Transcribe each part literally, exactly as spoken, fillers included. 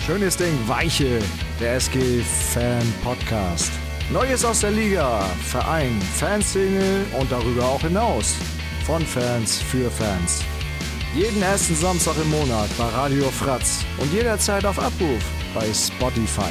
Schönes Ding, Weiche, der S G-Fan-Podcast. Neues aus der Liga, Verein, Fanszene und darüber auch hinaus. Von Fans für Fans. Jeden ersten Samstag im Monat bei Radio Fratz und jederzeit auf Abruf bei Spotify.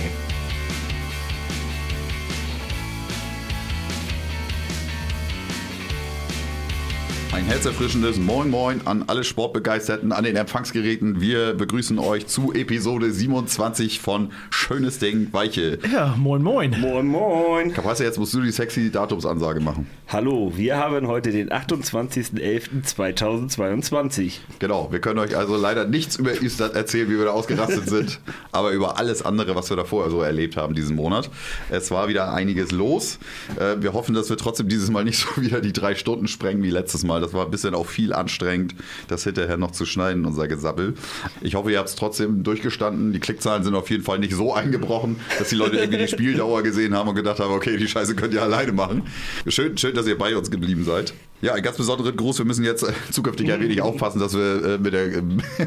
Ein herzerfrischendes Moin Moin an alle Sportbegeisterten an den Empfangsgeräten. Wir begrüßen euch zu Episode siebenundzwanzig von Schönes Ding, Weiche. Ja, moin moin. Moin moin. Kapazze, jetzt musst du die sexy Datumsansage machen. Hallo, wir haben heute den achtundzwanzigsten elften zweitausendzweiundzwanzig. Genau, wir können euch also leider nichts über Istad erzählen, wie wir da ausgerastet sind, aber über alles andere, was wir da vorher so erlebt haben diesen Monat. Es war wieder einiges los. Wir hoffen, dass wir trotzdem dieses Mal nicht so wieder die drei Stunden sprengen wie letztes Mal. Das war ein bisschen auch viel anstrengend, das hinterher noch zu schneiden, unser Gesabbel. Ich hoffe, ihr habt es trotzdem durchgestanden. Die Klickzahlen sind auf jeden Fall nicht so eingebrochen, dass die Leute irgendwie die Spieldauer gesehen haben und gedacht haben, okay, die Scheiße könnt ihr alleine machen. Schön, schön, dass ihr bei uns geblieben seid. Ja, ein ganz besonderen Gruß. Wir müssen jetzt äh, zukünftig ein wenig aufpassen, dass wir äh, mit, der, äh,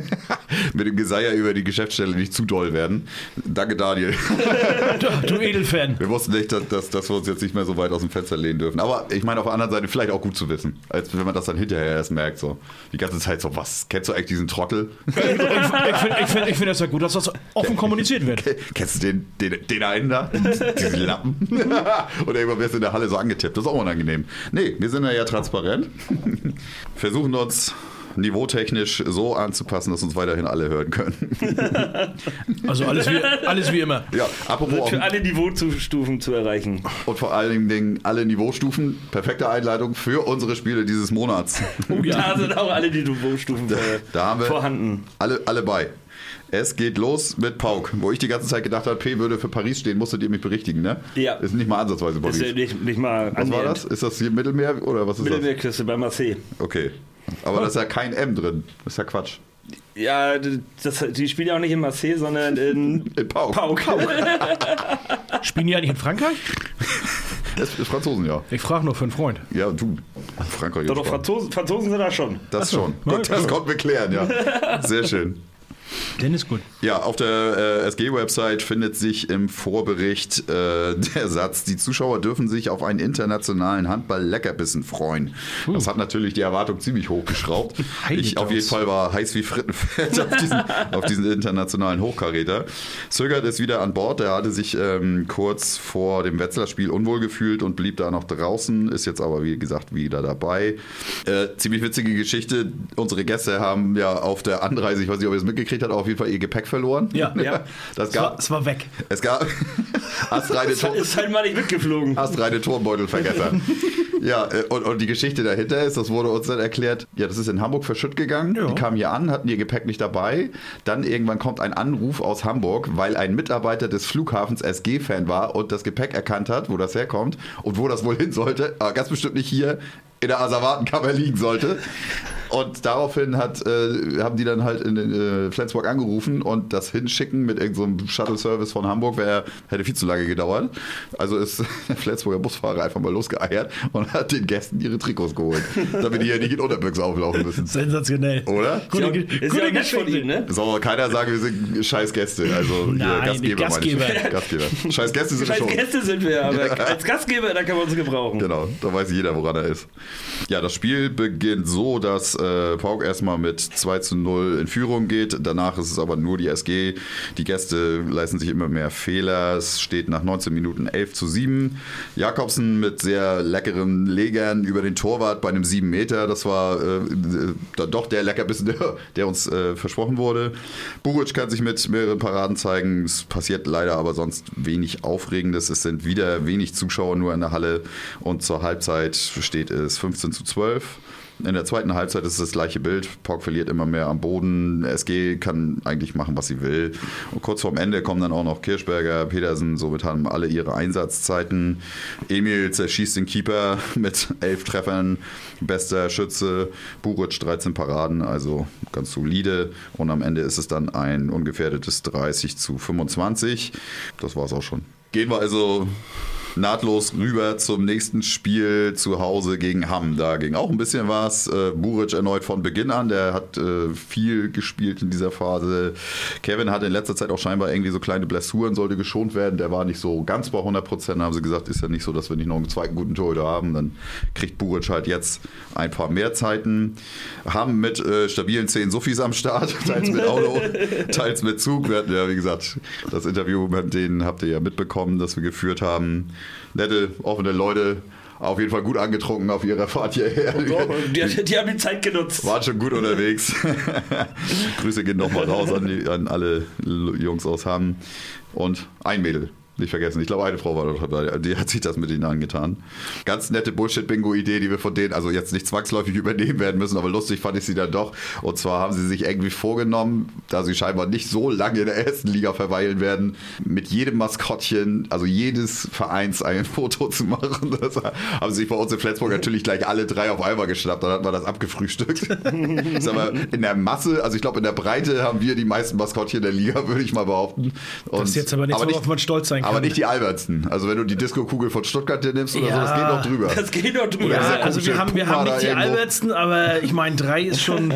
mit dem Geseier über die Geschäftsstelle nicht zu doll werden. Danke, Daniel. Du Edelfan. Wir wussten nicht, dass, dass, dass wir uns jetzt nicht mehr so weit aus dem Fenster lehnen dürfen. Aber ich meine, auf der anderen Seite vielleicht auch gut zu wissen, als wenn man das dann hinterher erst merkt. So. Die ganze Zeit so, was, kennst du eigentlich diesen Trottel? Ich, ich finde ich find, ich find das ja gut, dass das offen kommuniziert wird. Kennst du den, den, den einen da? Diesen Lappen? Und irgendwann wirst du in der Halle so angetippt. Das ist auch unangenehm. Nee, wir sind ja transparent. Versuchen uns niveautechnisch so anzupassen, dass uns weiterhin alle hören können. Also alles wie, alles wie immer. Ja, apropos Für alle Niveaustufen zu erreichen. Und vor allen Dingen alle Niveaustufen. Perfekte Einleitung für unsere Spiele dieses Monats. Oh ja. Da sind auch alle die Niveaustufen da, da haben wir vorhanden. Alle, alle bei. Es geht los mit Pauk, wo ich die ganze Zeit gedacht habe, P würde für Paris stehen, musstet ihr mich berichtigen, ne? Ja. Ist nicht mal ansatzweise Paris. Ist ja nicht, nicht mal was war das? Ist das hier Mittelmeer oder was ist Mittelmeerküste bei Marseille. das? Okay. Aber da ist ja kein M drin. Das ist ja Quatsch. Ja, das, die spielen ja auch nicht in Marseille, sondern in, in Pauk. Pauk. Pauk. Spielen die eigentlich in Frankreich? Das ist Franzosen, ja. Ich frage nur für einen Freund. Ja, du. Frankreich. Doch, doch, Franzosen, Franzosen sind da schon. Das schon. Gut, das konnten wir klären, ja. Sehr schön. Denn ist gut. Ja, auf der äh, S G-Website findet sich im Vorbericht äh, der Satz, die Zuschauer dürfen sich auf einen internationalen Handball-Leckerbissen freuen. Uh. Das hat natürlich die Erwartung ziemlich hochgeschraubt. Ich auf jeden Fall war heiß wie Frittenfett auf diesen, auf diesen internationalen Hochkaräter. Zögert ist wieder an Bord. Der hatte sich ähm, kurz vor dem Wetzlar-Spiel unwohl gefühlt und blieb da noch draußen, ist jetzt aber wie gesagt wieder dabei. Äh, ziemlich witzige Geschichte. Unsere Gäste haben ja auf der Anreise, ich weiß nicht, ob ihr es mitgekriegt habt, auf jeden Fall ihr Gepäck verloren. Ja, ja. Das gab, es, war, es war weg. Es gab astreine Tor- ist halt mal nicht mitgeflogen. astreine Turmbeutelvergesser. Ja, und, und die Geschichte dahinter ist, das wurde uns dann erklärt, ja, das ist in Hamburg verschütt gegangen. Ja. Die kamen hier an, hatten ihr Gepäck nicht dabei. Dann irgendwann kommt ein Anruf aus Hamburg, weil ein Mitarbeiter des Flughafens S G-Fan war und das Gepäck erkannt hat, wo das herkommt und wo das wohl hin sollte. Aber ganz bestimmt nicht hier in der Asservatenkammer liegen sollte. Und daraufhin hat, äh, haben die dann halt in äh, Flensburg angerufen und das Hinschicken mit irgendeinem so Shuttle-Service von Hamburg wär, hätte viel zu lange gedauert. Also ist der Flensburger Busfahrer einfach mal losgeeiert und hat den Gästen ihre Trikots geholt, damit die hier nicht in Unterbüchse auflaufen müssen. Sensationell. Oder? Gute, ist ja, ist ja nett von ihm, ne? Soll aber keiner sagen, wir sind scheiß Gäste. Also Nein, hier, Gastgeber, Gastgeber. meine ich. Gastgeber. Scheiß Gäste sind wir schon. Scheiß Gäste sind wir, aber ja. Als Gastgeber, da kann man uns gebrauchen. Genau, da weiß jeder, woran er ist. Ja, das Spiel beginnt so, dass äh, Pauk erstmal mit zwei zu null in Führung geht. Danach ist es aber nur die S G. Die Gäste leisten sich immer mehr Fehler. Es steht nach neunzehn Minuten elf zu sieben. Jakobsen mit sehr leckeren Legern über den Torwart bei einem sieben Meter. Das war äh, dann doch der Leckerbissen, der, der uns äh, versprochen wurde. Buric kann sich mit mehreren Paraden zeigen. Es passiert leider aber sonst wenig Aufregendes. Es sind wieder wenig Zuschauer nur in der Halle und zur Halbzeit steht es fünfzehn zu zwölf. In der zweiten Halbzeit ist es das gleiche Bild. Pauk verliert immer mehr am Boden. S G kann eigentlich machen, was sie will. Und kurz vorm Ende kommen dann auch noch Kirschberger, Petersen. Somit haben alle ihre Einsatzzeiten. Emil zerschießt den Keeper mit elf Treffern. Bester Schütze. Buric dreizehn Paraden. Also ganz solide. Und am Ende ist es dann ein ungefährdetes dreißig zu fünfundzwanzig. Das war es auch schon. Gehen wir also nahtlos rüber zum nächsten Spiel zu Hause gegen Hamm. Da ging auch ein bisschen was. Äh, Buric erneut von Beginn an. Der hat äh, viel gespielt in dieser Phase. Kevin hat in letzter Zeit auch scheinbar irgendwie so kleine Blessuren, sollte geschont werden. Der war nicht so ganz bei hundert Prozent. Da haben sie gesagt, ist ja nicht so, dass wir nicht noch einen zweiten guten Torhüter haben. Dann kriegt Buric halt jetzt ein paar mehr Zeiten. Haben mit äh, stabilen zehn Suffis am Start. Teils mit Auto, teils mit Zug. Wir hatten ja, wie gesagt, das Interview mit denen habt ihr ja mitbekommen, das wir geführt haben. Nette, offene Leute, auf jeden Fall gut angetrunken auf ihrer Fahrt hierher. Die, die haben die Zeit genutzt. Waren schon gut unterwegs. Grüße gehen nochmal raus an, die, an alle Jungs aus Hamm. Und ein Mädel. Nicht vergessen, ich glaube, eine Frau war dort dabei, die hat sich das mit ihnen angetan. Ganz nette Bullshit-Bingo-Idee, die wir von denen, also jetzt nicht zwangsläufig übernehmen werden müssen, aber lustig fand ich sie dann doch. Und zwar haben sie sich irgendwie vorgenommen, da sie scheinbar nicht so lange in der ersten Liga verweilen werden, mit jedem Maskottchen, also jedes Vereins ein Foto zu machen. Das haben sie sich bei uns in Flensburg natürlich gleich alle drei auf einmal geschnappt, dann hat man das abgefrühstückt. Ich sag mal, in der Masse, also ich glaube in der Breite haben wir die meisten Maskottchen der Liga, würde ich mal behaupten. Und, das ist jetzt aber nicht, worauf man stolz sein kann. Aber nicht die albertsten. Also wenn du die Disco-Kugel von Stuttgart dir nimmst oder ja, so, das geht noch drüber. Das geht noch drüber. Ja, also wir haben, wir haben nicht die albertsten, aber ich meine, drei ist schon...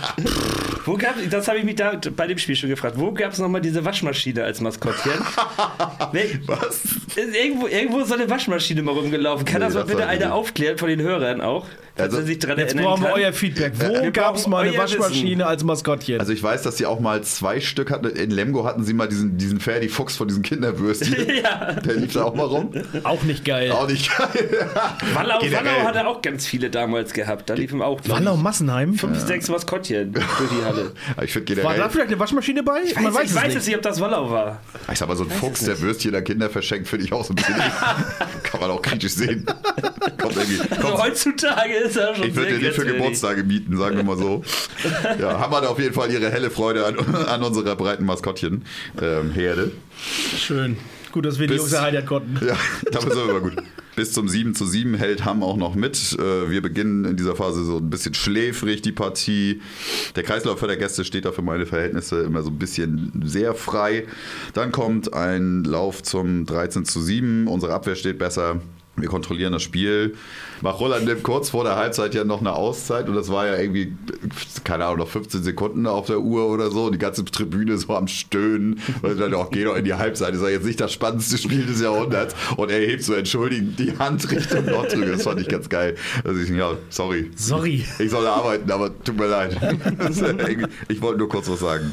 Wo gab, das habe ich mich da bei dem Spiel schon gefragt. Wo gab es nochmal diese Waschmaschine als Maskottchen? Nee, was? Ist irgendwo, irgendwo so eine Waschmaschine mal rumgelaufen. Kann Nee, das mal das bitte weiß ich einer nicht. aufklären von den Hörern auch? Falls Also, er sich dran Jetzt erinnern brauchen wir kann. euer Feedback. Wo Wir gab es brauchen mal eine euer Waschmaschine Wissen. als Maskottchen? Also ich weiß, dass sie auch mal zwei Stück hatten. In Lemgo hatten sie mal diesen, diesen Ferdi Fuchs von diesen Kinderwürstchen. Ja. Der lief da auch mal rum. Auch nicht geil. Auch nicht geil. Wallau, Generell. Wallau hat er auch ganz viele damals gehabt. Da liefen auch glaub ich, Wallau-Massenheim? fünf, sechs Maskottchen durch die Halle. Ich finde War da generell, vielleicht eine Waschmaschine bei? Ich Man weiß, weiß ich es weiß nicht. jetzt nicht, ob das Wallau war. ich sag mal, so ein Fuchs, der Würstchen an Kinder verschenkt, finde ich auch so ein bisschen. Kann man auch kritisch sehen. Kommt irgendwie, Also kommt, heutzutage ist er schon ich würde sehr den nicht für grenzwertig. Geburtstage mieten, sagen wir mal so. Ja, haben wir da auf jeden Fall ihre helle Freude an, an unserer breiten Maskottchen-Herde. Ähm, Schön. Gut, dass wir die Bis- Jungs erheitern konnten. Ja, damit sind wir mal gut. Bis zum sieben zu sieben hält Hamm auch noch mit. Äh, Wir beginnen in dieser Phase so ein bisschen schläfrig, die Partie. Der Kreislauf für der Gäste steht da für meine Verhältnisse immer so ein bisschen sehr frei. Dann kommt ein Lauf zum dreizehn zu sieben. Unsere Abwehr steht besser. Wir kontrollieren das Spiel. Machulla nimmt kurz vor der Halbzeit ja noch eine Auszeit und das war ja irgendwie, keine Ahnung, noch fünfzehn Sekunden auf der Uhr oder so und die ganze Tribüne so am Stöhnen und dann auch, geh doch in die Halbzeit, das ist ja jetzt nicht das spannendste Spiel des Jahrhunderts und er hebt so entschuldigend die Hand Richtung Nordrücken, das fand ich ganz geil. Also ich, ja, sorry. Sorry. Ich soll arbeiten, aber tut mir leid. Das ist ja irgendwie- ich wollte nur kurz was sagen.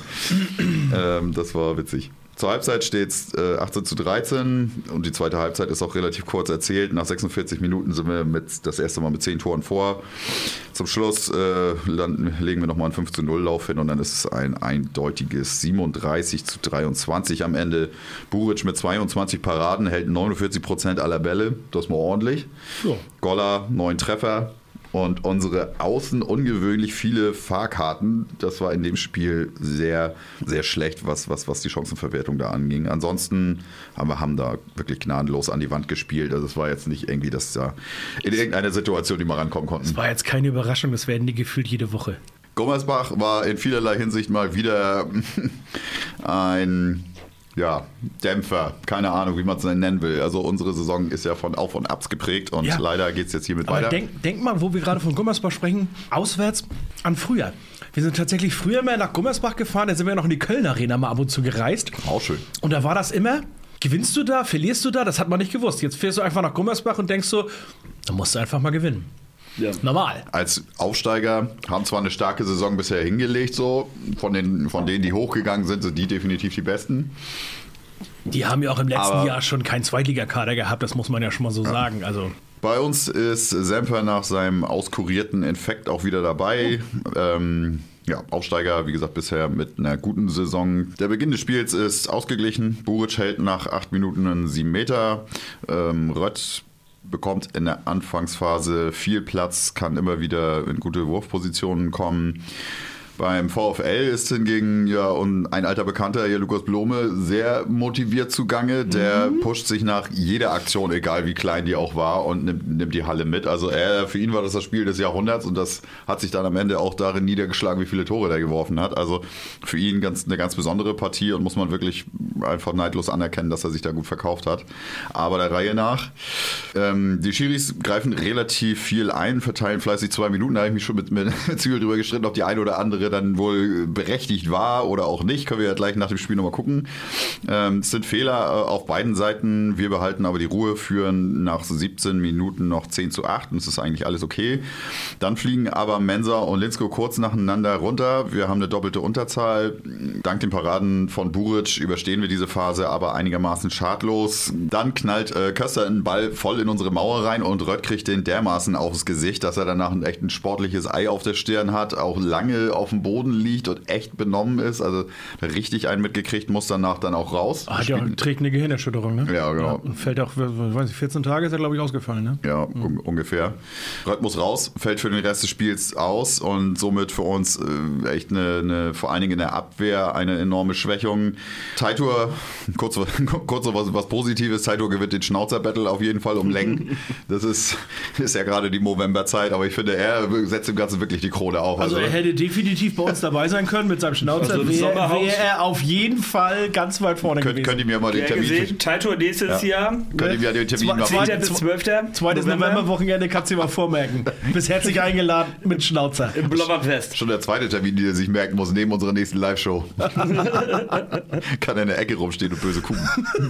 ähm, das war witzig. Zur Halbzeit steht es äh, achtzehn zu dreizehn und die zweite Halbzeit ist auch relativ kurz erzählt. Nach sechsundvierzig Minuten sind wir mit, das erste Mal mit zehn Toren vor. Zum Schluss äh, landen, legen wir nochmal einen fünf zu null Lauf hin und dann ist es ein eindeutiges siebenunddreißig zu dreiundzwanzig am Ende. Buric mit zweiundzwanzig Paraden hält neunundvierzig Prozent aller Bälle. Das mal ordentlich. Ja. Goller, neun Treffer. Und unsere Außen ungewöhnlich viele Fahrkarten. Das war in dem Spiel sehr, sehr schlecht, was, was, was die Chancenverwertung da anging. Ansonsten haben wir haben da wirklich gnadenlos an die Wand gespielt. Also es war jetzt nicht irgendwie, dass da in irgendeiner Situation die mal rankommen konnten. Das war jetzt keine Überraschung, das werden die gefühlt jede Woche. Gummersbach war in vielerlei Hinsicht mal wieder ein... Ja, Dämpfer, keine Ahnung, wie man es nennen will. Also unsere Saison ist ja von Auf und Abs geprägt und Ja. leider geht es jetzt hiermit Aber weiter. denk, denk mal, wo wir gerade von Gummersbach sprechen, auswärts an früher. Wir sind tatsächlich früher mal nach Gummersbach gefahren, da sind wir noch in die Köln Arena mal ab und zu gereist. Auch schön. Und da war das immer, gewinnst du da, verlierst du da, das hat man nicht gewusst. Jetzt fährst du einfach nach Gummersbach und denkst so, da musst du einfach mal gewinnen. Ja. Normal. Als Aufsteiger haben zwar eine starke Saison bisher hingelegt, so von, den, von denen, die hochgegangen sind, sind die definitiv die Besten. Die haben ja auch im letzten Aber- Jahr schon keinen Zweitligakader gehabt, das muss man ja schon mal so sagen. Also Bei uns ist Semper nach seinem auskurierten Infekt auch wieder dabei. Ähm, ja, Aufsteiger, wie gesagt, bisher mit einer guten Saison. Der Beginn des Spiels ist ausgeglichen. Buric hält nach acht Minuten einen sieben Meter. Ähm, Rött bekommt in der Anfangsphase viel Platz, kann immer wieder in gute Wurfpositionen kommen. Beim VfL ist hingegen ja und ein alter Bekannter, hier Lukas Blome, sehr motiviert zugange. Der mhm. pusht sich nach jeder Aktion, egal wie klein die auch war, und nimmt, nimmt die Halle mit. Also er, für ihn war das das Spiel des Jahrhunderts und das hat sich dann am Ende auch darin niedergeschlagen, wie viele Tore der geworfen hat. Also für ihn ganz, eine ganz besondere Partie und muss man wirklich einfach neidlos anerkennen, dass er sich da gut verkauft hat. Aber der Reihe nach. Ähm, die Schiris greifen relativ viel ein, verteilen fleißig zwei Minuten. Da habe ich mich schon mit, mit Zügel drüber gestritten, ob die eine oder andere dann wohl berechtigt war oder auch nicht. Können wir ja gleich nach dem Spiel nochmal gucken. Ähm, es sind Fehler äh, auf beiden Seiten. Wir behalten aber die Ruhe, führen nach siebzehn Minuten noch zehn zu acht und es ist eigentlich alles okay. Dann fliegen aber Mensa und Linsko kurz nacheinander runter. Wir haben eine doppelte Unterzahl. Dank den Paraden von Buric überstehen wir diese Phase aber einigermaßen schadlos. Dann knallt äh, Köster einen Ball voll in unsere Mauer rein und Rött kriegt den dermaßen aufs Gesicht, dass er danach ein echt ein sportliches Ei auf der Stirn hat, auch lange auf dem Boden liegt und echt benommen ist. Also richtig einen mitgekriegt, muss danach dann auch raus. Hat ja auch, trägt eine Gehirnerschütterung, ne? Ja, genau. Ja, und fällt auch, weiß ich, vierzehn Tage ist er, glaube ich, ausgefallen, ne? Ja, mhm. un- ungefähr. Rött muss raus, fällt für den Rest des Spiels aus und somit für uns äh, echt eine, eine, vor allen Dingen in der Abwehr, eine enorme Schwächung. Teitur, kurz, kurz so was, was Positives, Teitur gewinnt den Schnauzer-Battle auf jeden Fall um Längen. Das ist, ist ja gerade die Novemberzeit, aber ich finde, er setzt dem Ganzen wirklich die Krone auf. Also, also er hätte definitiv bei uns dabei sein können mit seinem Schnauzer, also wäre wär er auf jeden Fall ganz weit vorne könnt, gewesen. Könnt ihr mir mal den Termin... Gesehen, Teitur nächstes ja. Jahr. Könnt ihr mir den Termin mal... zehnten bis zwölften Zweites November-Wochenende kannst du dir mal vormerken. Du bist herzlich eingeladen mit Schnauzer. Im Blubberfest. Schon der zweite Termin, den er sich merken muss, neben unserer nächsten Live-Show. Kann er in der Ecke rumstehen und böse gucken.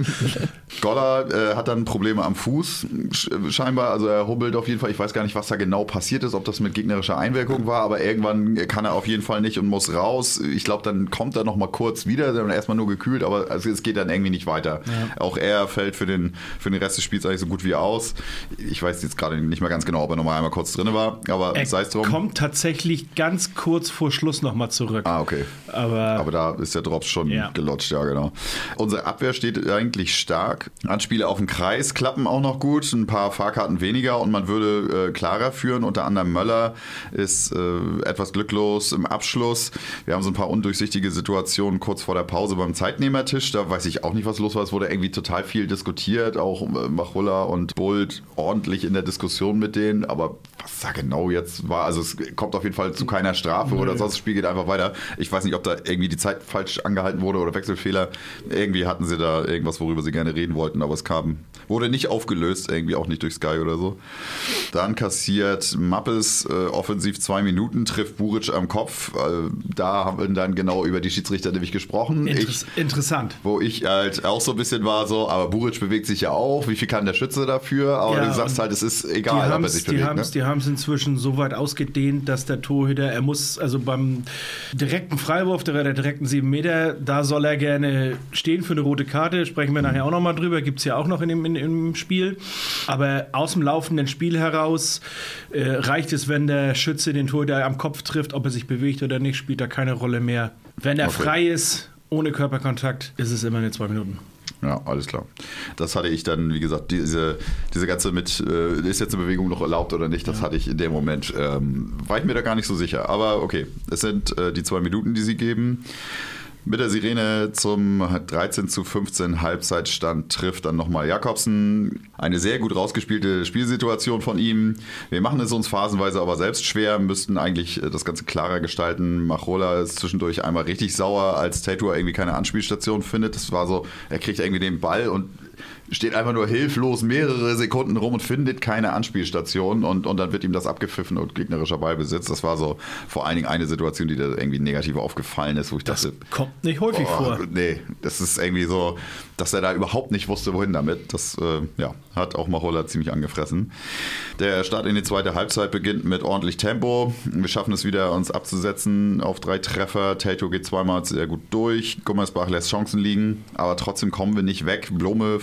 Goller äh, hat dann Probleme am Fuß, scheinbar. Also er hubbelt auf jeden Fall. Ich weiß gar nicht, was da genau passiert ist, ob das mit gegnerischer Einwirkung war, aber irgendwann kann er auf jeden Fall nicht und muss raus. Ich glaube, dann kommt er noch mal kurz wieder, dann erstmal nur gekühlt, aber also es geht dann irgendwie nicht weiter. Ja. Auch er fällt für den, für den Rest des Spiels eigentlich so gut wie aus. Ich weiß jetzt gerade nicht mehr ganz genau, ob er noch mal einmal kurz drin war, aber sei es drum. Er kommt tatsächlich ganz kurz vor Schluss noch mal zurück. Ah, okay. Aber, aber da ist der Drops schon ja. gelutscht, ja genau. Unsere Abwehr steht eigentlich stark. Anspiele auf den Kreis klappen auch noch gut, ein paar Fahrkarten weniger und man würde äh, klarer führen. Unter anderem Möller ist äh, etwas glücklos im Abschluss. Wir haben so ein paar undurchsichtige Situationen kurz vor der Pause beim Zeitnehmertisch. Da weiß ich auch nicht, was los war. Es wurde irgendwie total viel diskutiert, auch äh, Machulla und Bult ordentlich in der Diskussion mit denen. Aber was da genau jetzt war, also es kommt auf jeden Fall zu keiner Strafe oder sonst das Spiel geht einfach weiter. Ich weiß nicht, ob da irgendwie die Zeit falsch angehalten wurde oder Wechselfehler. Irgendwie hatten sie da irgendwas, worüber sie gerne reden wollten, aber es kam, wurde nicht aufgelöst, irgendwie auch nicht durch Sky oder so. Dann kassiert Mappes äh, offensiv zwei Minuten, trifft Buric am Kopf. Äh, da haben wir dann genau über die Schiedsrichter nämlich gesprochen. Interess- ich, interessant. Wo ich halt auch so ein bisschen war so, aber Buric bewegt sich ja auch. Wie viel kann der Schütze dafür? Aber ja, du sagst halt, es ist egal, ob er sich bewegt. Ne? Die haben es inzwischen so weit ausgedehnt, dass der Torhüter, er muss also beim direkten Freiwurf, der, der direkten sieben Meter, da soll er gerne stehen für eine rote Karte. Sprechen wir nachher auch nochmal drüber. Gibt es ja auch noch in dem, in, im Spiel. Aber aus dem laufenden Spiel heraus äh, reicht es, wenn der Schütze den Torhüter am Kopf trifft, ob er sich bewegt oder nicht, spielt da keine Rolle mehr. Wenn er okay. frei ist, ohne Körperkontakt, ist es immer eine zwei Minuten. Ja, alles klar. Das hatte ich dann, wie gesagt, diese, diese ganze mit, äh, ist jetzt eine Bewegung noch erlaubt oder nicht, das ja. hatte ich in dem Moment, ähm, war ich mir da gar nicht so sicher. Aber okay, es sind äh, die zwei Minuten, die sie geben. Mit der Sirene zum dreizehn zu fünfzehn Halbzeitstand trifft dann nochmal Jakobsen. Eine sehr gut rausgespielte Spielsituation von ihm. Wir machen es uns phasenweise aber selbst schwer, müssten eigentlich das Ganze klarer gestalten. Machulla ist zwischendurch einmal richtig sauer, als Teitur irgendwie keine Anspielstation findet. Das war so, er kriegt irgendwie den Ball und steht einfach nur hilflos mehrere Sekunden rum und findet keine Anspielstation und, und dann wird ihm das abgepfiffen und gegnerischer Ballbesitz. Das war so vor allen Dingen eine Situation, die da irgendwie negativ aufgefallen ist, wo ich das dachte... kommt nicht häufig oh, vor. Nee, das ist irgendwie so, dass er da überhaupt nicht wusste, wohin damit. Das äh, ja, hat auch Machulla ziemlich angefressen. Der Start in die zweite Halbzeit beginnt mit ordentlich Tempo. Wir schaffen es wieder, uns abzusetzen auf drei Treffer. Teitur geht zweimal sehr gut durch. Gummersbach lässt Chancen liegen, aber trotzdem kommen wir nicht weg. Blome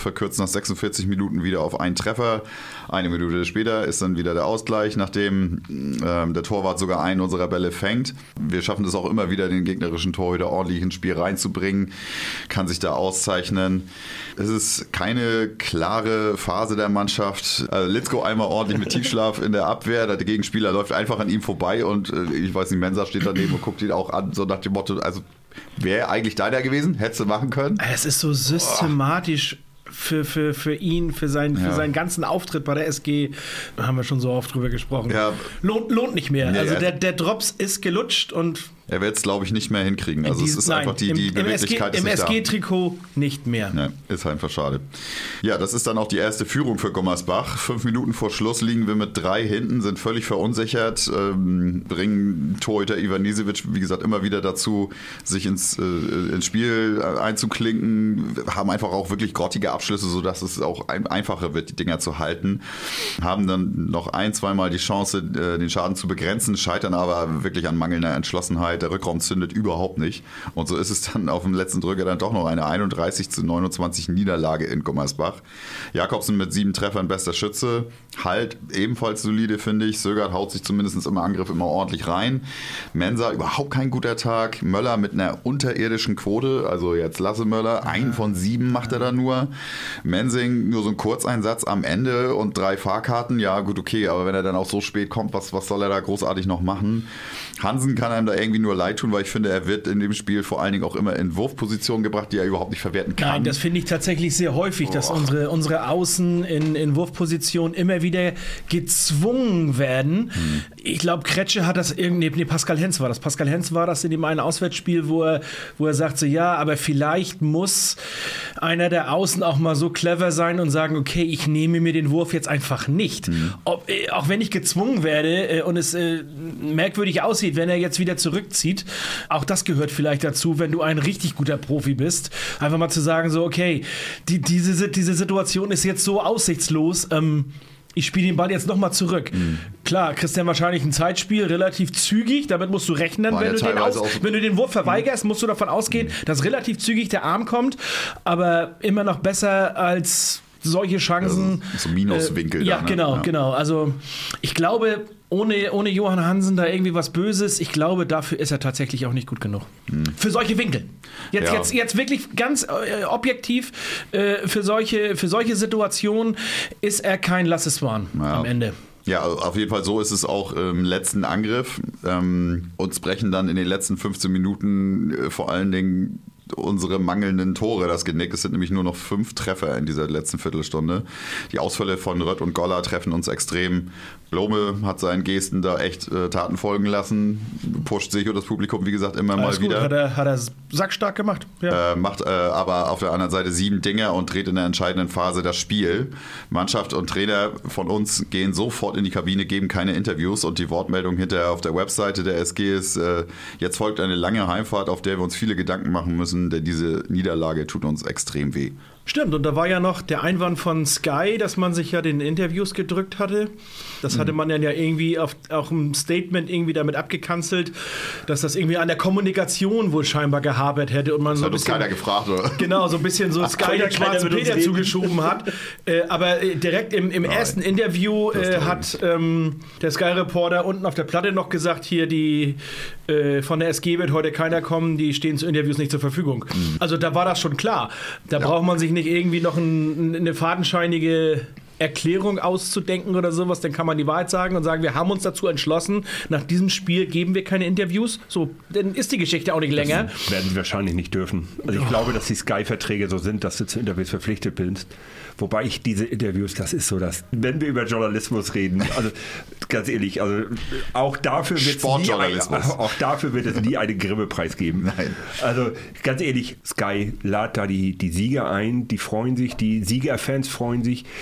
verkürzt nach sechsundvierzig Minuten wieder auf einen Treffer. Eine Minute später ist dann wieder der Ausgleich, nachdem ähm, der Torwart sogar einen unserer Bälle fängt. Wir schaffen es auch immer wieder, den gegnerischen Torhüter ordentlich ins Spiel reinzubringen, kann sich da auszeichnen. Es ist keine klare Phase der Mannschaft. Also Litzko einmal ordentlich mit Tiefschlaf in der Abwehr, der Gegenspieler läuft einfach an ihm vorbei und äh, ich weiß nicht, Mensah steht daneben und guckt ihn auch an, so nach dem Motto, also wäre eigentlich deiner gewesen, hättest du machen können. Es ist so systematisch für, für, für ihn, für, sein, für Ja. seinen ganzen Auftritt bei der S G, da haben wir schon so oft drüber gesprochen. Ja. Lohnt, lohnt nicht mehr. Nee, also er- der, der Drops ist gelutscht und Er wird es, glaube ich, nicht mehr hinkriegen. Also dies- es ist nein, einfach die, die im, im Beweglichkeit S G, im ist S G-Trikot nicht mehr. Ja, ist einfach schade. Ja, das ist dann auch die erste Führung für Gummersbach. Fünf Minuten vor Schluss liegen wir mit drei hinten, sind völlig verunsichert, ähm, bringen Torhüter Ivan Nisevic, wie gesagt, immer wieder dazu, sich ins, äh, ins Spiel einzuklinken, haben einfach auch wirklich grottige Abschlüsse, sodass es auch ein, einfacher wird, die Dinger zu halten. Haben dann noch ein, zweimal die Chance, äh, den Schaden zu begrenzen, scheitern aber wirklich an mangelnder Entschlossenheit. Der Rückraum zündet überhaupt nicht. Und so ist es dann auf dem letzten Drücker dann doch noch eine einunddreißig zu neunundzwanzig Niederlage in Gummersbach. Jakobsen mit sieben Treffern bester Schütze. Halt ebenfalls solide, finde ich. Sögert haut sich zumindest im Angriff immer ordentlich rein. Mensah überhaupt kein guter Tag. Möller mit einer unterirdischen Quote. Also jetzt Lasse Möller. Einen von sieben macht er da nur. Mensing nur so ein Kurzeinsatz am Ende und drei Fahrkarten. Ja gut, okay. Aber wenn er dann auch so spät kommt, was, was soll er da großartig noch machen? Hansen kann einem da irgendwie nur leid tun, weil ich finde, er wird in dem Spiel vor allen Dingen auch immer in Wurfpositionen gebracht, die er überhaupt nicht verwerten kann. Nein, das finde ich tatsächlich sehr häufig, dass unsere, unsere Außen in, in Wurfposition immer wieder gezwungen werden. Hm. Ich glaube, Kretsche hat das irgendwie, nee, Pascal Hens war das. Pascal Hens war das in dem einen Auswärtsspiel, wo er, wo er sagt so, ja, aber vielleicht muss einer der Außen auch mal so clever sein und sagen, okay, ich nehme mir den Wurf jetzt einfach nicht. Hm. Ob, äh, auch wenn ich gezwungen werde äh, und es äh, merkwürdig aussieht, wenn er jetzt wieder zurückzieht, auch das gehört vielleicht dazu, wenn du ein richtig guter Profi bist, einfach mal zu sagen so, okay, die, diese, diese Situation ist jetzt so aussichtslos, ähm, ich spiele den Ball jetzt nochmal zurück. Mhm. Klar, kriegst du wahrscheinlich ein Zeitspiel relativ zügig, damit musst du rechnen, War wenn ja du, den aus, teilweise auch- wenn du den Wurf verweigerst, musst du davon ausgehen, Mhm. dass relativ zügig der Arm kommt, aber immer noch besser als solche Chancen. Also so Minuswinkel Äh, ja, da, ne? genau, Ja. genau. Also ich glaube, ohne, ohne Johann Hansen da irgendwie was Böses, ich glaube, dafür ist er tatsächlich auch nicht gut genug. Hm. Für solche Winkel. Jetzt, Ja. jetzt, jetzt wirklich ganz äh, objektiv, äh, für, solche, für solche Situationen ist er kein Lasse Swan Ja. am Ende. Ja, auf jeden Fall so ist es auch im letzten Angriff. Ähm, uns brechen dann in den letzten fünfzehn Minuten äh, vor allen Dingen unsere mangelnden Tore das Genick. Es sind nämlich nur noch fünf Treffer in dieser letzten Viertelstunde. Die Ausfälle von Rött und Goller treffen uns extrem. Blome hat seinen Gesten da echt äh, Taten folgen lassen. Pusht sich und das Publikum, wie gesagt, immer Alles mal gut, wieder. hat er, hat er sackstark gemacht. Ja. Äh, macht äh, aber auf der anderen Seite sieben Dinger und dreht in der entscheidenden Phase das Spiel. Mannschaft und Trainer von uns gehen sofort in die Kabine, geben keine Interviews und die Wortmeldung hinterher auf der Webseite der S G ist, äh, jetzt folgt eine lange Heimfahrt, auf der wir uns viele Gedanken machen müssen, denn diese Niederlage tut uns extrem weh. Stimmt, und da war ja noch der Einwand von Sky, dass man sich ja den Interviews gedrückt hatte. Das hatte man dann ja irgendwie auf, auch im Statement irgendwie damit abgekanzelt, dass das irgendwie an der Kommunikation wohl scheinbar gehabert hätte. Und man Das so hat ein uns bisschen, keiner gefragt, oder? genau, so ein bisschen so Sky konnte den keiner schwarzen mit uns Peter reden. zugeschoben hat. Äh, aber äh, direkt im, im ersten Interview das äh, glaub ich hat ähm, der Sky-Reporter unten auf der Platte noch gesagt, hier die äh, von der S G wird heute keiner kommen, die stehen zu Interviews nicht zur Verfügung. Mhm. Also da war das schon klar. Da braucht man sich nicht irgendwie noch ein, eine fadenscheinige Erklärung auszudenken oder sowas, dann kann man die Wahrheit sagen und sagen, wir haben uns dazu entschlossen, nach diesem Spiel geben wir keine Interviews. So, dann ist die Geschichte auch nicht länger. Das werden sie wahrscheinlich nicht dürfen. Also ich glaube, dass die Sky-Verträge so sind, dass du zu Interviews verpflichtet bist. Wobei ich diese Interviews, das ist so, dass, wenn wir über Journalismus reden, also ganz ehrlich, also auch dafür wird es nie, Sportjournalismus. auch dafür wird es nie einen Grimme-Preis geben. Nein. Also ganz ehrlich, Sky lad da die, die Sieger ein, die freuen sich, die Siegerfans freuen sich, die Fans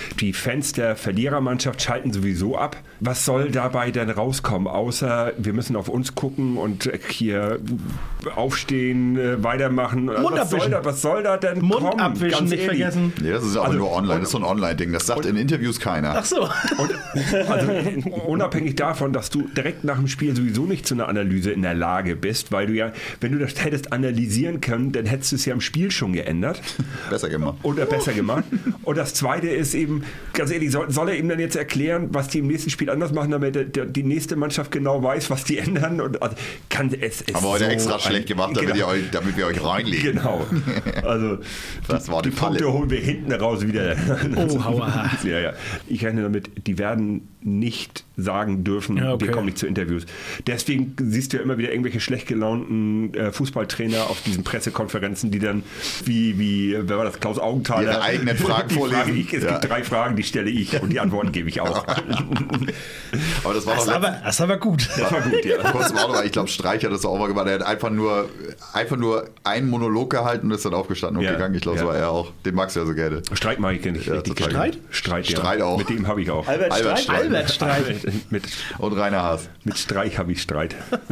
Fans der Verlierermannschaft schalten sowieso ab. Was soll dabei denn rauskommen, außer wir müssen auf uns gucken und hier aufstehen, weitermachen? Mund was, soll da, was soll da denn Mund kommen? abwischen, Ganz nicht ehrlich. vergessen. Nee, das ist aber Also, nur online, das ist so ein Online-Ding. Das sagt in Interviews keiner. Ach so. Und, also, unabhängig davon, dass du direkt nach dem Spiel sowieso nicht zu einer Analyse in der Lage bist, weil du ja, wenn du das hättest analysieren können, dann hättest du es ja im Spiel schon geändert. Besser gemacht. Oder besser gemacht. Und das Zweite ist eben, ganz ehrlich, soll, soll er ihm dann jetzt erklären, was die im nächsten Spiel anders machen, damit der, der, die nächste Mannschaft genau weiß, was die ändern? Und, also, kann, es, es Haben wir heute so extra ein, schlecht gemacht, damit, genau, ihr euch, damit wir euch reinlegen. Genau. Also Das war die die Falle. Punkte holen wir hinten raus wieder. Oh, hauer. Ja, ja. Ich rechne damit, die werden nicht sagen dürfen, Ja, okay. wir kommen nicht zu Interviews. Deswegen siehst du ja immer wieder irgendwelche schlecht gelaunten äh, Fußballtrainer auf diesen Pressekonferenzen, die dann wie, wie wer war das, Klaus Augenthaler, Ihre eigenen Fragen die vorlesen. Frage, ich, es Ja. gibt drei Fragen, die stelle ich und die Antworten gebe ich auch. Aber das war Das doch ist aber, das ist aber gut. Das war gut, ja. kurz im Auto, weil ich glaube, Streich hat das auch mal gemacht. Er hat einfach nur, einfach nur einen Monolog gehalten und ist dann aufgestanden und Ja, gegangen. Ich glaube, das ja. war er auch. Den magst du ja so gerne. Streit mache ich nicht Ja, richtig total gerne. gut. Streit, ja. Streit auch. Mit dem habe ich auch. Albert, Albert Streit? Streit. Albert Streit. mit, Und Rainer Haas. mit Streich habe ich Streit.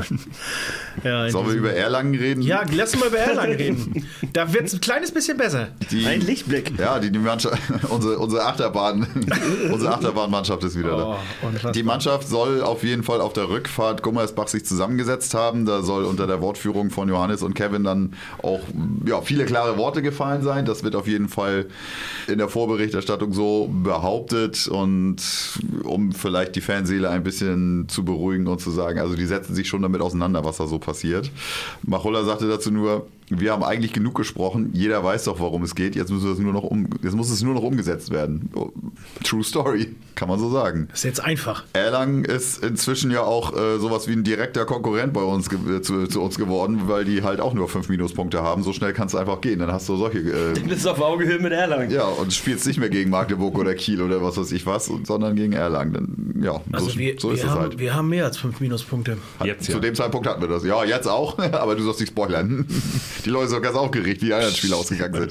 Ja, in Sollen wir diesem- über Erlangen reden? ja, lass uns mal über Erlangen reden. Da wird es ein kleines bisschen besser. Die, Ein Lichtblick. Ja, die, die Mannschaft, unsere, unsere Achterbahn, unsere Achterbahnmannschaft ist wieder Oh, da. unfassbar. Die Mannschaft soll auf jeden Fall auf der Rückfahrt Gummersbach sich zusammengesetzt haben. Da soll unter der Wortführung von Johannes und Kevin dann auch ja, viele klare Worte gefallen sein. Das wird auf jeden Fall in der Vorberichterstattung so behauptet, und um vielleicht die Fanseele ein bisschen zu beruhigen und zu sagen, also die setzen sich schon damit auseinander, was da so passiert. Machulla sagte dazu nur, wir haben eigentlich genug gesprochen, jeder weiß doch, worum es geht, jetzt, müssen wir es nur noch um, jetzt muss es nur noch umgesetzt werden. Oh, True Story, kann man so sagen. Das ist jetzt einfach. Erlangen ist inzwischen ja auch äh, sowas wie ein direkter Konkurrent bei uns ge- zu, zu uns geworden, weil die halt auch nur fünf Minuspunkte haben. So schnell kann es einfach gehen. Dann hast du solche... Äh, Du bist auf Augenhöhe mit Erlangen. ja, und spielst nicht mehr gegen Magdeburg oder Kiel oder was weiß ich was, sondern gegen Erlangen. Dann, ja, Also so, wir, so ist wir, es haben, halt. wir haben mehr als fünf Minuspunkte. Jetzt, Zu ja. dem Zeitpunkt hatten wir das. Ja, jetzt auch, aber du sollst nicht spoilern. Die Leute sind ganz aufgeregt, wie die anderen Spiele ausgegangen sind.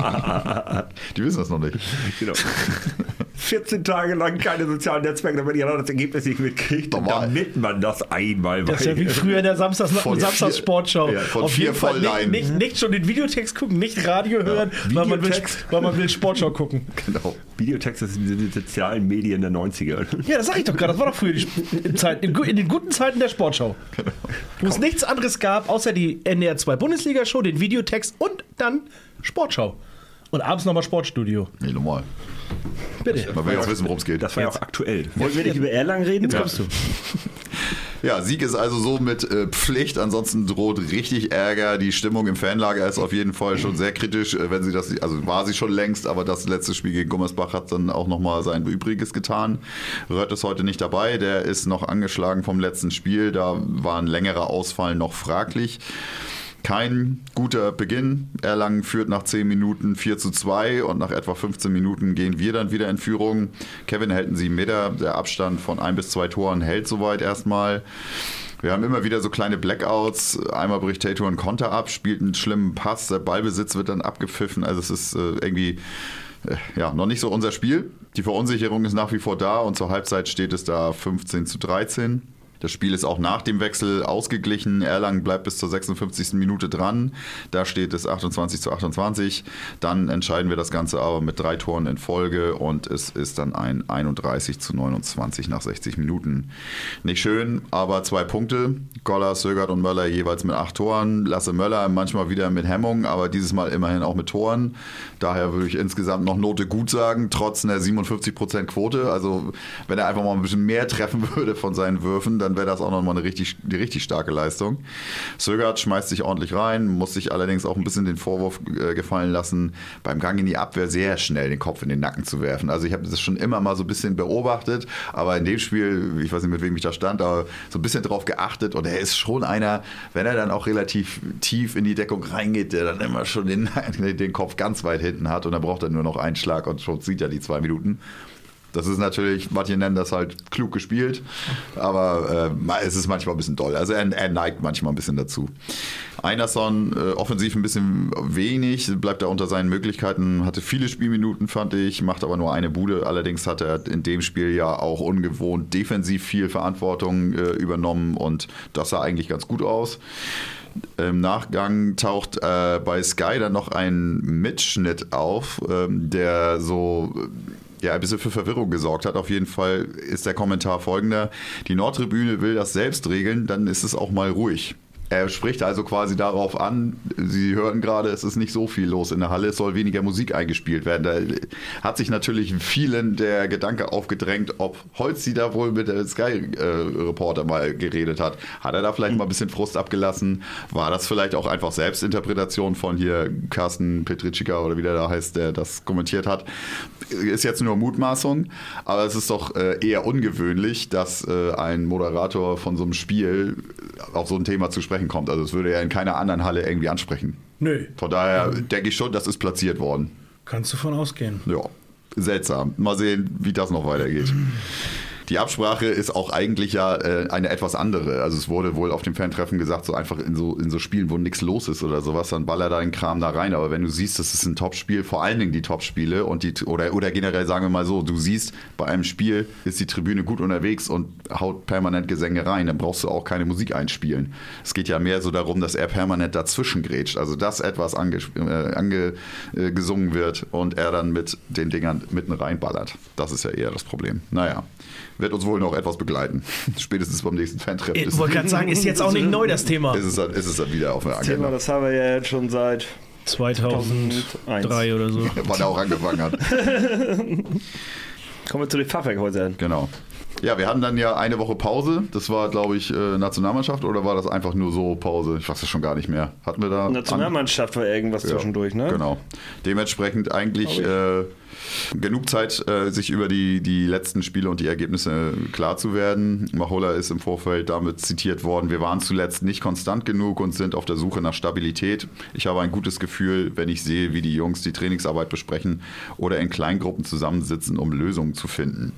Die wissen das noch nicht. Genau. vierzehn Tage lang keine sozialen Netzwerke, damit ihr das Ergebnis nicht mitkriegt, Normal. damit man das einmal Das ist ja weiß. wie früher in der Samstags Von Samstagssportschau. vier- ja, von Auf vier jeden Fall Vollleinen. nicht, nicht, nicht schon den Videotext gucken, nicht Radio hören, weil, man will, Videotext? weil man will Sportschau gucken. Genau. Videotext, das sind die sozialen Medien der neunziger. Ja, das sag ich doch gerade. Das war doch früher die Sp- in, Zeit, in, gu- in den guten Zeiten der Sportschau. Wo es nichts anderes gab, außer die N D R zwei Bundesliga-Show, den Videotext und dann Sportschau. Und abends nochmal Sportstudio. Nee, normal. Bitte. Man will jetzt wissen, worum es geht. Das war ja auch aktuell. Wollen wir nicht über Erlangen reden? Jetzt kommst du. Ja, Sieg ist also so mit äh, Pflicht, ansonsten droht richtig Ärger. Die Stimmung im Fanlager ist auf jeden Fall schon sehr kritisch, äh, wenn sie das, also war sie schon längst, aber das letzte Spiel gegen Gummersbach hat dann auch nochmal sein Übriges getan. Rött ist heute nicht dabei, der ist noch angeschlagen vom letzten Spiel, da war ein längerer Ausfall noch fraglich. Kein guter Beginn. Erlangen führt nach zehn Minuten vier zu zwei und nach etwa fünfzehn Minuten gehen wir dann wieder in Führung. Kevin hält einen sieben Meter. Der Abstand von ein bis zwei Toren hält soweit erstmal. Wir haben immer wieder so kleine Blackouts. Einmal bricht Tato einen Konter ab, spielt einen schlimmen Pass. Der Ballbesitz wird dann abgepfiffen. Also es ist äh, irgendwie äh, ja, noch nicht so unser Spiel. Die Verunsicherung ist nach wie vor da und zur Halbzeit steht es da fünfzehn zu dreizehn. Das Spiel ist auch nach dem Wechsel ausgeglichen. Erlangen bleibt bis zur sechsundfünfzigsten Minute dran. Da steht es achtundzwanzig zu achtundzwanzig. Dann entscheiden wir das Ganze aber mit drei Toren in Folge und es ist dann ein einunddreißig zu neunundzwanzig nach sechzig Minuten. Nicht schön, aber zwei Punkte. Goller, Sögert und Möller jeweils mit acht Toren. Lasse Möller manchmal wieder mit Hemmung, aber dieses Mal immerhin auch mit Toren. Daher würde ich insgesamt noch Note gut sagen, trotz einer siebenundfünfzig Prozent Quote. Also wenn er einfach mal ein bisschen mehr treffen würde von seinen Würfen, dann wäre das auch nochmal eine richtig, die richtig starke Leistung. Sögert schmeißt sich ordentlich rein, muss sich allerdings auch ein bisschen den Vorwurf äh, gefallen lassen, beim Gang in die Abwehr sehr schnell den Kopf in den Nacken zu werfen. Also ich habe das schon immer mal so ein bisschen beobachtet, aber in dem Spiel, ich weiß nicht, mit wem ich da stand, aber so ein bisschen drauf geachtet und er ist schon einer, wenn er dann auch relativ tief in die Deckung reingeht, der dann immer schon den, den Kopf ganz weit hinten hat und dann braucht er nur noch einen Schlag und schon zieht er die zwei Minuten. Das ist natürlich, manche nennen das halt klug gespielt, aber äh, es ist manchmal ein bisschen doll. Also er, er neigt manchmal ein bisschen dazu. Einarsson äh, offensiv ein bisschen wenig, bleibt er unter seinen Möglichkeiten, hatte viele Spielminuten, fand ich, macht aber nur eine Bude. Allerdings hat er in dem Spiel ja auch ungewohnt defensiv viel Verantwortung äh, übernommen und das sah eigentlich ganz gut aus. Im Nachgang taucht äh, bei Sky dann noch ein Mitschnitt auf, ähm, der so ja, ein bisschen für Verwirrung gesorgt hat. Auf jeden Fall ist der Kommentar folgender: Die Nordtribüne will das selbst regeln, dann ist es auch mal ruhig. Er spricht also quasi darauf an, Sie hörten gerade, es ist nicht so viel los in der Halle, es soll weniger Musik eingespielt werden. Da hat sich natürlich vielen der Gedanke aufgedrängt, ob Holtzy da wohl mit der Sky-Reporter mal geredet hat. Hat er da vielleicht mal ein bisschen Frust abgelassen? War das vielleicht auch einfach Selbstinterpretation von hier Carsten Petritschika oder wie der da heißt, der das kommentiert hat? Ist jetzt nur Mutmaßung, aber es ist doch eher ungewöhnlich, dass ein Moderator von so einem Spiel auf so ein Thema zu sprechen kommt. Also es würde er in keiner anderen Halle irgendwie ansprechen. Nö. Von daher denke ich schon, das ist platziert worden. Kannst du von ausgehen. Ja, seltsam. Mal sehen, wie das noch weitergeht. Die Absprache ist auch eigentlich ja äh, eine etwas andere. Also es wurde wohl auf dem Fantreffen gesagt, so einfach in so, in so Spielen, wo nichts los ist oder sowas, dann baller deinen Kram da rein. Aber wenn du siehst, das ist ein Topspiel, vor allen Dingen die Topspiele und die, oder, oder generell sagen wir mal so, du siehst, bei einem Spiel ist die Tribüne gut unterwegs und haut permanent Gesänge rein, dann brauchst du auch keine Musik einspielen. Es geht ja mehr so darum, dass er permanent dazwischen grätscht. Also dass etwas angesungen äh, ange, äh, gesungen wird und er dann mit den Dingern mitten reinballert. Das ist ja eher das Problem. Naja. Wird uns wohl noch etwas begleiten. Spätestens beim nächsten Fan-Treffen. Ich wollte gerade sagen, ist jetzt auch nicht neu das Thema. Ist es, dann, ist es dann wieder auf der Das Agenda. Thema, das haben wir ja jetzt schon seit zweitausenddrei oder so. Wann er auch angefangen hat. Kommen wir zu den Fachwerkhäusern. Genau. Ja, wir hatten dann ja eine Woche Pause. Das war, glaube ich, äh, Nationalmannschaft oder war das einfach nur so Pause? Ich weiß es schon gar nicht mehr. Hatten wir da... Nationalmannschaft war irgendwas Ja, zwischendurch, ne? Genau. Dementsprechend eigentlich äh, genug Zeit, äh, sich über die, die letzten Spiele und die Ergebnisse klar zu werden. Mahola ist im Vorfeld damit zitiert worden, wir waren zuletzt nicht konstant genug und sind auf der Suche nach Stabilität. Ich habe ein gutes Gefühl, wenn ich sehe, wie die Jungs die Trainingsarbeit besprechen oder in Kleingruppen zusammensitzen, um Lösungen zu finden.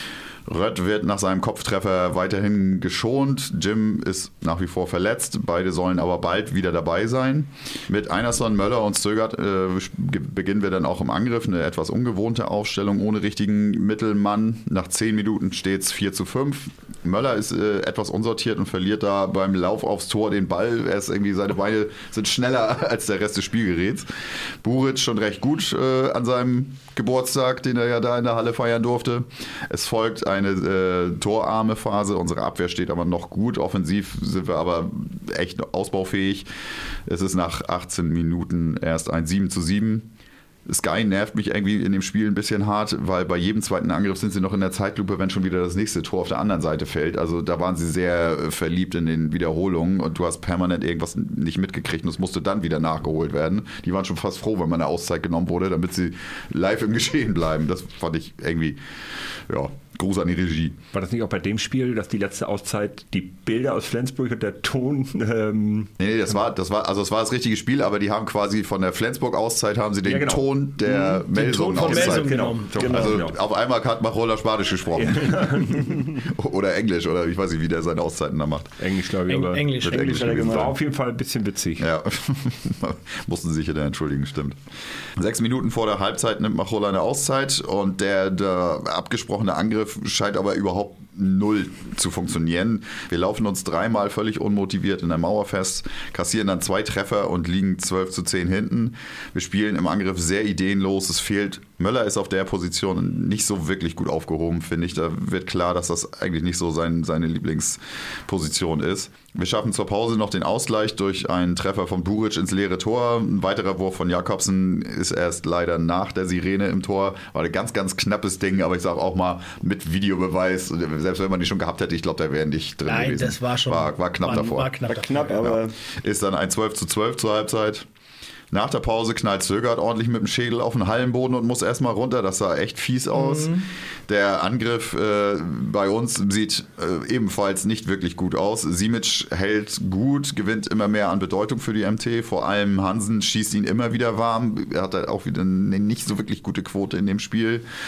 Rött wird nach seinem Kopftreffer weiterhin geschont. Jim ist nach wie vor verletzt. Beide sollen aber bald wieder dabei sein. Mit Einarsson, Möller und Stögert äh, beginnen wir dann auch im Angriff. Eine etwas ungewohnte Aufstellung ohne richtigen Mittelmann. Nach zehn Minuten steht es vier zu fünf. Möller ist äh, etwas unsortiert und verliert da beim Lauf aufs Tor den Ball. Er ist irgendwie, seine Beine sind schneller als der Rest des Spielgeräts. Buric schon recht gut äh, an seinem Geburtstag, den er ja da in der Halle feiern durfte. Es folgt eine äh, torarme Phase. Unsere Abwehr steht aber noch gut. Offensiv sind wir aber echt ausbaufähig. Es ist nach achtzehn Minuten erst ein sieben zu sieben. Sky nervt mich irgendwie in dem Spiel ein bisschen hart, weil bei jedem zweiten Angriff sind sie noch in der Zeitlupe, wenn schon wieder das nächste Tor auf der anderen Seite fällt. Also da waren sie sehr verliebt in den Wiederholungen und du hast permanent irgendwas nicht mitgekriegt und es musste dann wieder nachgeholt werden. Die waren schon fast froh, wenn mal eine Auszeit genommen wurde, damit sie live im Geschehen bleiben. Das fand ich irgendwie, ja, Gruß an die Regie. War das nicht auch bei dem Spiel, dass die letzte Auszeit die Bilder aus Flensburg und der Ton... Ähm nee, nee, das war, das war, also es war das richtige Spiel, aber die haben quasi von der Flensburg-Auszeit haben sie den ja, genau. Ton der mhm. Melsung-Auszeit. Genau. Genau. Also genau. Auf einmal hat Machola Spanisch gesprochen. Oder Englisch, oder ich weiß nicht, wie der seine Auszeiten da macht. Englisch, glaube ich. Eng- aber Englisch, Englisch, Englisch war auf jeden Fall ein bisschen witzig. Ja, mussten sich ja entschuldigen, stimmt. Sechs Minuten vor der Halbzeit nimmt Machola eine Auszeit und der, der abgesprochene Angriff scheint aber überhaupt null zu funktionieren. Wir laufen uns dreimal völlig unmotiviert in der Mauer fest, kassieren dann zwei Treffer und liegen zwölf zu zehn hinten. Wir spielen im Angriff sehr ideenlos. Es fehlt, Möller ist auf der Position nicht so wirklich gut aufgehoben, finde ich. Da wird klar, dass das eigentlich nicht so sein, seine Lieblingsposition ist. Wir schaffen zur Pause noch den Ausgleich durch einen Treffer von Buric ins leere Tor. Ein weiterer Wurf von Jakobsen ist erst leider nach der Sirene im Tor. War ein ganz, ganz knappes Ding, aber ich sage auch mal mit Videobeweis, selbst wenn man die schon gehabt hätte, ich glaube, da wären nicht drin Nein, gewesen. das war schon... War, war knapp war, davor. War knapp, war knapp davor, aber... Ja. Ist dann ein zwölf zu zwölf zur Halbzeit. Nach der Pause knallt Sögert ordentlich mit dem Schädel auf den Hallenboden und muss erstmal runter. Das sah echt fies aus. Mhm. Der Angriff äh, bei uns sieht äh, ebenfalls nicht wirklich gut aus. Simic hält gut, gewinnt immer mehr an Bedeutung für die M T. Vor allem Hansen schießt ihn immer wieder warm. Er hat auch wieder eine nicht so wirklich gute Quote in dem Spiel.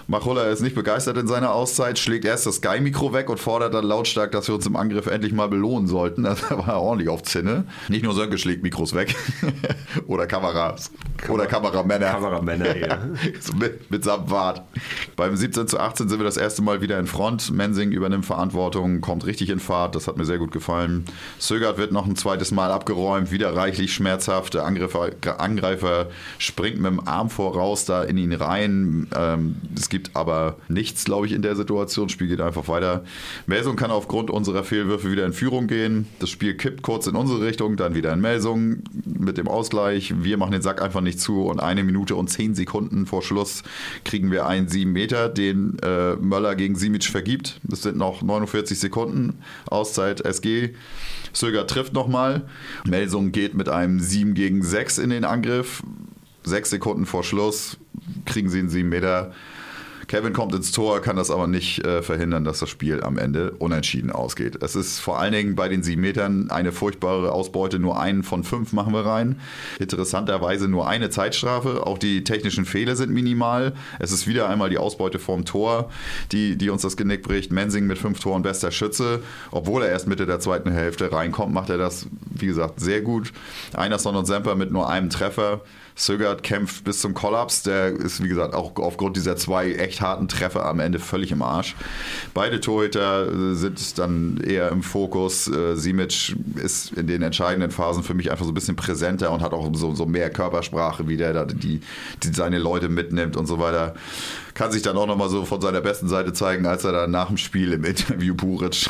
Machulla ist nicht begeistert in seiner Auszeit, schlägt erst das Sky-Mikro weg und fordert dann lautstark, dass wir uns im Angriff endlich mal belohnen sollten. Das war ordentlich auf Zinne. Nicht nur Sönke schlägt Mikros weg. Oder Kameras. Kamer- Oder Kameramänner. Kameramänner, ja. mit, mit samt Wart. Beim siebzehn zu achtzehn sind wir das erste Mal wieder in Front. Mensing übernimmt Verantwortung, kommt richtig in Fahrt. Das hat mir sehr gut gefallen. Sögert wird noch ein zweites Mal abgeräumt. Wieder reichlich schmerzhaft. Der Angreifer, Angreifer springt mit dem Arm voraus da in ihn rein. Ähm, es gibt aber nichts, glaube ich, in der Situation. Das Spiel geht einfach weiter. Melsung kann aufgrund unserer Fehlwürfe wieder in Führung gehen. Das Spiel kippt kurz in unsere Richtung, dann wieder in Melsung mit dem Ausgleich. Wir machen den Sack einfach nicht zu und eine Minute und zehn Sekunden vor Schluss kriegen wir einen sieben Meter, den äh, Möller gegen Simic vergibt. Das sind noch neunundvierzig Sekunden. Auszeit S G. Söger trifft nochmal. Melsung geht mit einem sieben gegen sechs in den Angriff. Sechs Sekunden vor Schluss kriegen sie einen sieben Meter. Kevin kommt ins Tor, kann das aber nicht äh, verhindern, dass das Spiel am Ende unentschieden ausgeht. Es ist vor allen Dingen bei den sieben Metern eine furchtbare Ausbeute. Nur einen von fünf machen wir rein. Interessanterweise nur eine Zeitstrafe. Auch die technischen Fehler sind minimal. Es ist wieder einmal die Ausbeute vorm Tor, die, die uns das Genick bricht. Mensing mit fünf Toren bester Schütze. Obwohl er erst Mitte der zweiten Hälfte reinkommt, macht er das, wie gesagt, sehr gut. Einerson und Semper mit nur einem Treffer. Sögert kämpft bis zum Kollaps. Der ist, wie gesagt, auch aufgrund dieser zwei echt harten Treffer am Ende völlig im Arsch. Beide Torhüter sind dann eher im Fokus. Simic ist in den entscheidenden Phasen für mich einfach so ein bisschen präsenter und hat auch so, so mehr Körpersprache, wie der da die, die seine Leute mitnimmt und so weiter. Kann sich dann auch nochmal so von seiner besten Seite zeigen, als er dann nach dem Spiel im Interview Buric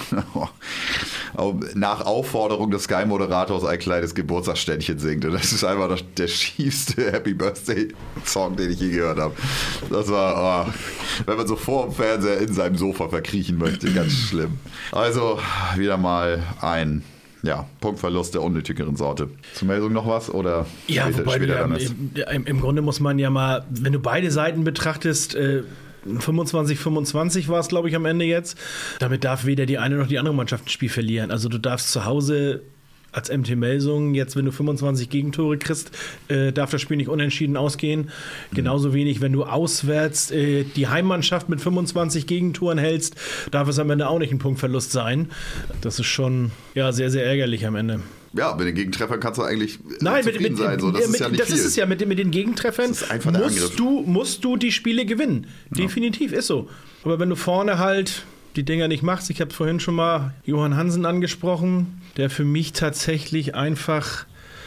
nach Aufforderung des Sky-Moderators ein kleines Geburtstagsständchen singt. Und das ist einfach der schiefste Happy Birthday-Song, den ich je gehört habe. Das war, oh, wenn man so vor dem Fernseher in seinem Sofa verkriechen möchte, ganz schlimm. Also wieder mal ein ja, Punktverlust der unnötigeren Sorte. Zur Meldung noch was? Oder ja, später, wobei später du, dann ist? im, im Grunde muss man ja mal, wenn du beide Seiten betrachtest, äh, fünfundzwanzig fünfundzwanzig war es, glaube ich, am Ende jetzt. Damit darf weder die eine noch die andere Mannschaft ein Spiel verlieren. Also du darfst zu Hause als M T Melsung, jetzt wenn du fünfundzwanzig Gegentore kriegst, äh, darf das Spiel nicht unentschieden ausgehen. Genauso wenig, wenn du auswärts äh, die Heimmannschaft mit fünfundzwanzig Gegentoren hältst, darf es am Ende auch nicht ein Punktverlust sein. Das ist schon ja, sehr, sehr ärgerlich am Ende. Ja, mit den Gegentreffern kannst du eigentlich Nein, zufrieden mit, mit, sein. So, das mit, ist ja nicht das viel. ist es ja, mit, mit den Gegentreffern das ist einfach der Angriff. musst du, musst du die Spiele gewinnen. Definitiv, ist so. Aber wenn du vorne halt die Dinger nicht machst, ich habe vorhin schon mal Johann Hansen angesprochen, der für mich tatsächlich einfach,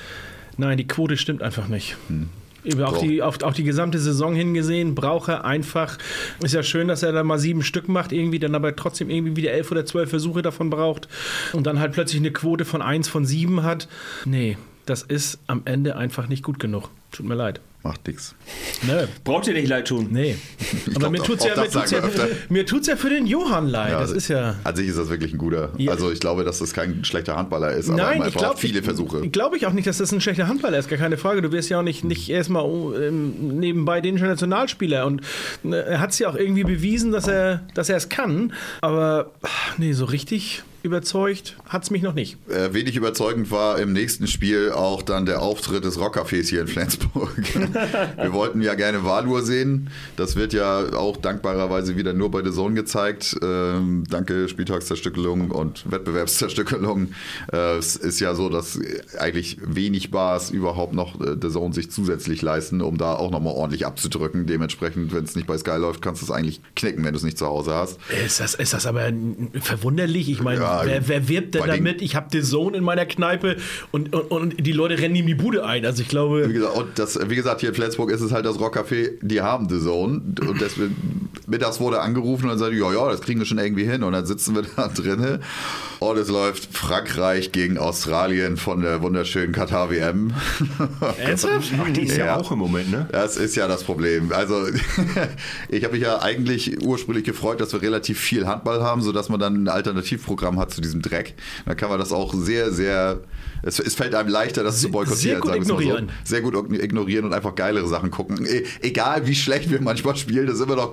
nein, die Quote stimmt einfach nicht. Hm. Auch die, auf, auch die gesamte Saison hingesehen, braucht er einfach, ist ja schön, dass er da mal sieben Stück macht, irgendwie, dann aber trotzdem irgendwie wieder elf oder zwölf Versuche davon braucht und dann halt plötzlich eine Quote von eins von sieben hat. Nee, das ist am Ende einfach nicht gut genug. Tut mir leid. Macht nix. Nee. Braucht ihr nicht leid tun? Nee. Ich Aber glaub, mir tut's auch ja, das mir tut's sagen ja, wir öfter. mir tut's ja für den Johann leid. Ja, das ist ja. An sich ist das wirklich ein guter. Ja. Also ich glaube, dass das kein schlechter Handballer ist, aber Nein, er ich braucht glaube viele Versuche. Ich glaube ich auch nicht, dass das ein schlechter Handballer ist, gar keine Frage. Du wirst ja auch nicht, nicht erstmal ähm, nebenbei den Nationalspieler und äh, er hat es ja auch irgendwie bewiesen, dass er, dass er es kann. Aber nee, so richtig überzeugt hat es mich noch nicht. Äh, wenig überzeugend war im nächsten Spiel auch dann der Auftritt des Rockcafés hier in Flensburg. Wir wollten ja gerne Valur sehen. Das wird ja auch dankbarerweise wieder nur bei The Zone gezeigt. Ähm, danke Spieltagszerstückelung und Wettbewerbszerstückelung. Äh, es ist ja so, dass eigentlich wenig Bars überhaupt noch äh, The Zone sich zusätzlich leisten, um da auch nochmal ordentlich abzudrücken. Dementsprechend, wenn es nicht bei Sky läuft, kannst du es eigentlich knicken, wenn du es nicht zu Hause hast. Ist das, ist das aber verwunderlich? Ich meine, Ja, wer, wer wirbt denn damit? Ich habe The Zone in meiner Kneipe und, und, und die Leute rennen ihm die Bude ein. Also ich glaube... Wie gesagt, und das, wie gesagt, hier in Flensburg ist es halt das Rockcafé, die haben The Zone. Und deswegen, mittags wurde angerufen und dann sagte, ja, ja, das kriegen wir schon irgendwie hin. Und dann sitzen wir da drinnen und es läuft Frankreich gegen Australien von der wunderschönen Katar W M. Ernsthaft? Ach, die ist ja, Ja. auch im Moment, ne? Das ist ja das Problem. Also ich habe mich ja eigentlich ursprünglich gefreut, dass wir relativ viel Handball haben, sodass man dann ein Alternativprogramm hat zu diesem Dreck. Dann kann man das auch sehr, sehr, es, es fällt einem leichter, das Sehr- zu boykottieren. sehr gut sagen wir es mal ignorieren. So. Sehr gut ignorieren und einfach geilere Sachen gucken. E- egal wie schlecht wir manchmal spielen, das ist immer noch geiler,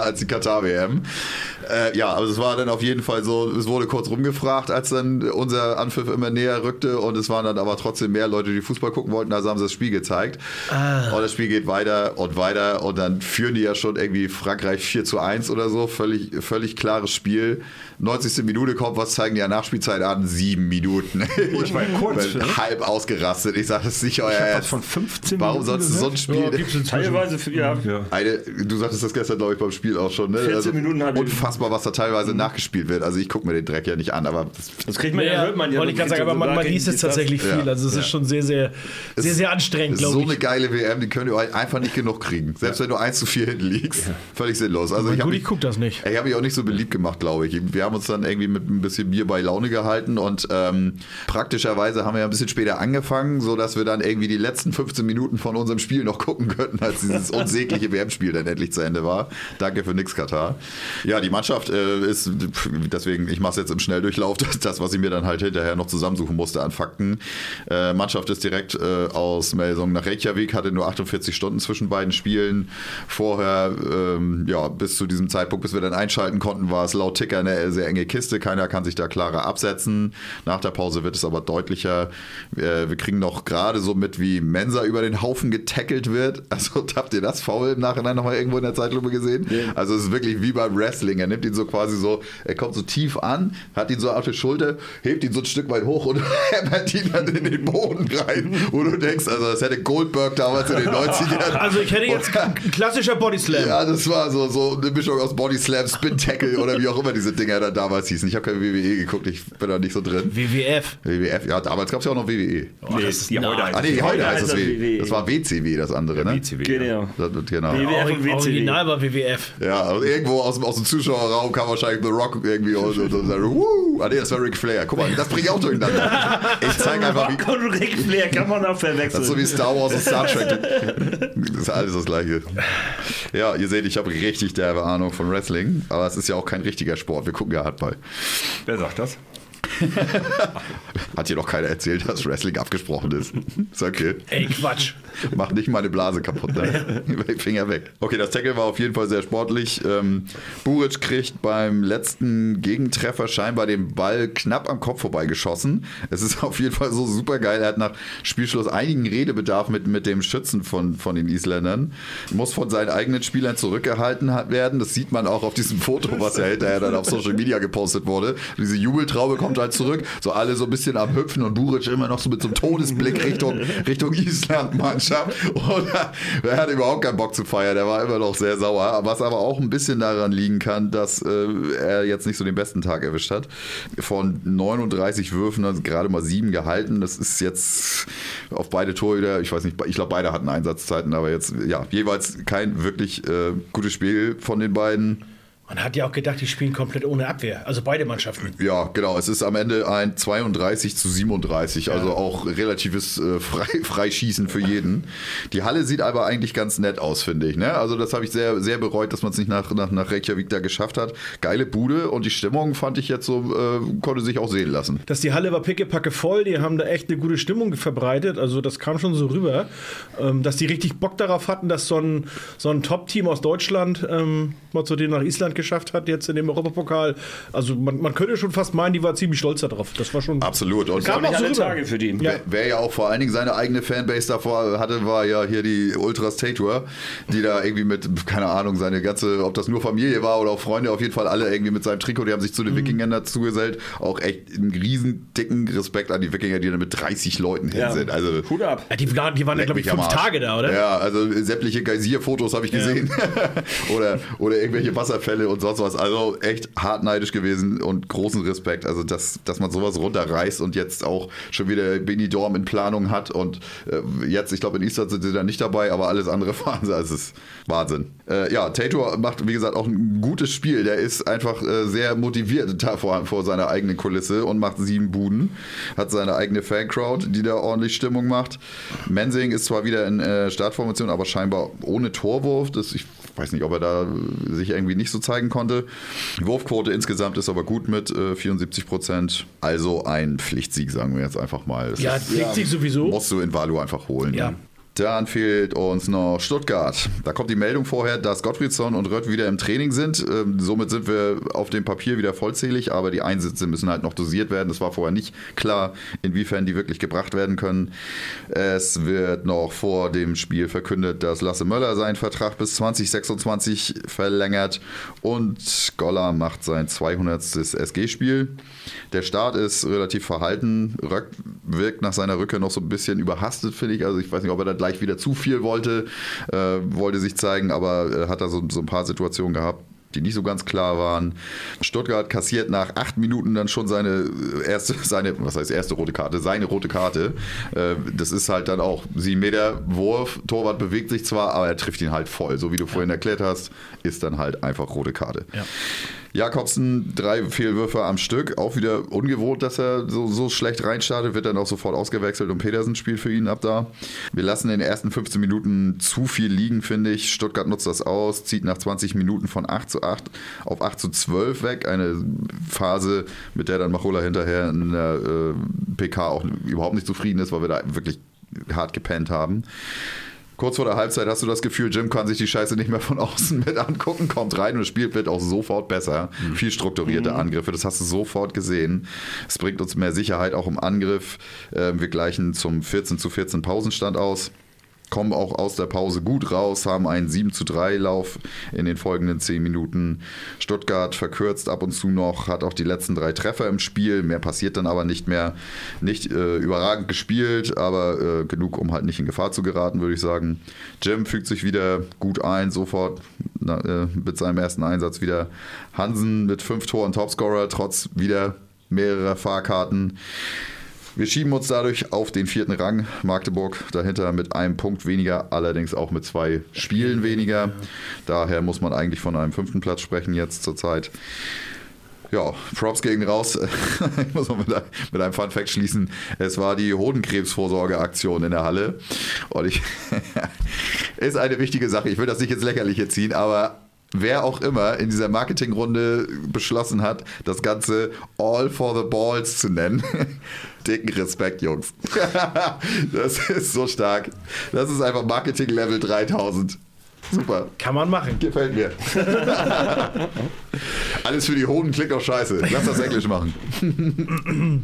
als die Katar-W M. Äh, ja, aber es war dann auf jeden Fall so, es wurde kurz rumgefragt, als dann unser Anpfiff immer näher rückte und es waren dann aber trotzdem mehr Leute, die Fußball gucken wollten, also haben sie das Spiel gezeigt. Ah. Und das Spiel geht weiter und weiter und dann führen die ja schon irgendwie Frankreich vier zu eins oder so, völlig, völlig klares Spiel. neunzigste Minute kommt, was zeigen die ja Nachspielzeit an? Sieben Minuten. Ich war kurz halb ausgerastet. Ich sage, das ist nicht euer Ernst. Von fünfzehn Warum sollst du so ein Spiel... Ja, gibt's teilweise, für, ja. ja. Eine, du sagtest das gestern, glaube ich, beim Spiel auch schon. Ne? vierzehn also, Minuten hat unfassbar, was da teilweise mhm. nachgespielt wird. Also ich gucke mir den Dreck ja nicht an, aber... Das, das kriegt man ja, ja hört man ja. Wollte ich gerade sagen, aber man, man liest es tatsächlich viel. Ja. Also es ja. ist schon sehr, sehr, sehr, sehr anstrengend, glaube ich. So eine geile W M, die könnt ihr euch einfach nicht genug kriegen. Selbst ja. wenn du eins zu vier hinten liegst. Ja. Völlig sinnlos. Also ich, gut, ich gucke das nicht. Ich habe mich auch nicht so beliebt gemacht, glaube ich. Wir haben uns dann irgendwie mit ein bisschen Bier bei Laune gehalten und ähm, praktischerweise haben wir ja ein bisschen später angefangen, sodass wir dann irgendwie die letzten fünfzehn Minuten von unserem Spiel noch gucken könnten, als dieses unsägliche W M-Spiel dann endlich zu Ende war. Danke für nix, Katar. Ja, die Mannschaft äh, ist, deswegen, ich mache es jetzt im Schnelldurchlauf, das, das, was ich mir dann halt hinterher noch zusammensuchen musste an Fakten. Äh, Mannschaft ist direkt äh, aus Melsung nach Reykjavik, hatte nur achtundvierzig Stunden zwischen beiden Spielen. Vorher, ähm, ja, bis zu diesem Zeitpunkt, bis wir dann einschalten konnten, war es laut Ticker eine sehr enge Kiste. Keiner kann sich da klarer absetzen. Nach der Pause wird es aber deutlicher. Äh, wir kriegen noch gerade so mit, wie Mensah über den Haufen getackelt wird. Also habt ihr das Foul im Nachhinein nochmal irgendwo in der Zeitlupe gesehen? Yeah. Also es ist wirklich wie beim Wrestling. Er nimmt ihn so quasi so, er kommt so tief an, hat ihn so auf die Schulter, hebt ihn so ein Stück weit hoch und hämmert ihn dann in den Boden rein. Wo du denkst, also das hätte Goldberg damals in den neunzigern. Also ich hätte jetzt ein klassischer Bodyslam. Ja, das war so, so eine Mischung aus Bodyslam, Spin-Tackle oder wie auch immer diese Dinger da damals hießen. Ich habe keine W W E geguckt, ich bin da nicht so drin. W W F. W W F, ja, damals gab es ja auch noch W W E. Oh, nee, das ist die heute ah, nee, heute heißt es W W E. Das war W C W, das andere, ne? W C W, genau. Das, genau. W W F und W C W. Original war W W F. Ja, also irgendwo aus, aus dem Zuschauerraum kam wahrscheinlich The Rock irgendwie und, und, und sagt, wuh, ah nee, das war Ric Flair. Guck mal, das bringe ich auch durcheinander. Ich zeige einfach, wie... Und Ric Flair kann man auch verwechseln. Das ist so wie Star Wars und Star Trek. Das ist alles das Gleiche. Ja, ihr seht, ich habe richtig derbe Ahnung von Wrestling, aber es ist ja auch kein richtiger Sport. Wir gucken ja Handball. Wer sagt das? Hat hier doch keiner erzählt, dass Wrestling abgesprochen ist. Ist okay. Ey, Quatsch. Mach nicht meine Blase kaputt. Ne? Finger weg. Okay, das Tackle war auf jeden Fall sehr sportlich. Ähm, Buric kriegt beim letzten Gegentreffer scheinbar den Ball knapp am Kopf vorbeigeschossen. Es ist auf jeden Fall so super geil. Er hat nach Spielschluss einigen Redebedarf mit, mit dem Schützen von, von den Isländern. Muss von seinen eigenen Spielern zurückgehalten werden. Das sieht man auch auf diesem Foto, was ja hinterher dann auf Social Media gepostet wurde. Diese Jubeltraube kommt halt zurück. So alle so ein bisschen am Hüpfen und Buric immer noch so mit so einem Todesblick Richtung, Richtung Island-Mannschaft. Und er hat überhaupt keinen Bock zu feiern. Der war immer noch sehr sauer. Was aber auch ein bisschen daran liegen kann, dass äh, er jetzt nicht so den besten Tag erwischt hat. Von neununddreißig Würfen hat gerade mal sieben gehalten. Das ist jetzt auf beide Torhüter, ich weiß nicht, ich glaube beide hatten Einsatzzeiten, aber jetzt ja jeweils kein wirklich äh, gutes Spiel von den beiden. Man hat ja auch gedacht, die spielen komplett ohne Abwehr. Also beide Mannschaften. Ja, genau. Es ist am Ende ein zweiunddreißig zu siebenunddreißig. Ja. Also auch relatives äh, Frei, Freischießen für jeden. Die Halle sieht aber eigentlich ganz nett aus, finde ich. Ne? Also das habe ich sehr, sehr bereut, dass man es nicht nach, nach, nach Reykjavik da geschafft hat. Geile Bude und die Stimmung fand ich jetzt so, äh, konnte sich auch sehen lassen. Dass die Halle war pickepacke voll. Die haben da echt eine gute Stimmung verbreitet. Also das kam schon so rüber. Ähm, dass die richtig Bock darauf hatten, dass so ein, so ein Top-Team aus Deutschland ähm, mal zu denen nach Island geschafft hat, jetzt in dem Europapokal. Also man, man könnte schon fast meinen, die war ziemlich stolz darauf. Das war schon... Absolut. Und kam auch so Tage für die. Ja. Wer, wer ja auch vor allen Dingen seine eigene Fanbase davor hatte, war ja hier die Ultras Tator, die da irgendwie mit, keine Ahnung, seine ganze, ob das nur Familie war oder auch Freunde, auf jeden Fall alle irgendwie mit seinem Trikot, die haben sich zu den mhm. Wikingern dazu gesellt. Auch echt einen riesen, dicken Respekt an die Wikinger, die da mit dreißig Leuten ja. hin sind. Also, Hut ab. Ja, die waren, die waren ja, glaube ich, fünf Tage da, oder? Ja, also sämtliche Geysir-Fotos habe ich gesehen. Ja. oder, oder irgendwelche Wasserfälle und sonst was. Also echt hartneidisch gewesen und großen Respekt. Also, dass, dass man sowas runterreißt und jetzt auch schon wieder Benidorm in Planung hat und äh, jetzt, ich glaube, in Island sind sie da nicht dabei, aber alles andere fahren sie. Also, es ist Wahnsinn. Äh, ja, Tator macht, wie gesagt, auch ein gutes Spiel. Der ist einfach äh, sehr motiviert da vor, vor seiner eigenen Kulisse und macht sieben Buden. Hat seine eigene Fancrowd, die da ordentlich Stimmung macht. Mensing ist zwar wieder in äh, Startformation, aber scheinbar ohne Torwurf. Das, ich weiß nicht, ob er da sich irgendwie nicht so zeigen konnte. Die Wurfquote insgesamt ist aber gut mit äh, vierundsiebzig Prozent. Also ein Pflichtsieg, sagen wir jetzt einfach mal. Das ja, ist, Pflichtsieg ja, sowieso. Musst du in Valu einfach holen. Ja. Ne? Dann fehlt uns noch Stuttgart. Da kommt die Meldung vorher, dass Gottfriedson und Rött wieder im Training sind. Ähm, somit sind wir auf dem Papier wieder vollzählig, aber die Einsätze müssen halt noch dosiert werden. Das war vorher nicht klar, inwiefern die wirklich gebracht werden können. Es wird noch vor dem Spiel verkündet, dass Lasse Möller seinen Vertrag bis zwanzig sechsundzwanzig verlängert und Goller macht sein zweihundertstes S G-Spiel. Der Start ist relativ verhalten. Röck wirkt nach seiner Rückkehr noch so ein bisschen überhastet, finde ich. Also ich weiß nicht, ob er da gleich wieder zu viel wollte, äh, wollte sich zeigen, aber äh, hat da so, so ein paar Situationen gehabt, die nicht so ganz klar waren. Stuttgart kassiert nach acht Minuten dann schon seine erste, seine, was heißt erste rote Karte? Seine rote Karte. Äh, das ist halt dann auch sieben Meter Wurf. Torwart bewegt sich zwar, aber er trifft ihn halt voll. So wie du vorhin erklärt hast, ist dann halt einfach rote Karte. Ja. Jakobsen, drei Fehlwürfe am Stück. Auch wieder ungewohnt, dass er so, so schlecht reinstartet. Wird dann auch sofort ausgewechselt und Petersen spielt für ihn ab da. Wir lassen in den ersten fünfzehn Minuten zu viel liegen, finde ich. Stuttgart nutzt das aus, zieht nach zwanzig Minuten von acht zu acht auf acht zu zwölf weg. Eine Phase, mit der dann Machola hinterher in der äh, P K auch überhaupt nicht zufrieden ist, weil wir da wirklich hart gepennt haben. Kurz vor der Halbzeit hast du das Gefühl, Jim kann sich die Scheiße nicht mehr von außen mit angucken, kommt rein und das Spiel wird auch sofort besser. Mhm. Viel strukturierte Angriffe, das hast du sofort gesehen. Es bringt uns mehr Sicherheit auch im Angriff. Wir gleichen zum vierzehn zu vierzehn Pausenstand aus. Kommen auch aus der Pause gut raus, haben einen sieben zu drei Lauf in den folgenden zehn Minuten. Stuttgart verkürzt ab und zu noch, hat auch die letzten drei Treffer im Spiel, mehr passiert dann aber nicht mehr. Nicht äh, überragend gespielt, aber äh, genug, um halt nicht in Gefahr zu geraten, würde ich sagen. Jim fügt sich wieder gut ein, sofort na, äh, mit seinem ersten Einsatz wieder. Hansen mit fünf Toren Topscorer, trotz wieder mehrerer Fahrkarten. Wir schieben uns dadurch auf den vierten Rang. Magdeburg dahinter mit einem Punkt weniger, allerdings auch mit zwei Spielen weniger. Daher muss man eigentlich von einem fünften Platz sprechen jetzt zurzeit. Ja, Props gegen raus. Ich muss mal mit einem Fun-Fact schließen. Es war die Hodenkrebsvorsorgeaktion in der Halle. Und ich ist eine wichtige Sache. Ich will das nicht ins Lächerliche ziehen, aber wer auch immer in dieser Marketingrunde beschlossen hat, das Ganze All for the Balls zu nennen, dicken Respekt, Jungs. Das ist so stark. Das ist einfach Marketing-Level dreitausend. Super. Kann man machen. Gefällt mir. Alles für die Hoden klingt auch scheiße. Lass das Englisch machen.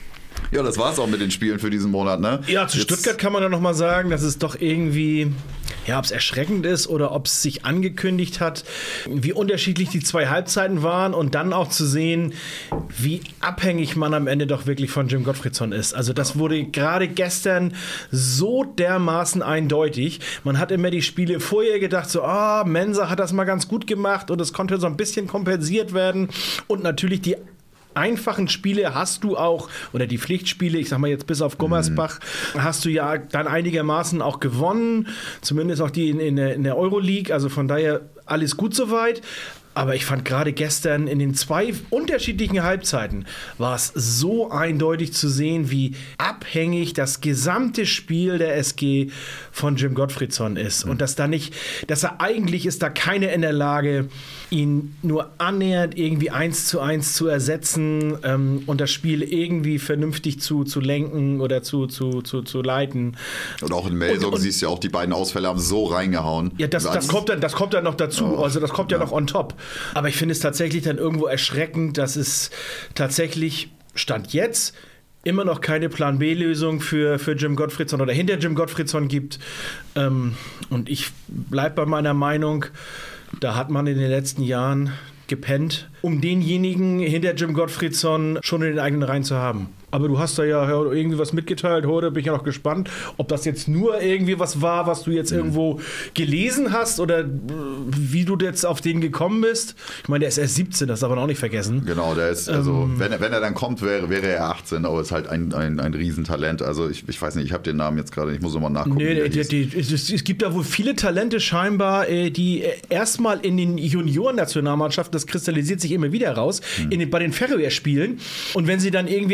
Ja, das war's auch mit den Spielen für diesen Monat, ne? Ja, zu Jetzt Stuttgart kann man ja nochmal sagen, dass es doch irgendwie, ja, ob es erschreckend ist oder ob es sich angekündigt hat, wie unterschiedlich die zwei Halbzeiten waren und dann auch zu sehen, wie abhängig man am Ende doch wirklich von Jim Gottfriedson ist. Also das wurde gerade gestern so dermaßen eindeutig. Man hat immer die Spiele vorher gedacht, so, ah, oh, Mensah hat das mal ganz gut gemacht und es konnte so ein bisschen kompensiert werden und natürlich die einfachen Spiele hast du auch, oder die Pflichtspiele, ich sag mal jetzt bis auf Gummersbach, mhm. hast du ja dann einigermaßen auch gewonnen, zumindest auch die in, in, der, in der Euroleague, also von daher alles gut soweit. Aber ich fand gerade gestern in den zwei unterschiedlichen Halbzeiten war es so eindeutig zu sehen, wie abhängig das gesamte Spiel der S G von Jim Gottfriedson ist. Und dass da nicht, dass er eigentlich ist da keiner in der Lage, ihn nur annähernd irgendwie eins zu eins zu ersetzen ähm, und das Spiel irgendwie vernünftig zu, zu lenken oder zu, zu, zu, zu leiten. Und auch in Melsung siehst du ja auch, die beiden Ausfälle haben so reingehauen. Ja, das, das, kommt, dann, das kommt dann noch dazu, oh, also das kommt ja, ja noch on top. Aber ich finde es tatsächlich dann irgendwo erschreckend, dass es tatsächlich Stand jetzt immer noch keine Plan-B-Lösung für, für Jim Gottfriedson oder hinter Jim Gottfriedson gibt. Ähm, und ich bleibe bei meiner Meinung, da hat man in den letzten Jahren gepennt, um denjenigen hinter Jim Gottfriedson schon in den eigenen Reihen zu haben. Aber du hast da ja irgendwie was mitgeteilt, heute bin ich ja noch gespannt, ob das jetzt nur irgendwie was war, was du jetzt mhm. irgendwo gelesen hast oder wie du jetzt auf den gekommen bist. Ich meine, der ist erst siebzehn, das darf man auch nicht vergessen. Genau, der ist, also ähm, wenn, er, wenn er dann kommt, wäre, wäre er achtzehn, aber ist halt ein, ein, ein Riesentalent. Also ich, ich weiß nicht, ich habe den Namen jetzt gerade, ich muss nochmal nachgucken. Nee, die, die, die, es, es gibt da wohl viele Talente scheinbar, die erstmal in den Junioren-Nationalmannschaften, das kristallisiert sich immer wieder raus, mhm. in den, bei den Färöer-Spielen und wenn sie dann irgendwie achtzehn,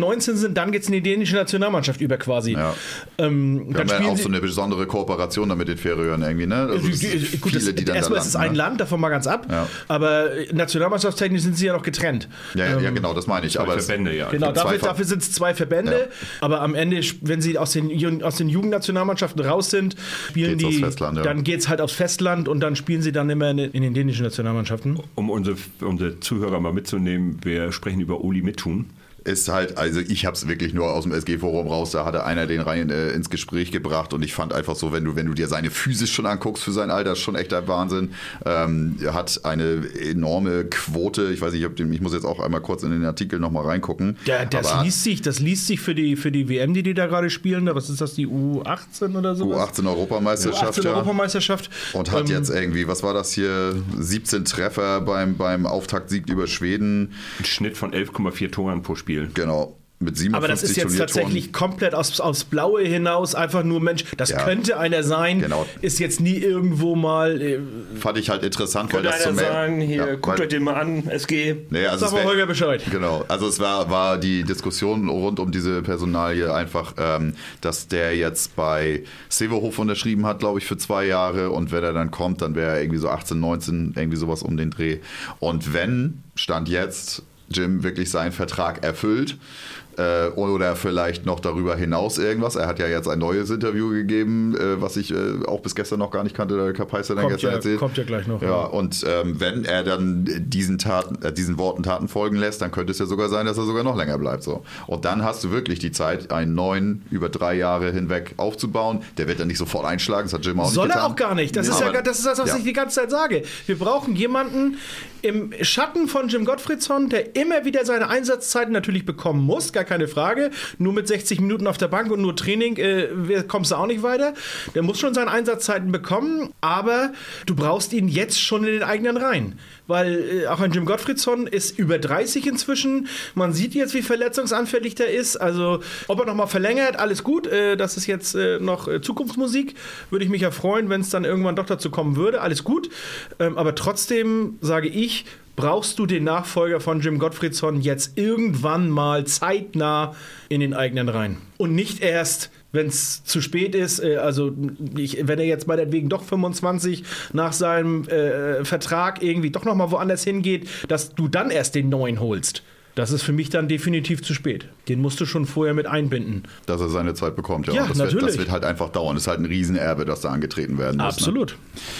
neunzehn sind, dann geht es in die dänische Nationalmannschaft über quasi. Ja. Ähm, Wir dann haben ja auch sie, so eine besondere Kooperation da mit den Färöern irgendwie, ne? Also die, die, gut, viele, das, die dann erstmal da ist es landen, ein ne? Land, davon mal ganz ab, Ja. aber nationalmannschaftstechnisch sind sie ja noch getrennt. Ja, ja, Ähm, ja, genau, das meine ich. Zwei Aber es, Verbände, ja. Genau, gibt zwei dafür, Ver- dafür sind es zwei Verbände, Ja. aber am Ende, wenn sie aus den, Ju- aus den Jugendnationalmannschaften raus sind, spielen Geht's die, aufs Festland, ja. dann geht es halt aufs Festland und dann spielen sie dann immer in, in den dänischen Nationalmannschaften. Um unsere, unsere Zuhörer mal mitzunehmen, wir sprechen über Uli Mittun. ist halt, also ich habe es wirklich nur aus dem S G-Forum raus, da hatte einer den rein äh, ins Gespräch gebracht und ich fand einfach so, wenn du, wenn du dir seine Physis schon anguckst für sein Alter, ist schon echt ein Wahnsinn. Ähm, er hat eine enorme Quote, ich weiß nicht, ob den, ich muss jetzt auch einmal kurz in den Artikel nochmal reingucken. Ja, das aber liest sich, das liest sich für die, für die W M, die die da gerade spielen, was ist das, die U achtzehn oder so? U achtzehn Europameisterschaft, U achtzehn ja. Europameisterschaft. Und hat Ähm, jetzt irgendwie, was war das hier, siebzehn Treffer beim, beim Auftaktsieg über Schweden. Ein Schnitt von elf Komma vier Toren pro Spiel. Genau. Mit Aber das siebenundfünfzig ist jetzt Turniertoren. tatsächlich komplett aufs, aufs Blaue hinaus, einfach nur, Mensch, das Ja. könnte einer sein, Genau. ist jetzt nie irgendwo mal, äh, Fand ich halt interessant, weil Könnte das einer zum sagen, hier, ja, guckt weil- euch den mal an, S G. Nee, also sag es mal wär- Holger Bescheid. Genau, also es war, war die Diskussion rund um diese Personalie einfach, ähm, dass der jetzt bei Severhof unterschrieben hat, glaube ich, für zwei Jahre und wenn er dann kommt, dann wäre er irgendwie so achtzehn, neunzehn, irgendwie sowas um den Dreh. Und wenn, Stand jetzt, Jim wirklich seinen Vertrag erfüllt, äh, oder vielleicht noch darüber hinaus irgendwas. Er hat ja jetzt ein neues Interview gegeben, äh, was ich äh, auch bis gestern noch gar nicht kannte, der Kapais dann Kommt gestern ja, erzählt. kommt ja gleich noch. Ja, und ähm, wenn er dann diesen, Taten, äh, diesen Worten Taten folgen lässt, dann könnte es ja sogar sein, dass er sogar noch länger bleibt. So. Und dann hast du wirklich die Zeit, einen neuen über drei Jahre hinweg aufzubauen. Der wird dann nicht sofort einschlagen, das hat Jim auch Soll nicht er getan. auch gar nicht. Das ist Aber- ja das, ist das was ja. ich die ganze Zeit sage. Wir brauchen jemanden im Schatten von Jim Gottfriedson, der immer wieder seine Einsatzzeiten natürlich bekommen muss, gar keine Frage. Nur mit sechzig Minuten auf der Bank und nur Training äh, kommst du auch nicht weiter. Der muss schon seine Einsatzzeiten bekommen, aber du brauchst ihn jetzt schon in den eigenen Reihen. Weil äh, auch ein Jim Gottfriedson ist über dreißig inzwischen. Man sieht jetzt, wie verletzungsanfällig der ist. Also, ob er nochmal verlängert, alles gut. Äh, das ist jetzt äh, noch äh, Zukunftsmusik. Würde ich mich ja freuen, wenn es dann irgendwann doch dazu kommen würde. Alles gut. Ähm, aber trotzdem sage ich, brauchst du den Nachfolger von Jim Gottfriedson jetzt irgendwann mal zeitnah in den eigenen Reihen. Und nicht erst, wenn es zu spät ist, äh, also ich, wenn er jetzt meinetwegen doch fünfundzwanzig nach seinem äh, Vertrag irgendwie doch nochmal woanders hingeht, dass du dann erst den neuen holst. Das ist für mich dann definitiv zu spät. Den musst du schon vorher mit einbinden. Dass er seine Zeit bekommt, ja. Ja, Und das, wird, natürlich. das wird halt einfach dauern. Das ist halt ein Riesenerbe, das da angetreten werden muss. Ne? Absolut.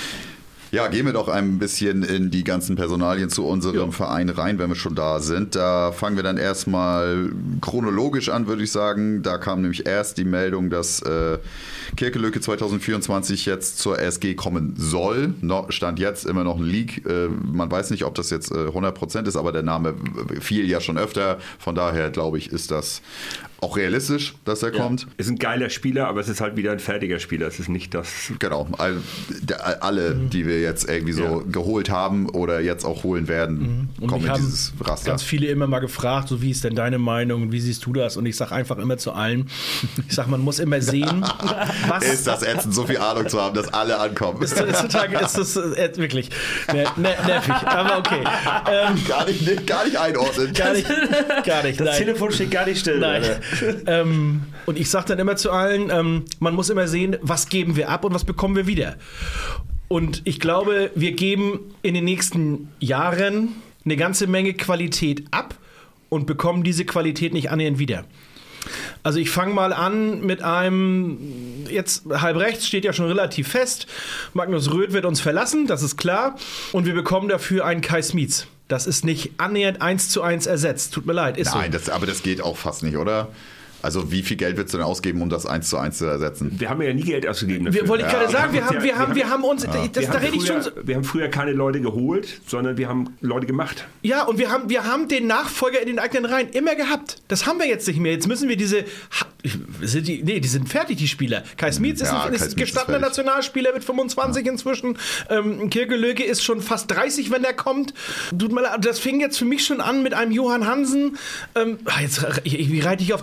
Ja, gehen wir doch ein bisschen in die ganzen Personalien zu unserem Ja. Verein rein, wenn wir schon da sind. Da fangen wir dann erstmal chronologisch an, würde ich sagen. Da kam nämlich erst die Meldung, dass äh, Kirkelöke zwanzig vierundzwanzig jetzt zur S G kommen soll. No, stand jetzt immer noch ein Leak. Äh, man weiß nicht, ob das jetzt äh, hundert Prozent ist, aber der Name fiel ja schon öfter. Von daher, glaube ich, ist das auch realistisch, dass er kommt. Ist ein geiler Spieler, aber es ist halt wieder ein fertiger Spieler. Es ist nicht das. Genau, all, der, alle, die wir jetzt irgendwie so Ja. geholt haben oder jetzt auch holen werden, Und kommen mich in haben dieses Raster. ganz viele immer mal gefragt, so wie ist denn deine Meinung und wie siehst du das? Und ich sage einfach immer zu allen, ich sage, man muss immer sehen, was... Ist das ätzend, so viel Ahnung zu haben, dass alle ankommen? Ist, ist total, ist das äh, wirklich ner ner nervig, aber okay. Ähm, gar, nicht, nicht, gar nicht einordnen. gar nicht, gar nicht, Das nein. Telefon steht gar nicht still. Nein. ähm, und ich sage dann immer zu allen, ähm, man muss immer sehen, was geben wir ab und was bekommen wir wieder. Und ich glaube, wir geben in den nächsten Jahren eine ganze Menge Qualität ab und bekommen diese Qualität nicht annähernd wieder. Also ich fange mal an mit einem, jetzt halb rechts steht ja schon relativ fest, Magnus Röth wird uns verlassen, das ist klar. Und wir bekommen dafür einen Kai Smits. Das ist nicht annähernd eins zu eins ersetzt. Tut mir leid, ist Nein, so. das, aber das geht auch fast nicht, oder? Also wie viel Geld willst du denn ausgeben, um das eins zu eins zu ersetzen? Wir haben ja nie Geld ausgegeben dafür. Wir wollte ich Ja, gerade sagen, wir uns haben, ja- wir haben, wir haben uns, das, wir, da haben rede ich früher, schon. wir haben früher keine Leute geholt, sondern wir haben Leute gemacht. Ja, und wir haben, wir haben den Nachfolger in den eigenen Reihen immer gehabt. Das haben wir jetzt nicht mehr. Jetzt müssen wir diese. Sind die, nee, die sind fertig, die Spieler. Kai Smits ist Ja, ein, Kai ist ein Smits gestandener ist fertig. Nationalspieler mit fünfundzwanzig inzwischen. Ähm, Kirkelöke ist schon fast dreißig, wenn der kommt. Tut mir leid, das fing jetzt für mich schon an mit einem Johann Hansen. Ähm, ah, jetzt, ich, wie reite ich auf dem rum? Aber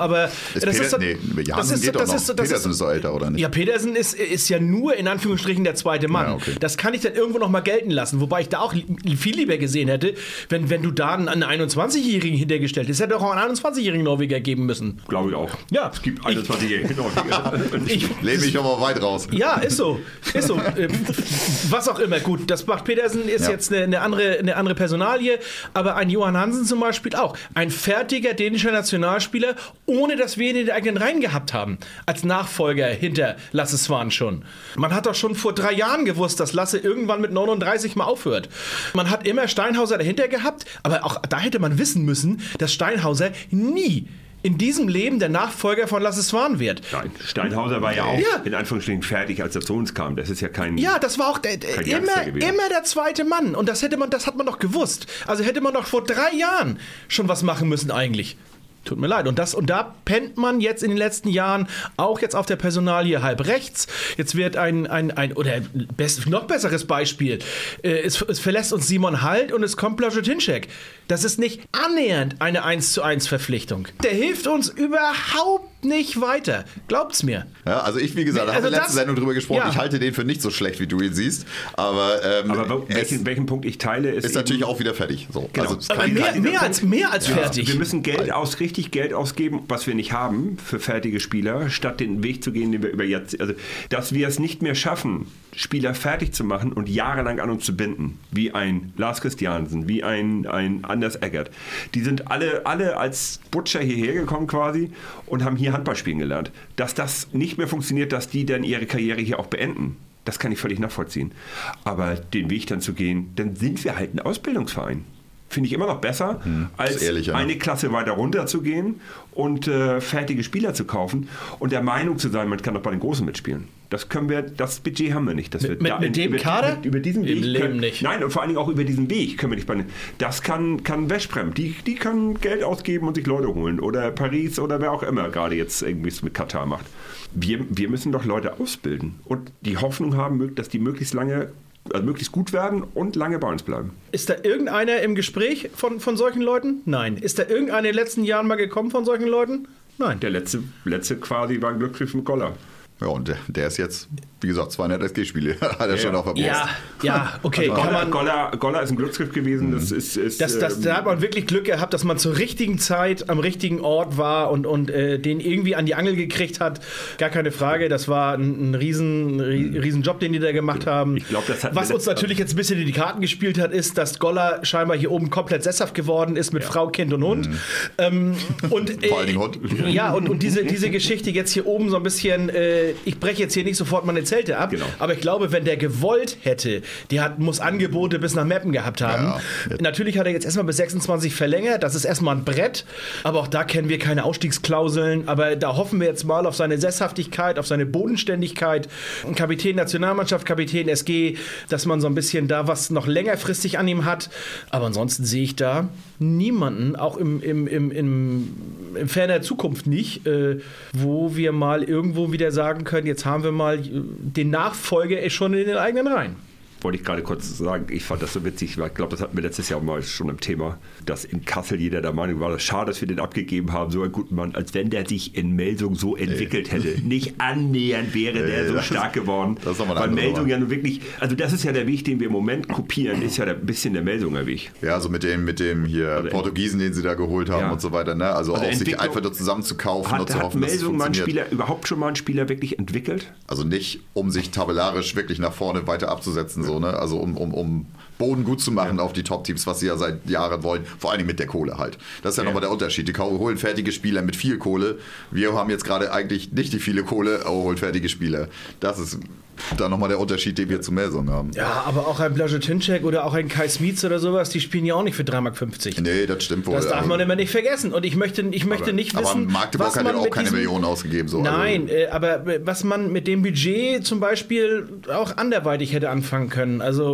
aber Ist das Peter, ist so, nee, das Jansen ist, geht das doch ist, noch. das Petersen ist, ist doch älter, oder nicht? Ja, Petersen ist, ist ja nur in Anführungsstrichen der zweite Mann. Ja, okay. Das kann ich dann irgendwo noch mal gelten lassen, wobei ich da auch li- viel lieber gesehen hätte, wenn, wenn du da einen einundzwanzigjährigen hintergestellt hättest. Es hätte auch einen einundzwanzigjährigen Norweger geben müssen. Glaube ich auch. Ja. Es gibt einundzwanzigjährige Norweger. Ich, Lehne mich aber weit raus. Ja, ist so. Ist so. Äh, Was auch immer. Gut, das macht Petersen, ist Ja. jetzt eine, eine, andere, eine andere Personalie, aber ein Johan Hansen zum Beispiel auch. Ein fertiger dänischer Nationalspieler, ohne dass wir ihn in den eigenen Reihen gehabt haben. Als Nachfolger hinter Lasse Swan schon. Man hat doch schon vor drei Jahren gewusst, dass Lasse irgendwann mit neununddreißig mal aufhört. Man hat immer Steinhauser dahinter gehabt, aber auch da hätte man wissen müssen, dass Steinhauser nie in diesem Leben der Nachfolger von Lasse Swan wird. Nein, Steinhauser war ja auch Ja. in Anführungsstrichen fertig, als er zu uns kam. Das ist ja kein... Ja, das war auch der, der, Kein immer, Youngster gewesen. immer der zweite Mann. Und das hätte man, das hat man doch gewusst. Also hätte man doch vor drei Jahren schon was machen müssen eigentlich. Tut mir leid. Und, das, und da pennt man jetzt in den letzten Jahren auch jetzt auf der Personalie halb rechts. Jetzt wird ein, ein, ein oder best, noch besseres Beispiel. Äh, es, es verlässt uns Simon Halt und es kommt Blažetinšek. Das ist nicht annähernd eine eins zu eins Verpflichtung. Der hilft uns überhaupt nicht weiter. Glaubt's mir. Ja, also ich, wie gesagt, da Also haben wir letzte das- Sendung drüber gesprochen. ja. Ich halte den für nicht so schlecht, wie du ihn siehst. Aber, ähm, Aber wo- es welchen, welchen Punkt ich teile, ist, ist natürlich eben, auch wieder fertig. So. Genau. Also, es Aber kann mehr, kein- mehr, als, mehr als fertig. wir müssen Geld aus, richtig Geld ausgeben, was wir nicht haben für fertige Spieler, statt den Weg zu gehen, den wir über jetzt, also dass wir es nicht mehr schaffen, Spieler fertig zu machen und jahrelang an uns zu binden, wie ein Lars Christiansen, wie ein, ein Anders Eggert. Die sind alle, alle als Butcher hierher gekommen quasi und haben hier Handball spielen gelernt. Dass das nicht mehr funktioniert, dass die dann ihre Karriere hier auch beenden. Das kann ich völlig nachvollziehen. Aber den Weg dann zu gehen, dann sind wir halt ein Ausbildungsverein. Finde ich immer noch besser, als ist ehrlicher, ne? eine Klasse weiter runter zu gehen und äh, fertige Spieler zu kaufen und der Meinung zu sein, man kann doch bei den Großen mitspielen. Das können wir, das Budget haben wir nicht. Dass wir Mit- da mit dem über, Kader? Mit, über diesen Im Weg Leben können, nicht. Nein, und vor allen Dingen auch über diesen Weg können wir nicht bei den, das kann, kann Westbrem, die, die kann Geld ausgeben und sich Leute holen oder Paris oder wer auch immer gerade jetzt irgendwie mit Katar macht. Wir, wir müssen doch Leute ausbilden und die Hoffnung haben, dass die möglichst lange, also möglichst gut werden und lange bei uns bleiben. Ist da irgendeiner im Gespräch von, von solchen Leuten? Nein. Ist da irgendeiner in den letzten Jahren mal gekommen von solchen Leuten? Nein. Der letzte, letzte quasi war ein Glücksgriff mit Goller. Ja, und der, der ist jetzt, wie gesagt, zweihundert S G-Spiele. Hat er schon auf der Brust. Ja, ja, okay. Also kann Goller, man, Goller, Goller ist ein Glücksgriff gewesen. Das ist, ist, das, das, ähm, da hat man wirklich Glück gehabt, dass man zur richtigen Zeit am richtigen Ort war und, und äh, den irgendwie an die Angel gekriegt hat. Gar keine Frage. Das war ein, ein riesen, riesen Job, den die da gemacht haben. Ich glaub, das hat Was mir uns letzt- natürlich jetzt ein bisschen in die Karten gespielt hat, ist, dass Goller scheinbar hier oben komplett sesshaft geworden ist mit Frau, Kind und Hund. Ähm, und, äh, Vor allen Dingen Hund. Ja, und, und diese, diese Geschichte jetzt hier oben so ein bisschen, äh, ich breche jetzt hier nicht sofort meine Zelte ab, Genau. aber ich glaube, wenn der gewollt hätte, der hat, muss Angebote bis nach Meppen gehabt haben. Ja. Natürlich hat er jetzt erstmal bis sechsundzwanzig verlängert, das ist erstmal ein Brett, aber auch da kennen wir keine Ausstiegsklauseln, aber da hoffen wir jetzt mal auf seine Sesshaftigkeit, auf seine Bodenständigkeit. Kapitän Nationalmannschaft, Kapitän S G, dass man so ein bisschen da was noch längerfristig an ihm hat, aber ansonsten sehe ich da niemanden, auch im, im, im, im, in ferner Zukunft nicht, äh, wo wir mal irgendwo wieder sagen können, jetzt haben wir mal äh, den Nachfolger schon in den eigenen Reihen. wollte ich gerade kurz sagen, ich fand das so witzig, weil ich glaube, das hatten wir letztes Jahr mal schon im Thema, dass in Kassel jeder der Meinung war, schade, dass wir den abgegeben haben, so einen guten Mann, als wenn der sich in Melsung so entwickelt hätte. Nicht annähernd wäre der so das ist- stark geworden. das ist noch mal eine weil andere Melsung Nummer. ja nun wirklich, also das ist ja der Weg, den wir im Moment kopieren, ist ja der, ein bisschen der Melsunger Weg. Ja, also mit dem, mit dem hier Also Portugiesen, den sie da geholt haben Ja. und so weiter. Ne? Also, Also auch sich Entwicklung- einfach nur zusammen zu kaufen und Hat, zu hat hoffen, dass es Melsung mal einen funktioniert. Spieler, überhaupt schon mal einen Spieler wirklich entwickelt? Also nicht, um sich tabellarisch wirklich nach vorne weiter abzusetzen, so, ne? Also um, um, um Boden gut zu machen auf die Top-Teams, was sie ja seit Jahren wollen, vor allem mit der Kohle halt. Das ist ja, Ja. nochmal der Unterschied. Die Kau- holen fertige Spieler mit viel Kohle. Wir haben jetzt gerade eigentlich nicht die viele Kohle, aber holen fertige Spieler. Das ist dann nochmal der Unterschied, den wir zu Melsung haben. Ja, aber auch ein Blažetinšek oder auch ein Kai Smits oder sowas, die spielen ja auch nicht für drei Mark fünfzig. Nee, das stimmt wohl. Das darf aber- man immer nicht vergessen. Und ich möchte, ich möchte aber, nicht aber wissen, Magdeburg was hat man ja auch mit keine diesem, Millionen ausgegeben. So. Nein, Also, äh, aber was man mit dem Budget zum Beispiel auch anderweitig hätte anfangen können. Also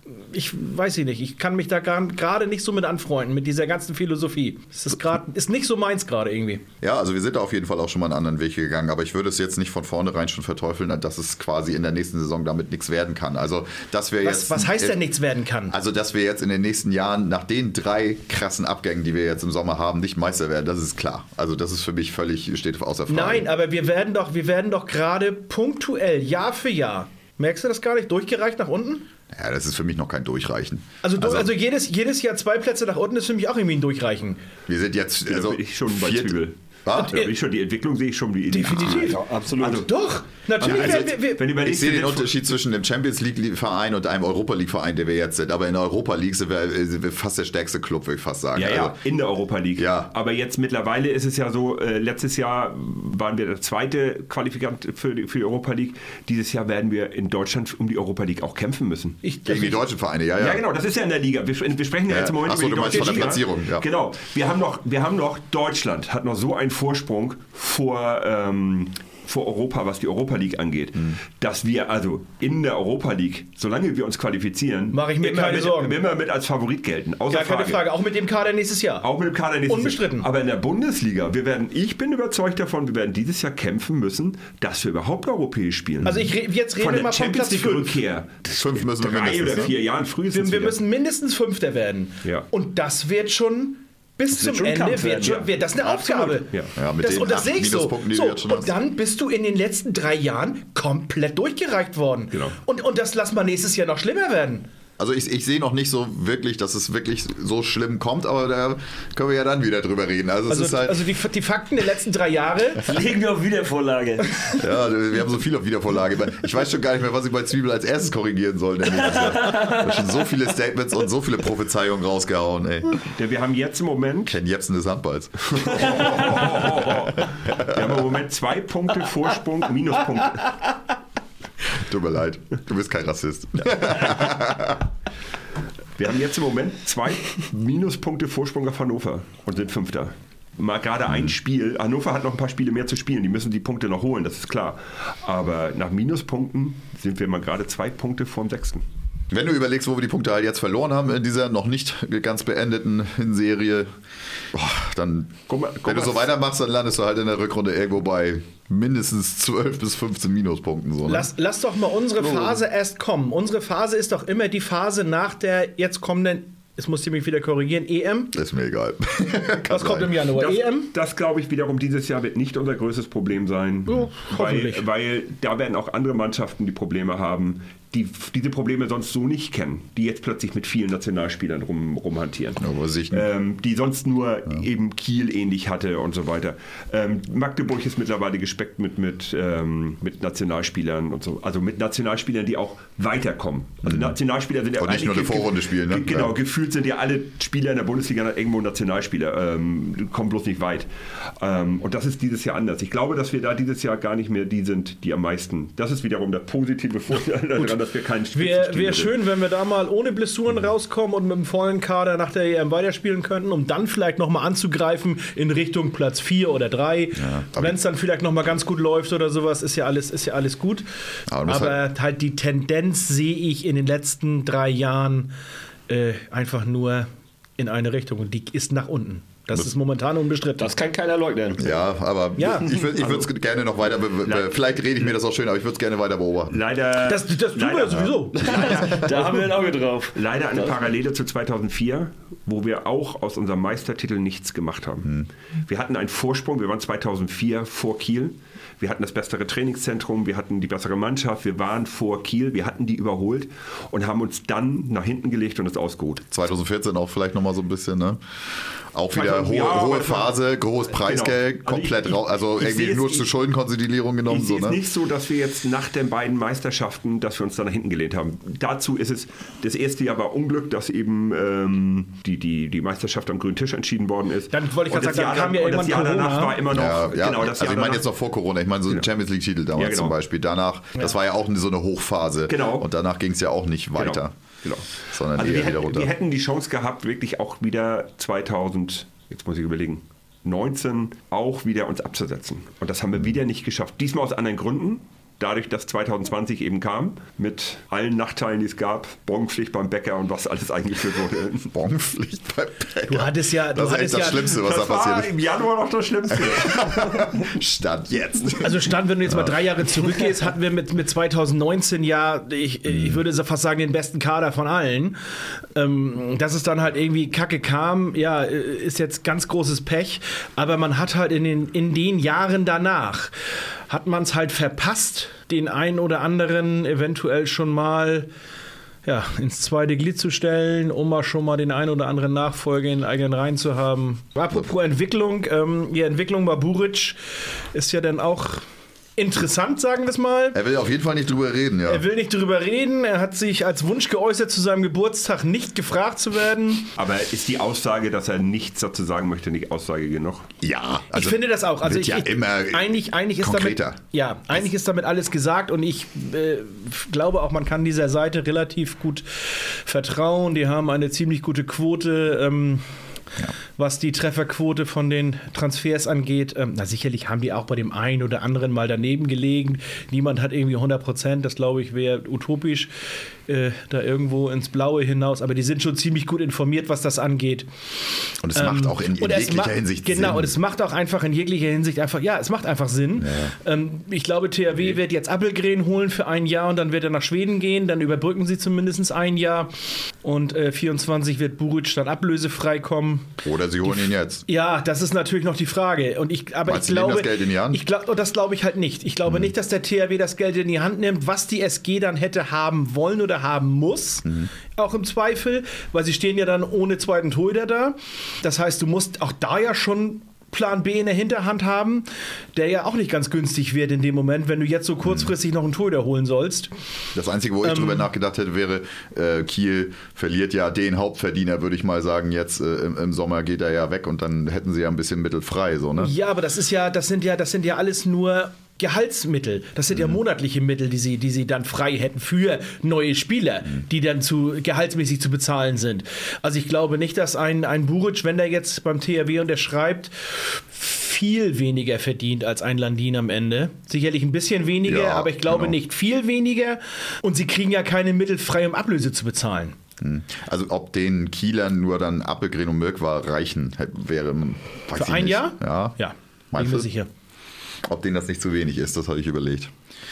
ich weiß nicht, ich kann mich da gerade nicht so mit anfreunden, mit dieser ganzen Philosophie. Es ist, grad, ist nicht so meins gerade irgendwie. Ja, also wir sind da auf jeden Fall auch schon mal einen anderen Weg gegangen, aber ich würde es jetzt nicht von vornherein schon verteufeln, dass es quasi in der nächsten Saison damit nichts werden kann. Also, dass wir was, jetzt, was heißt denn nichts werden kann? Also, dass wir jetzt in den nächsten Jahren nach den drei krassen Abgängen, die wir jetzt im Sommer haben, nicht Meister werden, das ist klar. Also das ist für mich völlig, steht außer Frage. Nein, aber wir werden doch, wir werden doch gerade punktuell, Jahr für Jahr, merkst du das gar nicht, durchgereicht nach unten? Ja, das ist für mich noch kein Durchreichen. Also, also, also jedes, jedes Jahr zwei Plätze nach unten ist für mich auch irgendwie ein Durchreichen. Wir sind jetzt... Also, also ich schon bei viert, Zügel. Ah, Da bin ich schon, die Entwicklung sehe ich schon wie Definitiv. Ja, absolut. Also, Doch, natürlich. Also, werden wir, wir, wenn du ich überlegst, sehe wir den sind Unterschied zwischen dem Champions League-Verein und einem Europa League-Verein, der wir jetzt sind. Aber in der Europa League sind wir, sind wir fast der stärkste Club, würde ich fast sagen. Ja, ja, also, in der Europa League. Ja. Aber jetzt mittlerweile ist es ja so, äh, letztes Jahr waren wir der zweite Qualifikant für die, für die Europa League. Dieses Jahr werden wir in Deutschland um die Europa League auch kämpfen müssen. ich, gegen die deutschen Vereine, ja, ja. Ja, genau, das ist ja in der Liga. Wir, wir sprechen ja, Ja. jetzt im Moment Ach so, über die du meinst deutsche von der Liga. Platzierung, ja. Genau. Wir haben noch, wir haben noch, Deutschland hat noch so einen Vorsprung vor, ähm, vor Europa, was die Europa League angeht, Mhm. dass wir also in der Europa League, solange wir uns qualifizieren, Mache ich mir immer keine mit, Sorgen. immer mit als Favorit gelten. Außer gar keine Frage. Frage, auch mit dem Kader nächstes Jahr. Auch mit dem Kader nächstes Unbestritten. Jahr. Aber in der Bundesliga, wir werden, ich bin überzeugt davon, wir werden dieses Jahr kämpfen müssen, dass wir überhaupt europäisch spielen. Also ich re- jetzt reden von wir der mal von Champions Platz League fünf. Rückkehr. Fünf müssen wir Drei mindestens, oder ne? vier Jahren frühestens Wir, wir wieder. müssen mindestens Fünfter werden. Ja. Und das wird schon bis zum wird schon Ende Kampf werden, wird, schon, ja. wird das eine Aufgabe. Ja. Ja, mit das, den und das acht sehe ich so. Minuspunkten, die so du jetzt schon und hast. dann bist du in den letzten drei Jahren komplett durchgereicht worden. Genau. Und, und das lass mal nächstes Jahr noch schlimmer werden. Also ich, ich sehe noch nicht so wirklich, dass es wirklich so schlimm kommt, aber da können wir ja dann wieder drüber reden. Also, es Also, ist halt, also die, die Fakten der letzten drei Jahre. Legen wir auf Wiedervorlage. ja, wir haben so viel auf Wiedervorlage. Ich weiß schon gar nicht mehr, was ich bei Zwiebel als erstes korrigieren soll. Denn ich habe schon so viele Statements und so viele Prophezeiungen rausgehauen. Ey. Denn wir haben jetzt im Moment, Ken Jebsen des Handballs. wir haben im Moment zwei Punkte Vorsprung, Minuspunkte. Tut mir leid, du bist kein Rassist. Wir haben jetzt im Moment zwei Minuspunkte Vorsprung auf Hannover und sind Fünfter. Mal gerade ein Spiel. Hannover hat noch ein paar Spiele mehr zu spielen. Die müssen die Punkte noch holen, das ist klar. Aber nach Minuspunkten sind wir mal gerade zwei Punkte vorm Sechsten. Wenn du überlegst, wo wir die Punkte halt jetzt verloren haben in dieser noch nicht ganz beendeten Serie, boah, dann, Guck mal, guck wenn du mal. so weitermachst, dann landest du halt in der Rückrunde irgendwo bei mindestens zwölf bis fünfzehn Minuspunkten. So, ne? Lass, lass doch mal unsere Phase erst kommen. Unsere Phase ist doch immer die Phase nach der jetzt kommenden, jetzt muss ich mich wieder korrigieren, E M. Ist mir egal. Was kommt im Januar? Das, E M? das glaube ich wiederum dieses Jahr wird nicht unser größtes Problem sein, Oh, weil, hoffentlich. weil da werden auch andere Mannschaften die Probleme haben, die diese Probleme sonst so nicht kennen, die jetzt plötzlich mit vielen Nationalspielern rum, rumhantieren. Aber sich, Ähm, die sonst nur eben Kiel ähnlich hatte und so weiter. Ähm, Magdeburg ist mittlerweile gespeckt mit, mit, ähm, mit Nationalspielern und so, also mit Nationalspielern, die auch weiterkommen. Also Nationalspieler sind ja Und nicht nur eine eigentlich ge- Vorrunde spielen, ne? ge- Genau, Ja. gefühlt sind ja alle Spieler in der Bundesliga irgendwo Nationalspieler, ähm, kommen bloß nicht weit. Ähm, und das ist dieses Jahr anders. Ich glaube, dass wir da dieses Jahr gar nicht mehr die sind, die am meisten. Das ist wiederum der positive Vorteil daran, dass wir keinen Wäre Spitzenteam wär sind. schön, wenn wir da mal ohne Blessuren rauskommen und mit dem vollen Kader nach der E M weiterspielen könnten, um dann vielleicht nochmal anzugreifen in Richtung Platz vier oder drei. aber- Wenn es dann vielleicht nochmal ganz gut läuft oder sowas, ist ja alles, ist ja alles gut. Aber du musst Aber halt, die Tendenz sehe ich in den letzten drei Jahren äh, einfach nur in eine Richtung und die ist nach unten. Das ist momentan unbestritten. Das kann keiner leugnen. Ja, aber Ja. ich würde es gerne noch weiter, be be vielleicht rede ich mir das auch schön, aber ich würde es gerne weiter beobachten. Leider, das, das tun wir leider, ja sowieso. Da haben wir ein Auge drauf. Leider eine Parallele zu zweitausendvier, wo wir auch aus unserem Meistertitel nichts gemacht haben. Wir hatten einen Vorsprung, wir waren zweitausendvier vor Kiel. Wir hatten das bessere Trainingszentrum, wir hatten die bessere Mannschaft, wir waren vor Kiel, wir hatten die überholt und haben uns dann nach hinten gelegt und es ausgeruht. zweitausendvierzehn auch vielleicht nochmal so ein bisschen, ne? Auch wieder zweitausend hohe, ja, aber hohe es war- Phase, hohes Preisgeld, Genau. Also komplett ich- raus, also ich- ich irgendwie sehe es- nur zur ich- Schuldenkonsolidierung genommen. Ich So, sehe es ne? nicht so, dass wir jetzt nach den beiden Meisterschaften, dass wir uns da nach hinten gelehnt haben. Dazu ist es, das erste Jahr war Unglück, dass eben ähm, die, die, die Meisterschaft am grünen Tisch entschieden worden ist. Dann wollte ich Und gerade das sagen, dann Jahr kam ja und das irgendwann Jahr danach Corona. war immer noch, Ja, ja. genau, das also Jahr ich meine danach- jetzt noch vor Corona, ich meine so ein Genau. Champions League-Titel damals Ja, genau. zum Beispiel. Danach, das war ja auch so eine Hochphase. Genau. Und danach ging es ja auch nicht weiter. Genau. Sondern Also eher wir, wieder hätten, runter. wir hätten die Chance gehabt, wirklich auch wieder zweitausend, jetzt muss ich überlegen, neunzehn auch wieder uns abzusetzen. Und das haben wir wieder nicht geschafft. Diesmal aus anderen Gründen. dadurch, dass zwanzig zwanzig eben kam, mit allen Nachteilen, die es gab, Bonpflicht beim Bäcker und was alles eingeführt wurde. Bonpflicht beim Bäcker. Du hattest ja, du das ist hattest echt das ja, Schlimmste, was Das da passiert war ist. im Januar noch das Schlimmste. Stand jetzt. Also Stand, wenn du jetzt mal drei Jahre zurückgehst, hatten wir mit, mit zwanzig neunzehn ja, ich, ich würde fast sagen, den besten Kader von allen. Ähm, dass es dann halt irgendwie kacke kam, ja, ist jetzt ganz großes Pech. Aber man hat halt in den, in den Jahren danach, hat man es halt verpasst, den einen oder anderen eventuell schon mal ja, ins zweite Glied zu stellen, um mal schon mal den einen oder anderen Nachfolger in den eigenen Reihen zu haben. Apropos Entwicklung, ähm, die Entwicklung bei Buric ist ja dann auch interessant, sagen wir es mal. Er will auf jeden Fall nicht drüber reden, ja. Er will nicht drüber reden. Er hat sich als Wunsch geäußert, zu seinem Geburtstag nicht gefragt zu werden. Aber ist die Aussage, dass er nichts dazu sagen möchte, nicht Aussage genug? Ja, also ich finde das auch. Also wird ich, ja ich, immer eigentlich, eigentlich ist konkreter. damit, ja, eigentlich ist damit alles gesagt und ich äh, glaube auch, man kann dieser Seite relativ gut vertrauen. Die haben eine ziemlich gute Quote. Ähm, Ja. Was die Trefferquote von den Transfers angeht. Ähm, na sicherlich haben die auch bei dem einen oder anderen mal daneben gelegen. Niemand hat irgendwie hundert Prozent, das glaube ich wäre utopisch, äh, da irgendwo ins Blaue hinaus. Aber die sind schon ziemlich gut informiert, was das angeht. Und es ähm, macht auch in, in jeglicher macht, Hinsicht genau, Sinn. Genau, und es macht auch einfach in jeglicher Hinsicht einfach, ja, es macht einfach Sinn. Ja. Ähm, ich glaube, T H W okay. wird jetzt Appelgren holen für ein Jahr und dann wird er nach Schweden gehen. Dann überbrücken sie zumindest ein Jahr. Und äh, vierundzwanzig wird Buric dann ablösefrei kommen. Oder sie holen ihn jetzt. Ja, das ist natürlich noch die Frage. Und ich, aber Meinst ich glaube, das Geld in die Hand? Ich glaube, das glaube ich halt nicht. Ich glaube mhm. nicht, dass der T H W das Geld in die Hand nimmt, was die S G dann hätte haben wollen oder haben muss. Mhm. Auch im Zweifel, weil sie stehen ja dann ohne zweiten Torhüter da. Das heißt, du musst auch da ja schon Plan B in der Hinterhand haben, der ja auch nicht ganz günstig wird in dem Moment, wenn du jetzt so kurzfristig noch einen Torhüter holen sollst. Das Einzige, wo ich ähm, drüber nachgedacht hätte, wäre, äh, Kiel verliert ja den Hauptverdiener, würde ich mal sagen, jetzt äh, im, im Sommer geht er ja weg und dann hätten sie ja ein bisschen Mittel frei, so, ne? Ja, aber das ist ja, das sind ja, das sind ja alles nur Gehaltsmittel. Das sind ja monatliche Mittel, die sie, die sie dann frei hätten für neue Spieler, die dann zu gehaltsmäßig zu bezahlen sind. Also ich glaube nicht, dass ein, ein Buric, wenn der jetzt beim T H W unterschreibt, viel weniger verdient als ein Landin am Ende. Sicherlich ein bisschen weniger, ja, aber ich glaube genau. nicht viel weniger. Und sie kriegen ja keine Mittel frei, um Ablöse zu bezahlen. Also ob den Kielern nur dann Appelgren und Mirkwa reichen, wäre... Für ein nicht. Jahr? Ja. Ja, bin ich mir sicher. Ob denen das nicht zu wenig ist, das habe ich überlegt.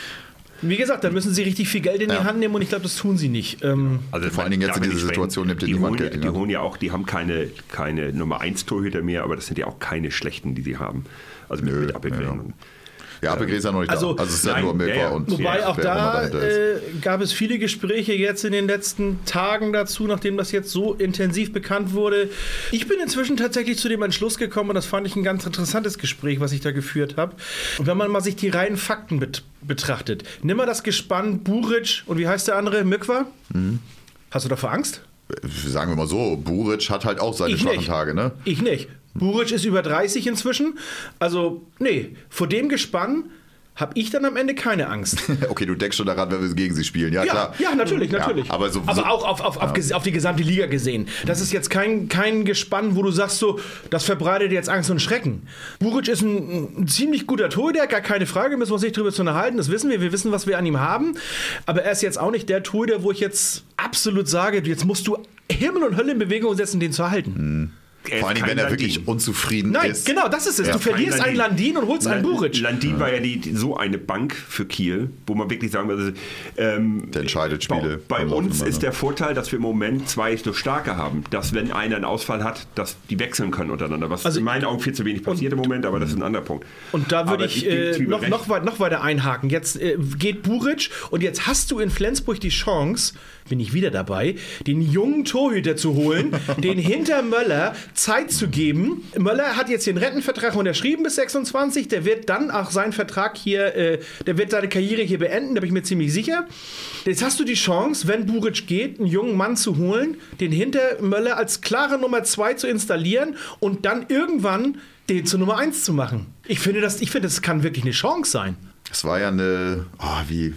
Wie gesagt, dann müssen sie richtig viel Geld in die ja. Hand nehmen und ich glaube, das tun sie nicht. Ähm also vor allen Dingen jetzt in dieser Situation nimmt die niemand holen, Geld in die holen ja auch, die haben keine, keine Nummer eins Torhüter mehr, aber das sind ja auch keine schlechten, die sie haben. Also mit, Nö, mit Appelgren. Ja. Ja, Appelgren ist ja noch nicht also, da. Also es ist ja nein, nur Mirkwa ja, ja. und Wobei ja, auch da äh, gab es viele Gespräche jetzt in den letzten Tagen dazu, nachdem das jetzt so intensiv bekannt wurde. Ich bin inzwischen tatsächlich zu dem Entschluss gekommen und das fand ich ein ganz interessantes Gespräch, was ich da geführt habe. Und wenn man mal sich die reinen Fakten bet- betrachtet, nimm mal das Gespann Buric und wie heißt der andere? Mirkwa? Mhm. Hast du davor Angst? Sagen wir mal so, Buric hat halt auch seine ich schwachen nicht. Tage, ne? Ich nicht. Buric ist über dreißig inzwischen. Also, nee, vor dem Gespann habe ich dann am Ende keine Angst. Okay, du denkst schon daran, wenn wir gegen sie spielen. Ja, ja klar. Ja, natürlich, natürlich. Ja, aber, so, aber so, auch auf, auf, ja. auf, auf die gesamte Liga gesehen. Das ist jetzt kein, kein Gespann, wo du sagst, so, das verbreitet jetzt Angst und Schrecken. Buric ist ein, ein ziemlich guter Torhüter, gar keine Frage, müssen wir uns nicht drüber zu unterhalten, das wissen wir, wir wissen, was wir an ihm haben. Aber er ist jetzt auch nicht der Torhüter, wo ich jetzt absolut sage, jetzt musst du Himmel und Hölle in Bewegung setzen, den zu halten. Mhm. Vor allem, wenn er Landin. wirklich unzufrieden Nein, ist. genau, das ist es. Ja. Du verlierst einen Landin und holst einen Buric. Landin ja. war ja die, die, so eine Bank für Kiel, wo man wirklich sagen würde, ähm, der entscheidet Spiele. Bei, bei uns ist der Vorteil, dass wir im Moment zwei so starke haben, dass wenn einer einen Ausfall hat, dass die wechseln können untereinander. Was also in meinen Augen viel zu wenig passiert im Moment, aber das ist ein anderer Punkt. Und da würde ich, ich äh, noch, noch, weit, noch weiter einhaken. Jetzt äh, geht Buric und jetzt hast du in Flensburg die Chance, bin ich wieder dabei, den jungen Torhüter zu holen, den hinter Möller Zeit zu geben. Möller hat jetzt den Rentenvertrag unterschrieben bis sechsundzwanzig. Der wird dann auch seinen Vertrag hier, äh, der wird seine Karriere hier beenden, da bin ich mir ziemlich sicher. Jetzt hast du die Chance, wenn Buric geht, einen jungen Mann zu holen, den hinter Möller als klare Nummer zwei zu installieren und dann irgendwann den zur Nummer eins zu machen. Ich finde, das, ich finde, das kann wirklich eine Chance sein. Es war ja eine, oh, wie...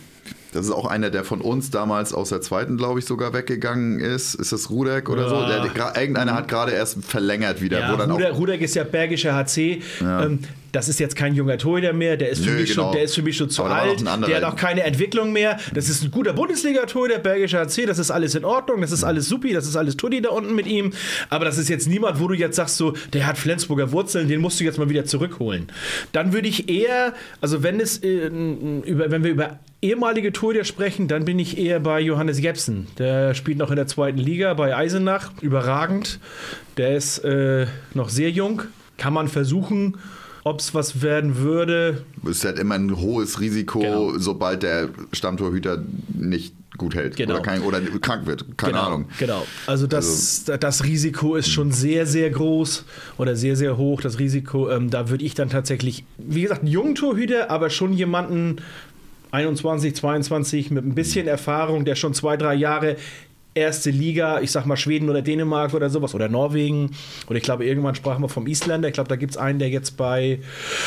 Das ist auch einer, der von uns damals aus der zweiten, glaube ich, sogar weggegangen ist. Ist das Rudek oder Ja. so? Der, der, irgendeiner hat gerade erst verlängert wieder. Ja, wo dann Ruder, auch, Rudek ist ja bergischer H C. Ja. Ähm, das ist jetzt kein junger Torhüter mehr. Der ist für, Nö, mich, genau. schon, der ist für mich schon zu Aber da war noch alt. ein anderer. Der hat auch keine Entwicklung mehr. Das ist ein guter Bundesliga-Torhüter, bergischer H C. Das ist alles in Ordnung. Das ist alles supi. Das ist alles Tutti da unten mit ihm. Aber das ist jetzt niemand, wo du jetzt sagst, so, der hat Flensburger Wurzeln, den musst du jetzt mal wieder zurückholen. Dann würde ich eher, also wenn es äh, über, wenn wir über ehemalige Torhüter sprechen, dann bin ich eher bei Johannes Jepsen. Der spielt noch in der zweiten Liga bei Eisenach. Überragend. Der ist äh, noch sehr jung. Kann man versuchen, ob es was werden würde. ist halt immer ein hohes Risiko, Genau. sobald der Stammtorhüter nicht gut hält Genau. oder, kein, oder krank wird. Keine genau, Ahnung. Genau. Also das, das Risiko ist schon sehr, sehr groß oder sehr, sehr hoch. Das Risiko, ähm, da würde ich dann tatsächlich, wie gesagt, einen jungen Torhüter, aber schon jemanden einundzwanzig, zweiundzwanzig mit ein bisschen Erfahrung, der schon zwei, drei Jahre erste Liga, ich sag mal Schweden oder Dänemark oder sowas oder Norwegen. Oder ich glaube, irgendwann sprachen wir vom Isländer. Ich glaube, da gibt es einen, der jetzt bei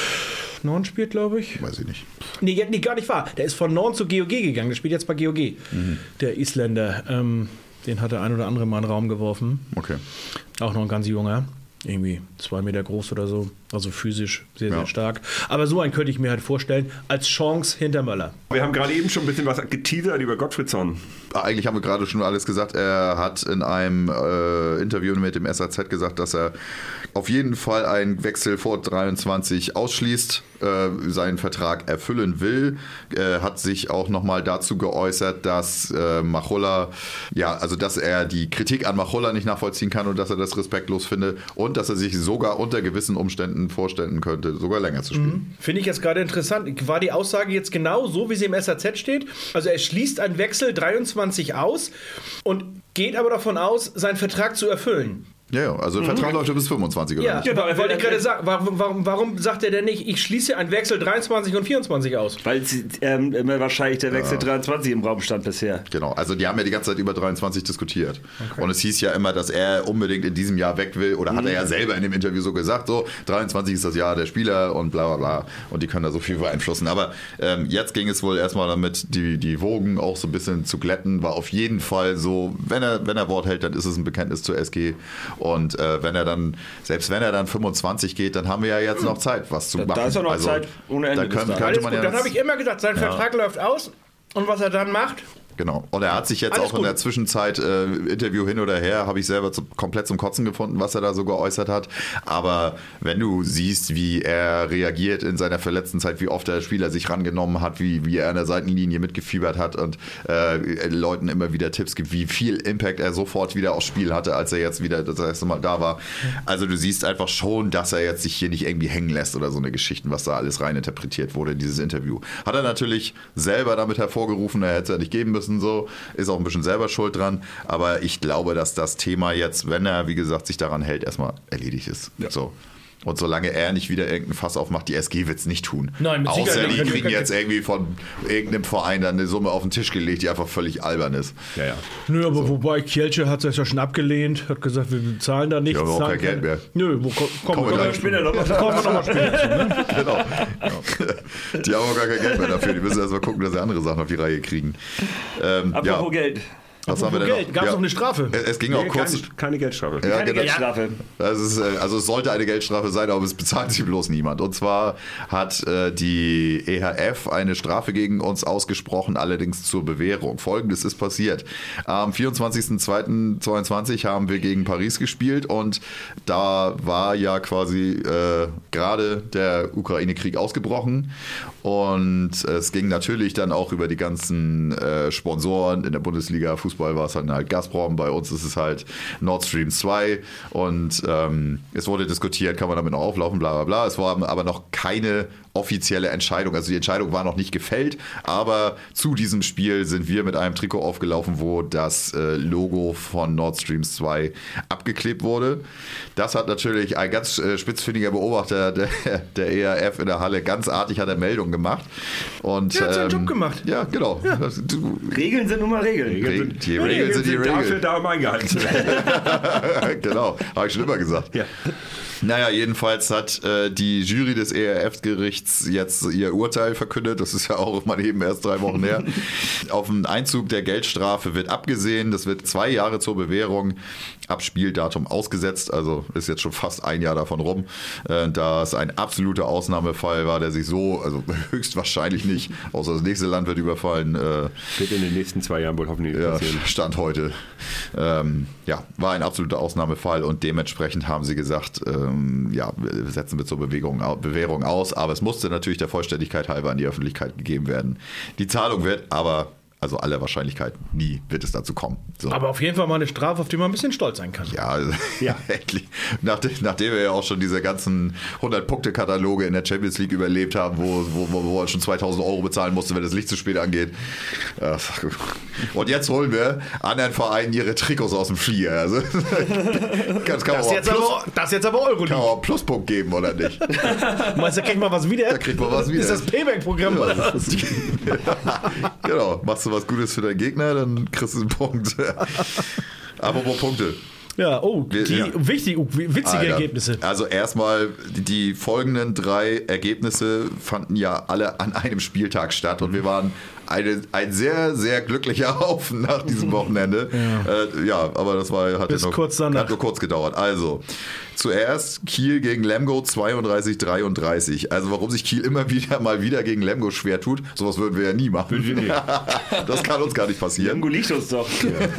Norn spielt, glaube ich. Weiß ich nicht. Nee, ja, nee, gar nicht wahr. Der ist von Norn zu G O G gegangen. Der spielt jetzt bei G O G. Mhm. Der Isländer. Ähm, den hat der ein oder andere mal in den Raum geworfen. Okay. Auch noch ein ganz junger. Irgendwie zwei Meter groß oder so. Also physisch sehr, Ja. sehr stark. Aber so einen könnte ich mir halt vorstellen, als Chance hinter Möller. Wir haben gerade eben schon ein bisschen was geteasert über Gottfriedson. Eigentlich haben wir gerade schon alles gesagt. Er hat in einem äh, Interview mit dem S A Z gesagt, dass er auf jeden Fall einen Wechsel vor dreiundzwanzig ausschließt, äh, seinen Vertrag erfüllen will. Er hat sich auch nochmal dazu geäußert, dass äh, Machulla, ja, also dass er die Kritik an Machulla nicht nachvollziehen kann und dass er das respektlos finde und dass er sich sogar unter gewissen Umständen vorstellen könnte, sogar länger zu spielen. Finde ich jetzt gerade interessant. War die Aussage jetzt genau so, wie sie im S A Z steht? Also er schließt einen Wechsel dreiundzwanzig aus und geht aber davon aus, seinen Vertrag zu erfüllen. Ja, ja, also der Vertrag läuft ja bis fünfundzwanzig oder Ja, nicht? genau, wollte ich gerade sagen. Warum, warum, warum sagt er denn nicht, ich schließe einen Wechsel dreiundzwanzig und vierundzwanzig aus? Weil ähm, immer wahrscheinlich der Wechsel dreiundzwanzig im Raum stand bisher. Genau, also die haben ja die ganze Zeit über dreiundzwanzig diskutiert. Okay. Und es hieß ja immer, dass er unbedingt in diesem Jahr weg will. Oder hat er ja selber in dem Interview so gesagt, so dreiundzwanzig ist das Jahr der Spieler und bla bla bla. Und die können da so viel beeinflussen. Aber ähm, jetzt ging es wohl erstmal damit, die, die Wogen auch so ein bisschen zu glätten. War auf jeden Fall so, wenn er, wenn er Wort hält, dann ist es ein Bekenntnis zur S G. Und äh, wenn er dann, selbst wenn er dann fünfundzwanzig geht, dann haben wir ja jetzt noch Zeit, was zu Da- machen. da ist ja noch also, Zeit ohne Ende Da bis können, dahin. könnte Alles man gut, ja dann habe ich immer gesagt, sein Vertrag läuft aus und was er dann macht, Genau. Und er hat sich jetzt Alles auch in gut. der Zwischenzeit, äh, Interview hin oder her, habe ich selber zu, komplett zum Kotzen gefunden, was er da so geäußert hat. Aber wenn du siehst, wie er reagiert in seiner verletzten Zeit, wie oft der Spieler sich rangenommen hat, wie, wie er an der Seitenlinie mitgefiebert hat und äh, Leuten immer wieder Tipps gibt, wie viel Impact er sofort wieder aufs Spiel hatte, als er jetzt wieder das erste Mal da war. Also du siehst einfach schon, dass er jetzt sich hier nicht irgendwie hängen lässt oder so eine Geschichten, was da alles reininterpretiert wurde in dieses Interview. Hat er natürlich selber damit hervorgerufen, er hätte es ja nicht geben müssen, so, ist auch ein bisschen selber schuld dran, aber ich glaube, dass das Thema jetzt, wenn er, wie gesagt, sich daran hält, erstmal erledigt ist. Ja. So. Und solange er nicht wieder irgendeinen Fass aufmacht, die S G wird es nicht tun. Nein, mit Sicherheit Außer die nicht. kriegen jetzt irgendwie von irgendeinem Verein dann eine Summe auf den Tisch gelegt, die einfach völlig albern ist. Ja, ja. Nö, aber wobei Kielce hat das ja schon abgelehnt, hat gesagt, wir bezahlen da nichts. Ja, aber auch zahlen kein Geld mehr. Nö, wo, komm, komm, Kommen wir komm, gleich. Später noch was. kommen wir nochmal später zu. Ne? Genau. Die haben auch gar kein Geld mehr dafür. Die müssen erstmal gucken, dass sie andere Sachen auf die Reihe kriegen. Ähm, Apropos ja. Geld. Was haben wir denn Geld, noch? gab es Ja. noch eine Strafe? Es es ging auch Nee, kurz. keine, keine Geldstrafe. Ja, Keine genau. Geldstrafe. Das ist, äh, also es sollte eine Geldstrafe sein, aber es bezahlt sie bloß niemand. Und zwar hat äh, die E H F eine Strafe gegen uns ausgesprochen, allerdings zur Bewährung. Folgendes ist passiert. Am vierundzwanzigsten zweiten zweiundzwanzig haben wir gegen Paris gespielt und da war ja quasi äh, gerade der Ukraine-Krieg ausgebrochen und es ging natürlich dann auch über die ganzen äh, Sponsoren in der Bundesliga. Fußball war es dann halt Gazprom, bei uns ist es halt Nord Stream zwei und ähm, es wurde diskutiert, kann man damit noch auflaufen, bla bla bla. Es war aber noch keine offizielle Entscheidung, also die Entscheidung war noch nicht gefällt, aber zu diesem Spiel sind wir mit einem Trikot aufgelaufen, wo das äh, Logo von Nord Stream zwei abgeklebt wurde. Das hat natürlich ein ganz äh, spitzfindiger Beobachter der, der E H F in der Halle ganz artig an der Meldung gemacht. Und, Der hat seinen ähm, Job gemacht. Ja, genau. Ja. Das, du, Regeln sind nun mal Regeln. Regeln, die Regeln sind die dafür Regeln. da, um eingehalten zu werden. Genau, habe ich schon immer gesagt. Ja. Naja, jedenfalls hat äh, die Jury des E R F-Gerichts Gerichts jetzt ihr Urteil verkündet. Das ist ja auch mal eben erst drei Wochen her. Auf den Einzug der Geldstrafe wird abgesehen. Das wird zwei Jahre zur Bewährung ab Spieldatum ausgesetzt. Also ist jetzt schon fast ein Jahr davon rum. Äh, da es ein absoluter Ausnahmefall war, der sich so, also höchstwahrscheinlich nicht, außer das nächste Land wird überfallen. Äh, wird in den nächsten zwei Jahren wohl hoffentlich ja, passieren. Stand heute. Ähm, ja, war ein absoluter Ausnahmefall und dementsprechend haben sie gesagt, ähm, ja, setzen wir zur Bewegung, Bewährung aus. Aber es musste natürlich der Vollständigkeit halber an die Öffentlichkeit gegeben werden. Die Zahlung wird aber, also aller Wahrscheinlichkeit, nie wird es dazu kommen. So. Aber auf jeden Fall mal eine Strafe, auf die man ein bisschen stolz sein kann. Ja, ja. endlich. Nachdem, nachdem wir ja auch schon diese ganzen hundert-Punkte-Kataloge in der Champions League überlebt haben, wo, wo, wo man schon zweitausend Euro bezahlen musste, wenn das Licht zu spät angeht. Und jetzt holen wir anderen Vereinen ihre Trikots aus dem Flieger. Also, das, kann das, jetzt Plus, aber, das jetzt aber Euroleague. Kann man auch einen Pluspunkt geben, oder nicht? Meinst du, da kriegt man was wieder? Da kriegt man was wieder. Ist das Payback-Programm? Ja, das ist die, genau, machst du was Gutes für deinen Gegner, dann kriegst du einen Punkt. Apropos Punkte. Ja, oh, die ja. wichtig, witzige Alter. Ergebnisse. Also erstmal, die, die folgenden drei Ergebnisse fanden ja alle an einem Spieltag statt und wir waren eine, ein sehr, sehr glücklicher Haufen nach diesem Wochenende. Ja, äh, ja aber das war, hat, Bis ja noch, kurz danach. hat nur kurz gedauert. Also, zuerst Kiel gegen Lemgo zweiunddreißig dreiunddreißig. Also warum sich Kiel immer wieder mal wieder gegen Lemgo schwer tut, sowas würden wir ja nie machen. Das kann uns gar nicht passieren. Lemgo liegt uns doch.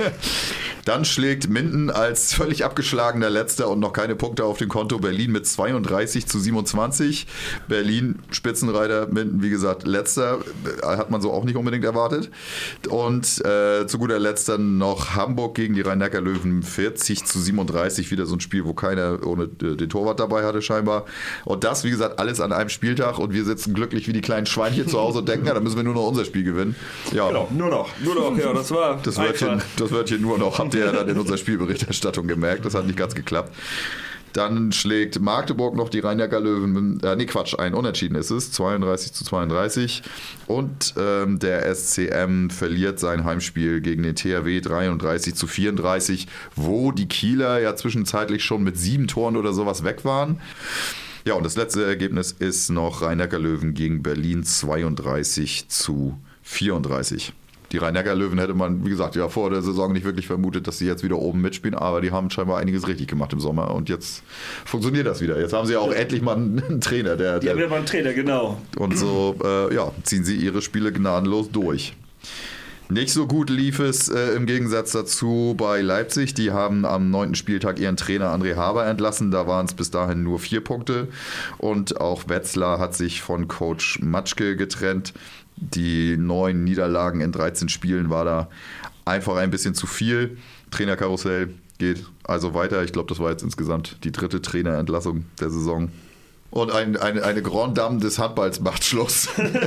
Dann schlägt Minden als völlig abgeschlagener Letzter und noch keine Punkte auf dem Konto Berlin mit zweiunddreißig zu siebenundzwanzig. Berlin Spitzenreiter, Minden wie gesagt Letzter, hat man so auch nicht unbedingt erwartet. Und äh, zu guter Letzt dann noch Hamburg gegen die Rhein-Neckar-Löwen vierzig zu siebenunddreißig. Wieder so ein Spiel, wo keiner ohne den Torwart dabei hatte scheinbar. Und das wie gesagt alles an einem Spieltag und wir sitzen glücklich wie die kleinen Schweinchen zu Hause und denken, ja, da müssen wir nur noch unser Spiel gewinnen. Ja. Genau, nur noch. Nur noch, ja, das war Das Wörtchen, das Wörtchen nur noch habt ihr ja dann in unserer Spielberichterstattung gemerkt. Das hat nicht ganz geklappt. Dann schlägt Magdeburg noch die Rhein-Neckar-Löwen, äh, nee Quatsch, ein Unentschieden ist es, zweiunddreißig zu zweiunddreißig. Und ähm, der S C M verliert sein Heimspiel gegen den T H W dreiunddreißig zu vierunddreißig, wo die Kieler ja zwischenzeitlich schon mit sieben Toren oder sowas weg waren. Ja, und das letzte Ergebnis ist noch Rhein-Neckar-Löwen gegen Berlin zweiunddreißig zu vierunddreißig. Die Rhein-Neckar-Löwen hätte man, wie gesagt, ja vor der Saison nicht wirklich vermutet, dass sie jetzt wieder oben mitspielen, aber die haben scheinbar einiges richtig gemacht im Sommer und jetzt funktioniert das wieder. Jetzt haben sie auch endlich mal einen Trainer. Der, Die der, haben ja mal einen Trainer, genau. Und so äh, ja, ziehen sie ihre Spiele gnadenlos durch. Nicht so gut lief es äh, im Gegensatz dazu bei Leipzig. Die haben am neunten Spieltag ihren Trainer André Haber entlassen. Da waren es bis dahin nur vier Punkte. Und auch Wetzlar hat sich von Coach Matschke getrennt. Die neun Niederlagen in dreizehn Spielen war da einfach ein bisschen zu viel. Trainerkarussell geht also weiter. Ich glaube, das war jetzt insgesamt die dritte Trainerentlassung der Saison. Und ein, eine, eine Grand Dame des Handballs macht Schluss.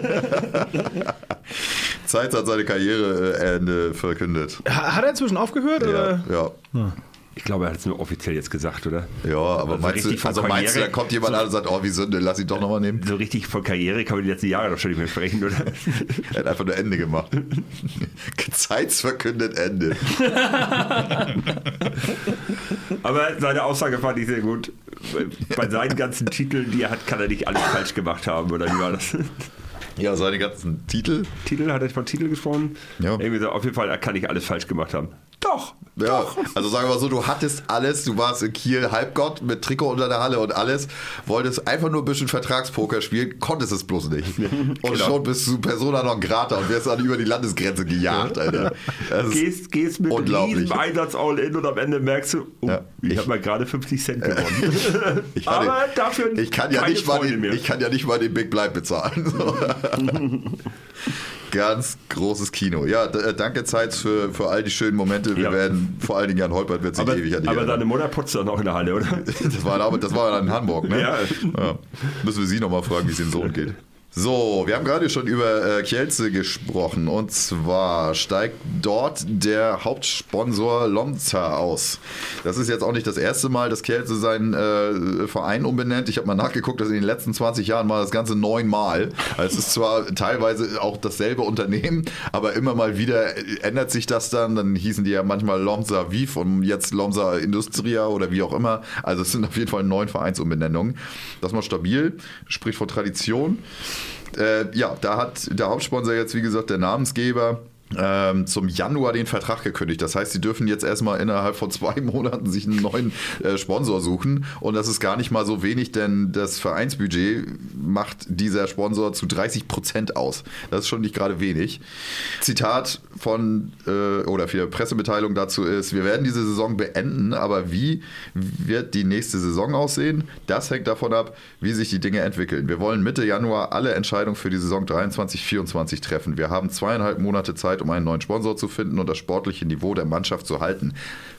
Zeitz hat seine Karriereende verkündet. Hat er inzwischen aufgehört? Ja, oder? ja. Ja. Ich glaube, er hat es nur offiziell jetzt gesagt, oder? Ja, aber Also meinst, richtig du, von also meinst du, da Karriere- kommt jemand so- an und sagt, oh, wie Sünde, lass ihn doch nochmal nehmen? So richtig von Karriere kann man die letzten Jahre doch schon nicht mehr sprechen, oder? Er hat einfach nur Ende gemacht. Zeitz verkündet Ende. Aber seine Aussage fand ich sehr gut. Bei seinen ganzen Titeln, die er hat, kann er nicht alles falsch gemacht haben, oder wie war das? Ja, seine ganzen Titel. Titel, hat er von Titel gesprochen? Ja. Irgendwie so, auf jeden Fall, er kann nicht alles falsch gemacht haben. Doch! Ja, also sagen wir mal so, du hattest alles, du warst in Kiel Halbgott mit Trikot unter der Halle und alles, wolltest einfach nur ein bisschen Vertragspoker spielen, konntest es bloß nicht. Und Genau. schon bist du Persona non grata und wirst dann über die Landesgrenze gejagt, Alter. Das ist Gehst, gehst mit unglaublich. diesem Einsatz all in und am Ende merkst du, oh, Ja. ich habe mal gerade fünfzig Cent gewonnen. Ich kann Aber den- dafür Ich kann, ja keine nicht mal Freunde den, mehr. ich kann ja nicht mal den Big Bleib bezahlen. So. Ganz großes Kino. Ja, d- äh, danke Zeitz für, für all die schönen Momente. Wir Ja. werden, vor allen Dingen Jan Holpert wird sich aber ewig an die aber erinnern. deine Mutter putzt doch noch in der Halle, oder? Das war, aber, das war dann in Hamburg, ne? Ja. Ja. Müssen wir sie nochmal fragen, wie es dem Sohn geht. So, wir haben gerade schon über äh, Kielce gesprochen und zwar steigt dort der Hauptsponsor Lomza aus. Das ist jetzt auch nicht das erste Mal, dass Kielce seinen äh, Verein umbenennt. Ich habe mal nachgeguckt, dass in den letzten zwanzig Jahren mal das Ganze neunmal. Also es ist zwar teilweise auch dasselbe Unternehmen, aber immer mal wieder ändert sich das dann. Dann hießen die ja manchmal Lomza Viv und jetzt Lomza Industria oder wie auch immer. Also es sind auf jeden Fall neun Vereinsumbenennungen. Das ist mal stabil, spricht von Tradition. Äh, ja, da hat der Hauptsponsor jetzt, wie gesagt, der Namensgeber, ähm, zum Januar den Vertrag gekündigt. Das heißt, sie dürfen jetzt erstmal innerhalb von zwei Monaten sich einen neuen äh, Sponsor suchen. Und das ist gar nicht mal so wenig, denn das Vereinsbudget macht dieser Sponsor zu dreißig Prozent aus. Das ist schon nicht gerade wenig. Zitat von, äh, oder für Pressemitteilung dazu ist, wir werden diese Saison beenden, aber wie wird die nächste Saison aussehen? Das hängt davon ab, wie sich die Dinge entwickeln. Wir wollen Mitte Januar alle Entscheidungen für die Saison dreiundzwanzig vierundzwanzig treffen. Wir haben zweieinhalb Monate Zeit, um einen neuen Sponsor zu finden und das sportliche Niveau der Mannschaft zu halten.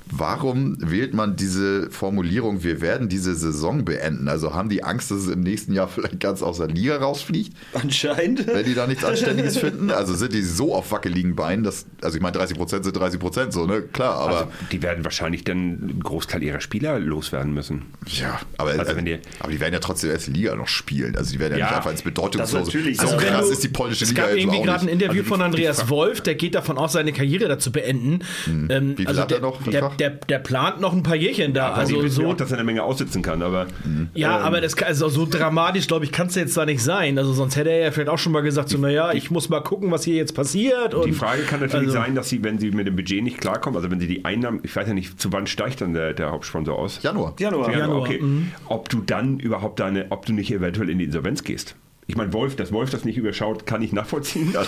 Warum wählt man diese Formulierung, wir werden diese Saison beenden? Also haben die Angst, dass es im nächsten Jahr vielleicht ganz aus der Liga rausfliegt? Anscheinend. Wenn die da nichts Anständiges finden? Also sind die so auf wackeligen Beinen, dass, also ich meine, dreißig Prozent sind dreißig Prozent so, ne? Klar, aber... Also die werden wahrscheinlich dann einen Großteil ihrer Spieler loswerden müssen. Ja, aber, Also also, wenn die- aber die werden ja trotzdem erst Liga noch spielen. Also die werden ja, Ja, nicht einfach ins Bedeutungslose. das natürlich. So Also wenn krass du- ist die polnische Es Liga gab jetzt irgendwie auch gerade ein nicht. Interview Also die- von die Andreas Fra- Wolf, der geht davon aus, seine Karriere dazu beenden. Ähm, Wie viel also hat er der, noch der, Vertrag? der, der plant noch ein paar Jährchen da. Also also ich so, so, auch, dass er eine Menge aussitzen kann, aber ja, aber das kann, also so dramatisch, glaube ich, kann es jetzt da nicht sein. Also sonst hätte er ja vielleicht auch schon mal gesagt, so, naja, ich muss mal gucken, was hier jetzt passiert. Und die Frage kann natürlich also, sein, dass sie, wenn sie mit dem Budget nicht klarkommen, also wenn sie die Einnahmen, ich weiß ja nicht, zu wann steigt dann der, der Hauptsponsor aus? Januar. Januar. Ja, Januar, okay. mhm. Ob du dann überhaupt deine, ob du nicht eventuell in die Insolvenz gehst. Ich meine, Wolf, dass Wolf das nicht überschaut, kann ich nachvollziehen. Also,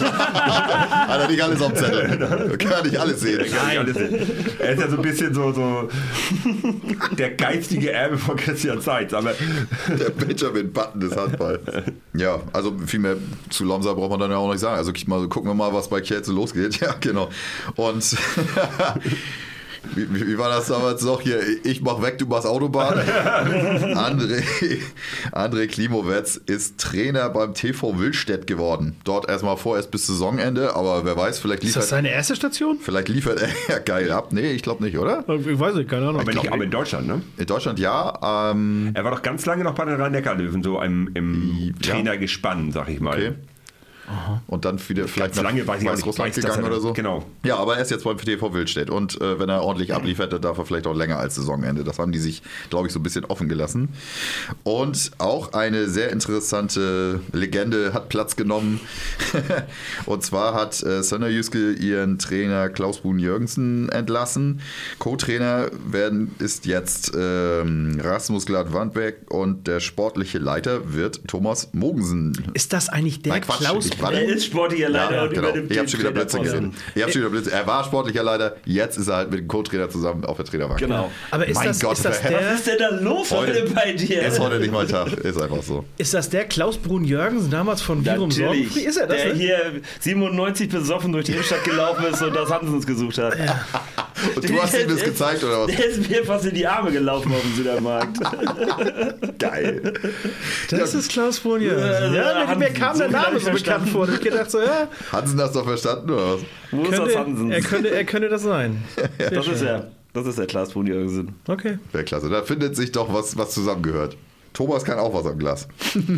Hat er nicht alles auf dem Zettel. Kann nicht alles sehen. kann ich alles sehen. Er ist ja so ein bisschen so, so der geistige Erbe von Christian Seitz. Aber Der Benjamin Button des Handballs. Ja, also viel mehr zu Lomza braucht man dann ja auch nicht sagen. Also mal, gucken wir mal, was bei Kielce losgeht. Ja, genau. Und wie, wie war das damals noch hier? Ich mach weg, du machst Autobahn. André, André Klimowetz ist Trainer beim T V Willstedt geworden. Dort erstmal vorerst bis Saisonende, aber wer weiß, vielleicht ist das liefert, seine erste Station? vielleicht liefert er ja geil ab. Nee, ich glaube nicht, oder? Ich weiß nicht, keine Ahnung. aber, glaub nicht, aber nicht. in Deutschland, ne? In Deutschland ja. Ähm, Er war doch ganz lange noch bei den Rhein-Neckar-Löwen, so im, im Ja. Trainergespann, sag ich mal. okay. Und dann wieder vielleicht Ganz lange weiß ich auch nicht, Weißrussland weiß, dass gegangen er- oder so. genau. Ja, aber er ist jetzt beim T V Willstedt und äh, wenn er ordentlich abliefert, dann darf er vielleicht auch länger als Saisonende. Das haben die sich, glaube ich, so ein bisschen offen gelassen. Und auch eine sehr interessante Legende hat Platz genommen. Und zwar hat äh, Sönder Jyske ihren Trainer Klaus Brun-Jürgensen entlassen. Co-Trainer werden ist jetzt ähm, Rasmus Glad-Wandbeck und der sportliche Leiter wird Thomas Mogensen. Ist das eigentlich der Nein, Quatsch, Klaus? ich war- Er ist sportlicher Leiter Ja, und genau. übernimmt Ich habe den schon wieder Blödsinn Trainerposten. gesehen. Ich hab schon wieder Blödsinn. Er war sportlicher Leiter, jetzt ist er halt mit dem Co-Trainer zusammen auf der Trainerbank. Genau. Aber ist Mein das, Gott, ist das wer- der? Was ist denn da los Heute- heute bei dir? Ist heute nicht mein Tag, ist einfach so. Ist das der Klaus Brun-Jürgensen damals von Virum Natürlich. Sorgenfree? Ist er das? der ne? hier siebenundneunzig besoffen durch die Innenstadt gelaufen ist und das Hansens gesucht hat. Und du hast ihm das gezeigt, oder was? Der ist mir fast in die Arme gelaufen auf dem Südermarkt. Geil. Das ist Klaus Brun-Jürgensen. Ja, Ja, mir, mir Hansen, kam so der viel Name hab ich so bekannt verstanden. vor. Und ich gedacht so, ja, Hansen hast du doch verstanden, oder was? Wo ist das könnte, Hansens? er, könnte, er könnte das sein. Sehr Das schön. ist er. Das ist der Klaas Brun-Jürgensen. Okay. Wäre klasse. Da findet sich doch was, was zusammengehört. Thomas kann auch was am Glas.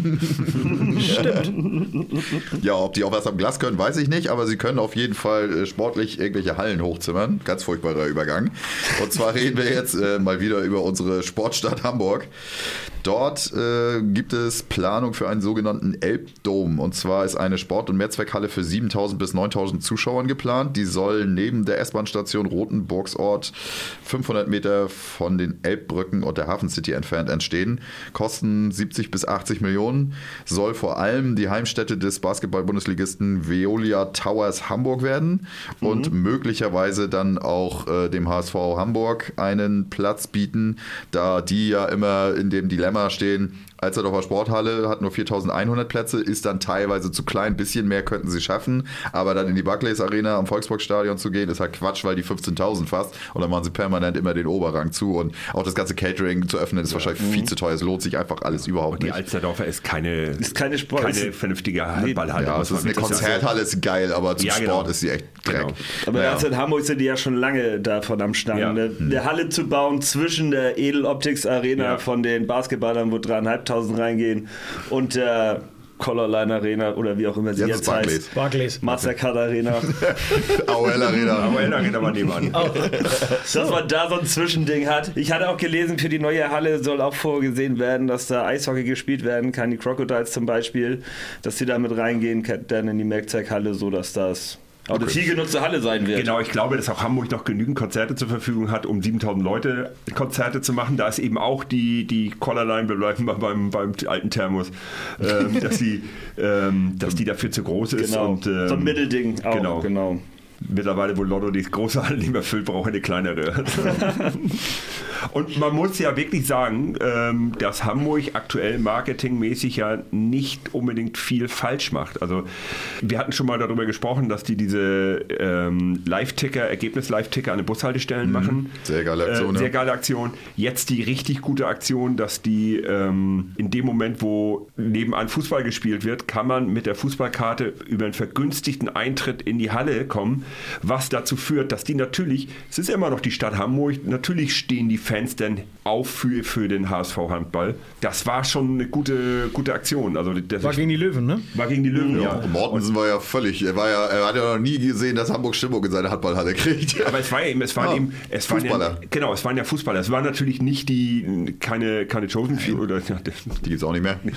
Stimmt. Ja, ob die auch was am Glas können, weiß ich nicht, aber sie können auf jeden Fall äh, sportlich irgendwelche Hallen hochzimmern. Ganz furchtbarer Übergang. Und zwar reden wir jetzt äh, mal wieder über unsere Sportstadt Hamburg. Dort äh, gibt es Planung für einen sogenannten Elbdom. Und zwar ist eine Sport- und Mehrzweckhalle für siebentausend bis neuntausend Zuschauern geplant. Die soll neben der S-Bahn-Station Rotenburgsort fünfhundert Meter von den Elbbrücken und der Hafen City entfernt entstehen. Kosten siebzig bis achtzig Millionen. Soll vor allem die Heimstätte des Basketball-Bundesligisten Veolia Towers Hamburg werden und mhm. möglicherweise dann auch äh, dem H S V Hamburg einen Platz bieten, da die ja immer in dem Dilemma stehen, Alsterdorfer Sporthalle hat nur viertausendeinhundert Plätze, ist dann teilweise zu klein, ein bisschen mehr könnten sie schaffen, aber dann in die Barclays Arena am Volksparkstadion zu gehen, ist halt Quatsch, weil die fünfzehntausend fast und dann machen sie permanent immer den Oberrang zu und auch das ganze Catering zu öffnen ist ja. wahrscheinlich viel zu teuer, es lohnt sich einfach alles überhaupt Und die nicht. Alsterdorfer ist keine, Ist keine Sport- keine ist- vernünftige Handballhalle. Ja, es muss ist man eine wirklich sagen. Konzerthalle, ist geil, aber zum Ja, genau. Sport ist sie echt dreck. Genau. Aber Ja. also in Hamburg sind die ja schon lange davon am Stand. Ja. Eine, eine Halle zu bauen zwischen der Edel-Optics Arena Ja. von den Basketballern, wo dreieinhalbtausend reingehen, und der Colorline Arena oder wie auch immer sie Jetzt jetzt, ist Barclays. heißt. Barclays. Mastercard Arena. A O L Arena. Aber Ella geht aber nebenan. Dass man da so ein Zwischending hat. Ich hatte auch gelesen, für die neue Halle soll auch vorgesehen werden, dass da Eishockey gespielt werden kann, die Crocodiles zum Beispiel, dass die da mit reingehen dann in die Merkzeughalle, so dass das auch eine viel genutzte Halle sein wird. Genau, ich glaube, dass auch Hamburg noch genügend Konzerte zur Verfügung hat, um siebentausend Leute Konzerte zu machen. Da ist eben auch die, die Collarline, wir bleiben mal beim, beim alten Thermos, ähm, dass, die, ähm, dass die dafür zu groß ist. Genau. Und, ähm, so ein Mittelding auch. Genau. genau. Mittlerweile, wo Lotto die große Halle nicht mehr füllt, braucht eine kleinere. Und man muss ja wirklich sagen, ähm, dass Hamburg aktuell marketingmäßig ja nicht unbedingt viel falsch macht. Also wir hatten schon mal darüber gesprochen, dass die diese ähm, Live-Ticker, Ergebnis-Live-Ticker an den Bushaltestellen machen. Sehr geile Aktion, Äh, sehr ja. geile Aktion. Jetzt die richtig gute Aktion, dass die ähm, in dem Moment, wo nebenan Fußball gespielt wird, kann man mit der Fußballkarte über einen vergünstigten Eintritt in die Halle kommen, was dazu führt, dass die natürlich, es ist immer noch die Stadt Hamburg, natürlich stehen die Fans dann auf für, für den H S V-Handball. Das war schon eine gute, gute Aktion. Also das War gegen die Löwen, ne? war gegen die Löwen, ja. Mortensen war ja völlig, er, war ja, er hat ja noch nie gesehen, dass Hamburg Stimmung in seiner Handballhalle kriegt. Aber es war eben, es waren Ja, eben, es waren Fußballer. ja, genau, es waren ja Fußballer. Es waren natürlich nicht die, keine, keine Chosen Few oder, ja, Die gibt's auch nicht mehr.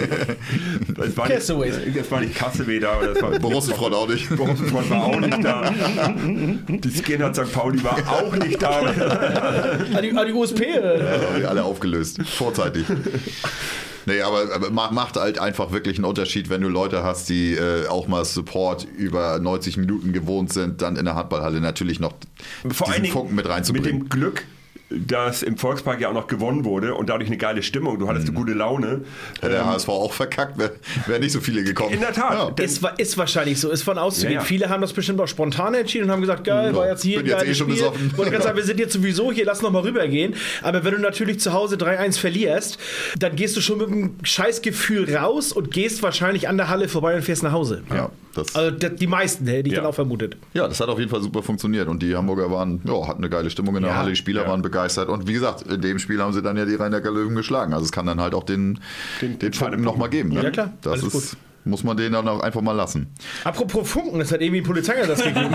es war nicht, Castaways. es war nicht Kassel da oder es war Borussenfront auch nicht. Borussenfront war auch nicht da. Die Skinhead Sankt Pauli war auch nicht da. Ah, die, ah, die U S P. Äh. Ja, alle aufgelöst, vorzeitig. Nee, aber, aber ma- macht halt einfach wirklich einen Unterschied, wenn du Leute hast, die äh, auch mal Support über neunzig Minuten gewohnt sind, dann in der Handballhalle natürlich noch Vor diesen allen Dingen Funken mit mit reinzubringen. dem Glück, dass im Volkspark ja auch noch gewonnen wurde und dadurch eine geile Stimmung. Du hattest eine gute Laune. Hätte der Ähm, H S V auch verkackt, wäre wär nicht so viele gekommen. In der Tat. Ja. Ist, wa- ist wahrscheinlich so, ist von auszugehen. Ja, ja. Viele haben das bestimmt auch spontan entschieden und haben gesagt, geil, Ja, war jetzt hier bin jetzt geiles eh schon Spiel. besoffen. Wollte gerade sagen, wir sind jetzt sowieso hier, lass noch mal rübergehen. Aber wenn du natürlich zu Hause drei eins verlierst, dann gehst du schon mit einem Scheißgefühl raus und gehst wahrscheinlich an der Halle vorbei und fährst nach Hause. Ja, das, Also d- die meisten hätte ich Ja. dann auch vermutet. ja, das hat auf jeden Fall super funktioniert und die Hamburger waren, ja, hatten eine geile Stimmung in der Ja, Halle, die Spieler ja. waren begeistert und wie gesagt, in dem Spiel haben sie dann ja die Rhein-Neckar Löwen geschlagen. Also es kann dann halt auch den, den, den Funken nochmal geben. Ne? Ja, klar, Das alles ist, muss man denen dann auch einfach mal lassen. Apropos Funken, es hat irgendwie ein Polizeieinsatz gegeben.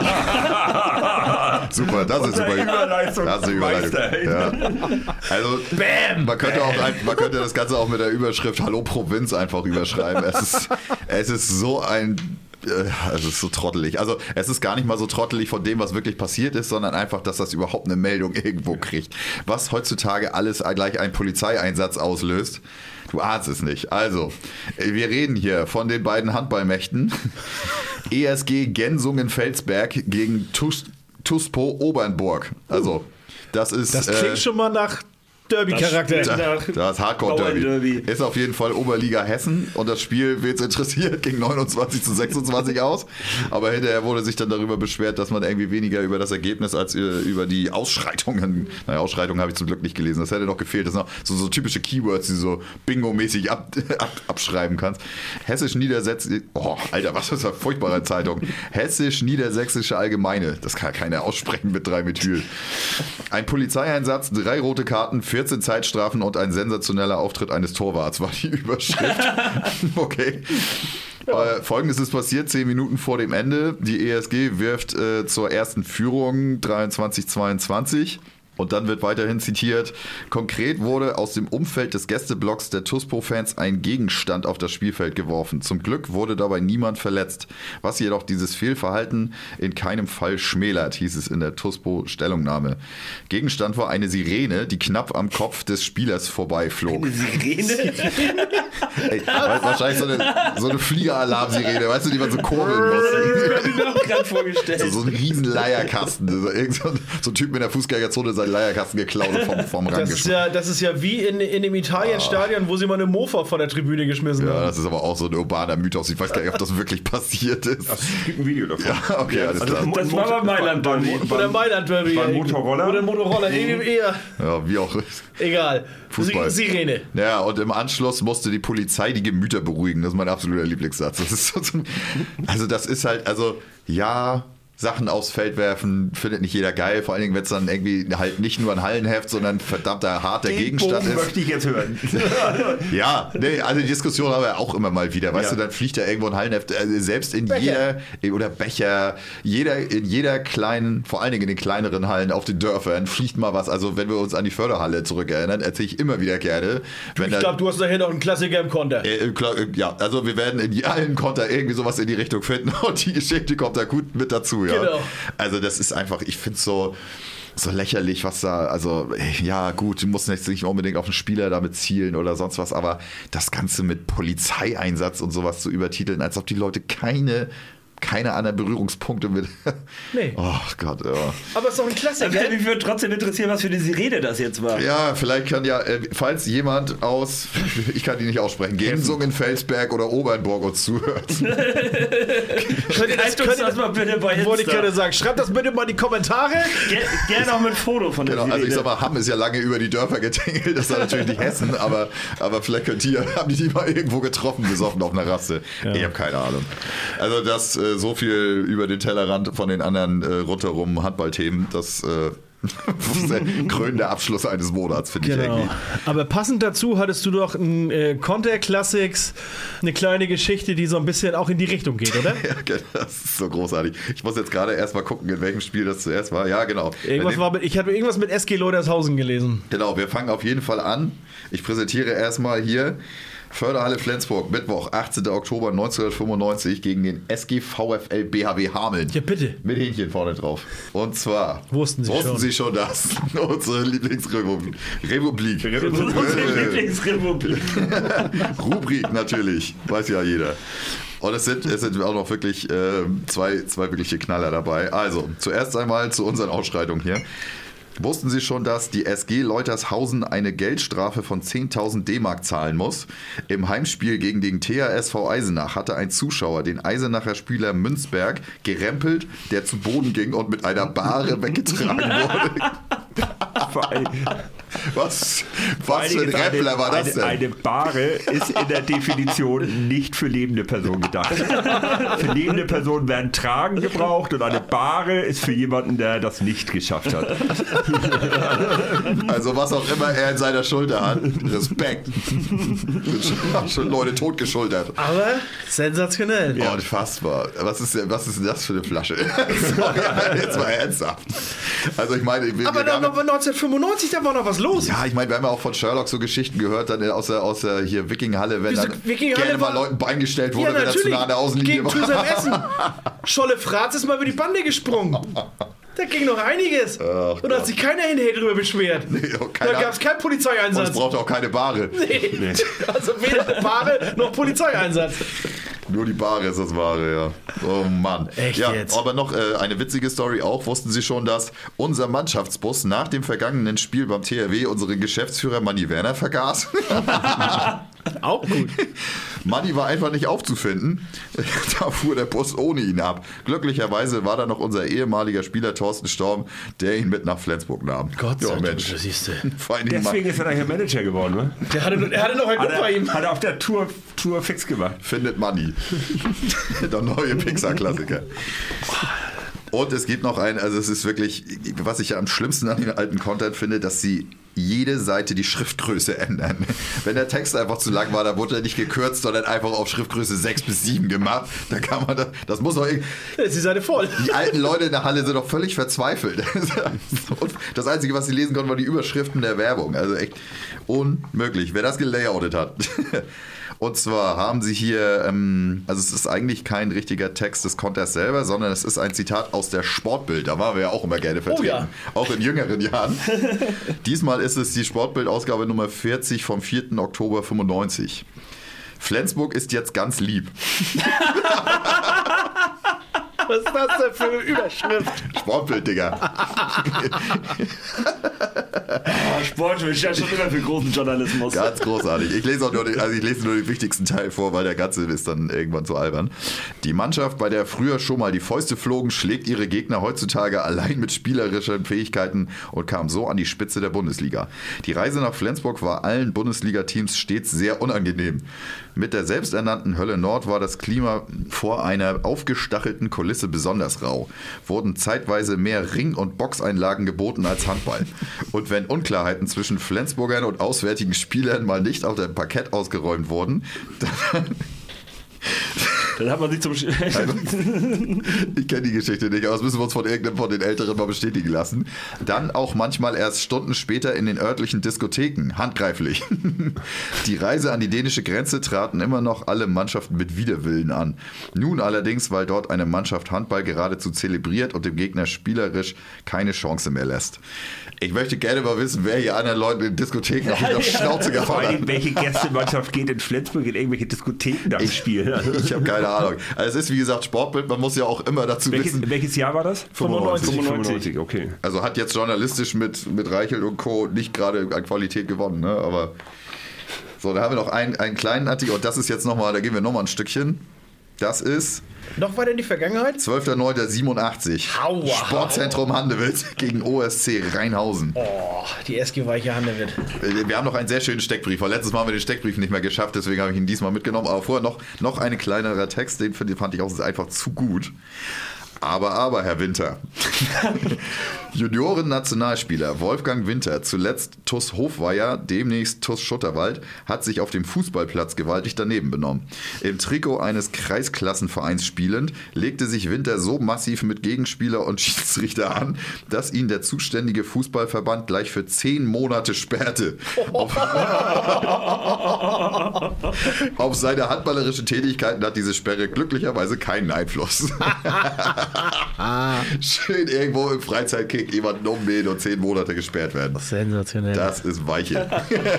Super, das ist Unter super. Überleitung. Das ist eine Überleitung. Meister, ey. Ja. Also, man könnte, auch, ein- man könnte das Ganze auch mit der Überschrift Hallo Provinz einfach überschreiben. Es ist, es ist so ein äh, es ist so trottelig. Also es ist gar nicht mal so trottelig von dem, was wirklich passiert ist, sondern einfach, dass das überhaupt eine Meldung irgendwo kriegt. Was heutzutage alles gleich einen Polizeieinsatz auslöst, du ahnst es nicht. Also, wir reden hier von den beiden Handballmächten. E S G Gensungen-Felsberg gegen Tus, Tuspo Obernburg. Also, das ist... Das äh, klingt schon mal nach Derby-Charakter. Das- da- Das Hardcore-Derby. Bauernderby. Ist auf jeden Fall Oberliga Hessen und das Spiel, wen es interessiert, ging neunundzwanzig zu sechsundzwanzig aus. Aber hinterher wurde sich dann darüber beschwert, dass man irgendwie weniger über das Ergebnis als äh, über die Ausschreitungen, naja, Ausschreitungen habe ich zum Glück nicht gelesen, das hätte noch gefehlt. Das sind noch so, so typische Keywords, die du so bingo-mäßig ab, ab, abschreiben kannst. Hessisch-Niedersächsisch, oh, Alter, was ist das für eine furchtbare Zeitung? Hessisch-Niedersächsische Allgemeine, das kann keiner aussprechen mit drei Methyl. Ein Polizeieinsatz, drei rote Karten, vierzehn Zeitstrafen und ein sensationeller Auftritt eines Torwarts war die Überschrift. Okay. Äh, Folgendes ist passiert, zehn Minuten vor dem Ende. Die E S G wirft äh, zur ersten Führung dreiundzwanzig zweiundzwanzig. Und dann wird weiterhin zitiert, konkret wurde aus dem Umfeld des Gästeblocks der Tuspo-Fans ein Gegenstand auf das Spielfeld geworfen. Zum Glück wurde dabei niemand verletzt, was jedoch dieses Fehlverhalten in keinem Fall schmälert, hieß es in der Tuspo-Stellungnahme. Gegenstand war eine Sirene, die knapp am Kopf des Spielers vorbeiflog. Eine Sirene? Ey, wahrscheinlich so eine, so eine Fliegeralarm-Sirene, weißt du, die man so kurbeln muss. Das hab ich mir auch gerade vorgestellt. So, so ein riesen Leierkasten. So, irgend so, ein- so ein Typ mit der Fußgängerzone sein den Leierkasten geklaut und vom, vom Rang Das ist, geschmissen. ja, das ist ja wie in, in dem Italienstadion, wo sie mal eine Mofa von der Tribüne geschmissen Ja, haben. das ist aber auch so ein urbaner Mythos. Ich weiß gar nicht, ob das wirklich passiert ist. Es gibt ein Video davon. Ja, okay, alles Also, klar. Das war beim Mailand beim, Derby. beim, Oder Mailand Derby. beim ja, Motorroller. Oder Motorroller. Irgendwie eher. Ja, wie auch. Egal. Fußball. Sirene. Ja, und im Anschluss musste die Polizei die Gemüter beruhigen. Das ist mein absoluter Lieblingssatz. Das ist so, so, also das ist halt, also ja, Sachen aufs Feld werfen findet nicht jeder geil. Vor allen Dingen, wenn es dann irgendwie halt nicht nur ein Hallenheft, sondern ein verdammter harter Den Gegenstand Bogen ist. möchte ich jetzt hören. Ja, nee, also die Diskussion haben wir auch immer mal wieder. Weißt Ja. du, dann fliegt da irgendwo ein Hallenheft, also selbst in Becher. jeder, oder Becher, jeder, in jeder kleinen, vor allen Dingen in den kleineren Hallen auf den Dörfern fliegt mal was. Also wenn wir uns an die Förderhalle zurückerinnern, erzähle ich immer wieder gerne. Wenn Ich da, glaube, du hast nachher noch einen Klassiker im Konter. äh, klar, äh, ja, also wir werden in allen Konter irgendwie sowas in die Richtung finden und die Geschichte kommt da gut mit dazu, ja. Genau. Also das ist einfach, ich finde es so, so lächerlich, was da, also ja gut, du musst jetzt nicht unbedingt auf einen Spieler damit zielen oder sonst was, aber das Ganze mit Polizeieinsatz und sowas zu übertiteln, als ob die Leute keine keine anderen Berührungspunkte mit. Nee. Oh Gott, ja. Aber es ist doch ein Klassiker. Also, mich würde trotzdem interessieren, was für eine Sirene das jetzt war. Ja, vielleicht kann ja, äh, falls jemand aus, ich kann die nicht aussprechen, Gensungen, Felsberg oder Obernburg uns zuhört. Könnt ihr das, Schreibt uns könnt ihr das mal bitte bei wollte ich Insta. gerade sagen. Schreibt das bitte mal in die Kommentare. Ge Gerne auch mit Foto von der Genau, Sirene. also ich sag mal, Hamm ist ja lange über die Dörfer getingelt, das war natürlich nicht Hessen, aber, aber vielleicht könnt ihr, haben die die mal irgendwo getroffen, besoffen auf einer Rasse. Ich habe keine Ahnung. Also das, äh, so viel über den Tellerrand von den anderen äh, rundherum Handballthemen, das äh, das ist der krönende Abschluss eines Monats, finde ich Genau. irgendwie. Aber passend dazu hattest du doch ein äh, Conter Classics, eine kleine Geschichte, die so ein bisschen auch in die Richtung geht, oder? Ja, das ist so großartig. Ich muss jetzt gerade erst mal gucken, in welchem Spiel das zuerst war. Ja, genau. Irgendwas Bei dem- war mit, ich hatte irgendwas mit S G Leutershausen gelesen. Genau, wir fangen auf jeden Fall an. Ich präsentiere erstmal hier Förderhalle Flensburg, Mittwoch, achtzehnten Oktober neunzehnhundertfünfundneunzig gegen den S G VfL B H W Hameln. Ja, bitte. Mit Hähnchen vorne drauf. Und zwar Wussten Sie wussten schon. Sie schon das. Unsere Lieblingsrepublik. Republik. Unsere Äh, Lieblingsrepublik. Rubrik natürlich, weiß ja jeder. Und es sind, es sind auch noch wirklich äh, zwei, zwei wirkliche Knaller dabei. Also, zuerst einmal zu unseren Ausschreitungen hier. Wussten Sie schon, dass die S G Leutershausen eine Geldstrafe von zehntausend D-Mark zahlen muss? Im Heimspiel gegen den T H S V Eisenach hatte ein Zuschauer den Eisenacher Spieler Münzberg gerempelt, der zu Boden ging und mit einer Bahre weggetragen wurde. Was, was für ein Rempler war das denn? Eine, eine Bahre ist in der Definition nicht für lebende Personen gedacht. Für lebende Personen werden Tragen gebraucht und eine Bahre ist für jemanden, der das nicht geschafft hat. Also was auch immer er in seiner Schulter hat. Respekt. Schon, schon Leute totgeschultert. Aber sensationell. Ja. Unfassbar. Was ist, denn, was ist denn das für eine Flasche? Sorry, jetzt mal ernsthaft. Also ich meine... Wir, Aber wir dann haben, noch neunzehnhundertfünfundneunzig, da war noch was los. ja, ich meine, wir haben ja auch von Sherlock so Geschichten gehört, dann aus der, aus der hier Wikinghalle, wenn Wieso dann Wikinghalle gerne mal war- Leuten Bein gestellt wurde, wenn er zu nah an der Außenlinie gegen war. Thyssen Essen. Scholle Fratz ist mal über die Bande gesprungen. Da ging noch einiges. Ach Und da hat sich keiner hinterher drüber beschwert. Nee, Da keiner- gab es keinen Und es Polizeieinsatz. braucht auch keine Bahre. Nee. Also weder eine Bahre noch Polizeieinsatz. Nur die Bahre ist das Wahre, ja. Oh Mann. Echt ja, jetzt? aber noch äh, eine witzige Story auch. Wussten Sie schon, dass unser Mannschaftsbus nach dem vergangenen Spiel beim T H W unseren Geschäftsführer Manni Werner vergaß? Auch gut. Manni war einfach nicht aufzufinden. Da fuhr der Bus ohne ihn ab. Glücklicherweise war da noch unser ehemaliger Spieler Thorsten Storm, der ihn mit nach Flensburg nahm. Gott sei ja, Dank, Mensch. das siehst du. Vor allen Dingen Deswegen ist er nachher Manager geworden, ne? Der hatte, er hatte noch ein Hat Gut bei ihm. er, hat er auf der Tour, Tour fix gemacht. findet Manni. Der neue Pixar-Klassiker. Und es gibt noch einen, also es ist wirklich, was ich ja am schlimmsten an den alten Content finde, dass sie jede Seite die Schriftgröße ändern. Wenn der Text einfach zu lang war, dann wurde er nicht gekürzt, sondern einfach auf Schriftgröße sechs bis sieben gemacht. Da kann man das, das muss doch irgendwie, Da ist die Seite voll. die alten Leute in der Halle sind doch völlig verzweifelt. Das Einzige, was sie lesen konnten, waren die Überschriften der Werbung. Also echt unmöglich. Wer das gelayoutet hat. Und zwar haben sie hier, ähm, also es ist eigentlich kein richtiger Text des Conters selber, sondern es ist ein Zitat aus der Sportbild. Da waren wir ja auch immer gerne vertreten. Oh ja. Auch in jüngeren Jahren. Diesmal ist es die Sportbild-Ausgabe Nummer vierzig vom vierten Oktober fünfundneunzig. Flensburg ist jetzt ganz lieb. Was ist das denn für eine Überschrift? Sportbild, Digga. Sportschmidt ja schon immer für großen Journalismus. Ganz großartig. Ich lese auch nur den, also ich lese nur den wichtigsten Teil vor, weil der ganze ist dann irgendwann zu albern. Die Mannschaft, bei der früher schon mal die Fäuste flogen, schlägt ihre Gegner heutzutage allein mit spielerischen Fähigkeiten und kam so an die Spitze der Bundesliga. Die Reise nach Flensburg war allen Bundesliga-Teams stets sehr unangenehm. Mit der selbsternannten Hölle Nord war das Klima vor einer aufgestachelten Kulisse besonders rau. Wurden zeitweise mehr Ring- und Boxeinlagen geboten als Handball. Und wenn Unklarheiten zwischen Flensburgern und auswärtigen Spielern mal nicht auf dem Parkett ausgeräumt wurden, dann... Dann hat man sich zum... Ich kenne die Geschichte nicht, aber das müssen wir uns von irgendeinem von den Älteren mal bestätigen lassen. Dann auch manchmal erst Stunden später in den örtlichen Diskotheken, handgreiflich. Die Reise an die dänische Grenze traten immer noch alle Mannschaften mit Widerwillen an. Nun allerdings, weil dort eine Mannschaft Handball geradezu zelebriert und dem Gegner spielerisch keine Chance mehr lässt. Ich möchte gerne mal wissen, wer hier anderen Leuten in Diskotheken auf die Schnauze gefahren hat. Welche Gästemannschaft geht in Flensburg in irgendwelche Diskotheken da spielen? Ich habe keine Ahnung. Also es ist wie gesagt Sportbild, man muss ja auch immer dazu welches, wissen. Welches Jahr war das? fünfundneunzig. fünfundneunzig, okay. Also hat jetzt journalistisch mit, mit Reichelt und Co. nicht gerade an Qualität gewonnen, ne? Aber so, da haben wir noch einen, einen kleinen Artikel und das ist jetzt nochmal, da gehen wir nochmal ein Stückchen. Das ist noch weiter in die Vergangenheit? zwölfter neunter siebenundachtzig. Aua. Sportzentrum Handewitt gegen O S C Rheinhausen. Oh, die S G Weiche Handewitt. Wir haben noch einen sehr schönen Steckbrief, weil letztes Mal haben wir den Steckbrief nicht mehr geschafft, deswegen habe ich ihn diesmal mitgenommen. Aber vorher noch, noch ein kleinerer Text, den fand ich auch einfach zu gut. Aber, aber, Herr Winter. Junioren-Nationalspieler Wolfgang Winter, zuletzt T U S Hofweier, demnächst T U S Schutterwald, hat sich auf dem Fußballplatz gewaltig daneben benommen. Im Trikot eines Kreisklassenvereins spielend, legte sich Winter so massiv mit Gegenspieler und Schiedsrichter an, dass ihn der zuständige Fußballverband gleich für zehn Monate sperrte. Auf, auf seine handballerischen Tätigkeiten hat diese Sperre glücklicherweise keinen Einfluss. Schön irgendwo im Freizeitkick jemanden ummähen und zehn Monate gesperrt werden. Sensationell. Das ist Weiche.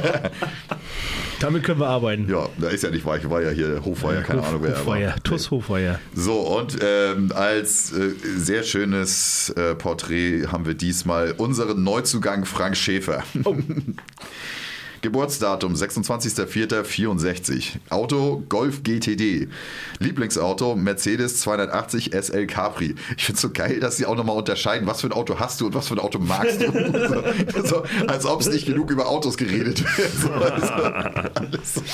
Damit können wir arbeiten. Ja, da ist ja nicht Weiche, war ja hier Hofweier, keine Hof, Ahnung wer. Hofweier, aber, T U S Hofweier. So, und ähm, als äh, sehr schönes äh, Porträt haben wir diesmal unseren Neuzugang Frank Schäfer. Oh. Geburtsdatum sechsundzwanzigster vierter vierundsechzig. Auto Golf G T D. Lieblingsauto Mercedes zweihundertachtzig S L Capri. Ich finde es so geil, dass sie auch nochmal unterscheiden, was für ein Auto hast du und was für ein Auto magst du. so, so, als ob es nicht genug über Autos geredet wird. So, also, alles so.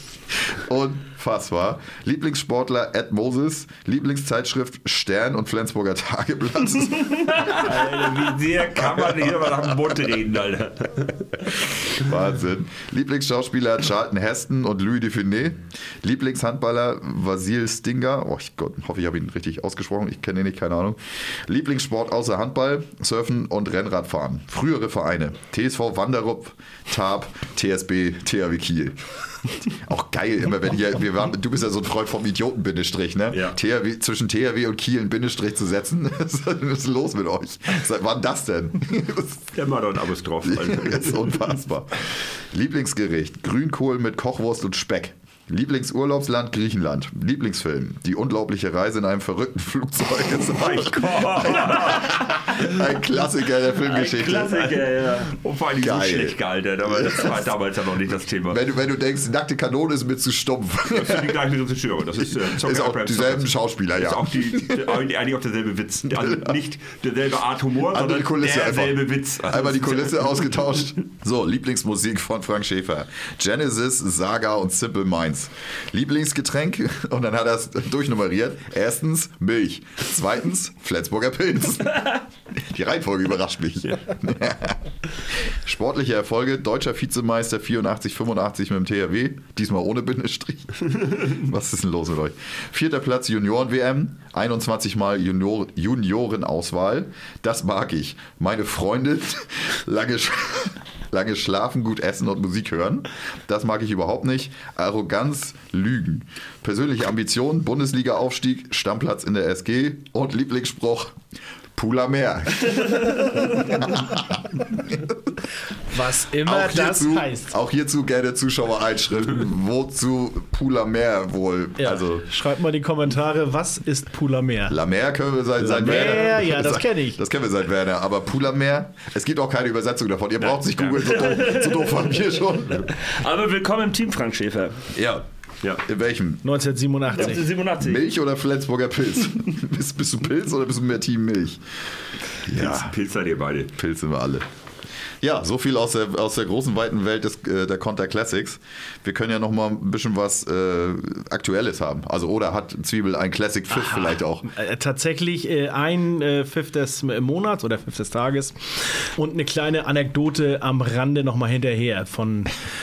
Unfassbar. Lieblingssportler Ed Moses. Lieblingszeitschrift Stern und Flensburger Tageblatt. Alter, wie sehr kann man hier mal nach dem Mund reden, Alter. Wahnsinn. Lieblingsschauspieler Charlton Heston und Louis Dufiné. Lieblingshandballer Vasil Stinger. Oh ich Gott, hoffe, ich habe ihn richtig ausgesprochen. Ich kenne ihn nicht, keine Ahnung. Lieblingssport außer Handball, Surfen und Rennradfahren. Frühere Vereine. T S V Wanderup, T A B, T S B, T H W Kiel. Auch geil, immer wenn hier, wir waren, du bist ja so ein Freund vom Idioten-Bindestrich, ne? Ja. T H W, zwischen T H W und Kiel einen Bindestrich zu setzen. Was ist los mit euch? Seit wann das denn? Der macht doch ein Abos drauf. Das ist unfassbar. Lieblingsgericht, Grünkohl mit Kochwurst und Speck. Lieblingsurlaubsland Griechenland. Lieblingsfilm, die unglaubliche Reise in einem verrückten Flugzeug. Oh mein Gott. Ein Klassiker der Filmgeschichte. Ein Klassiker, ja. Und vor allem so schlecht gealtert, aber das war damals ja noch nicht das Thema. Wenn du, wenn du denkst, die nackte Kanone ist mir zu stumpf. Das sind die gleichen Regisseure. Das ist, äh, ist auch dieselben Schauspieler, ja. Ist auch die, eigentlich auch derselbe Witz. Also nicht derselbe Art Humor, andere sondern Kulisse derselbe einfach. Witz. Also einmal die Kulisse ausgetauscht. So, Lieblingsmusik von Frank Schäfer. Genesis, Saga und Simple Minds. Lieblingsgetränk, und dann hat er es durchnummeriert. Erstens Milch. Zweitens Flensburger Pilz. Die Reihenfolge überrascht mich. Ja. Sportliche Erfolge, deutscher Vizemeister vierundachtzig fünfundachtzig mit dem T H W, diesmal ohne Bindestrich. Was ist denn los mit euch? Vierter Platz Junioren-W M, einundzwanzig Mal Junior- Juniorenauswahl. Das mag ich. Meine Freundin, lange, sch- lange schlafen, gut essen und Musik hören. Das mag ich überhaupt nicht. Arroganz, Lügen. Persönliche Ambitionen, Bundesliga-Aufstieg, Stammplatz in der S G und Lieblingsspruch, Pula mehr. Was immer Auch das hierzu, heißt. auch hierzu gerne Zuschauer einschriften. Wozu Pullamer wohl? Ja, Also schreibt mal in die Kommentare, was ist Pullamer? Lamer können wir seit, seit Lamer, Werner. ja, das kenn ich. Das kennen wir seit Werner. Aber Pullamer, es gibt auch keine Übersetzung davon. Ihr braucht nicht googeln, so doof, so doof haben wir schon. Aber willkommen im Team, Frank Schäfer. Ja. Ja. In welchem? neunzehnhundertsiebenundachtzig. siebenundachtzig. Milch oder Flensburger Pilz? bist, bist du Pilz oder bist du mehr Team Milch? Pilz, Pilz seid ihr beide. Pilz sind wir alle. Ja, so viel aus der, aus der großen, weiten Welt des, äh, der Konter Classics. Wir können ja noch mal ein bisschen was äh, Aktuelles haben. Also, oder hat Zwiebel ein Classic Pfiff vielleicht auch? Äh, tatsächlich äh, ein äh, Pfiff des Monats oder Pfiff des Tages und eine kleine Anekdote am Rande noch mal hinterher von...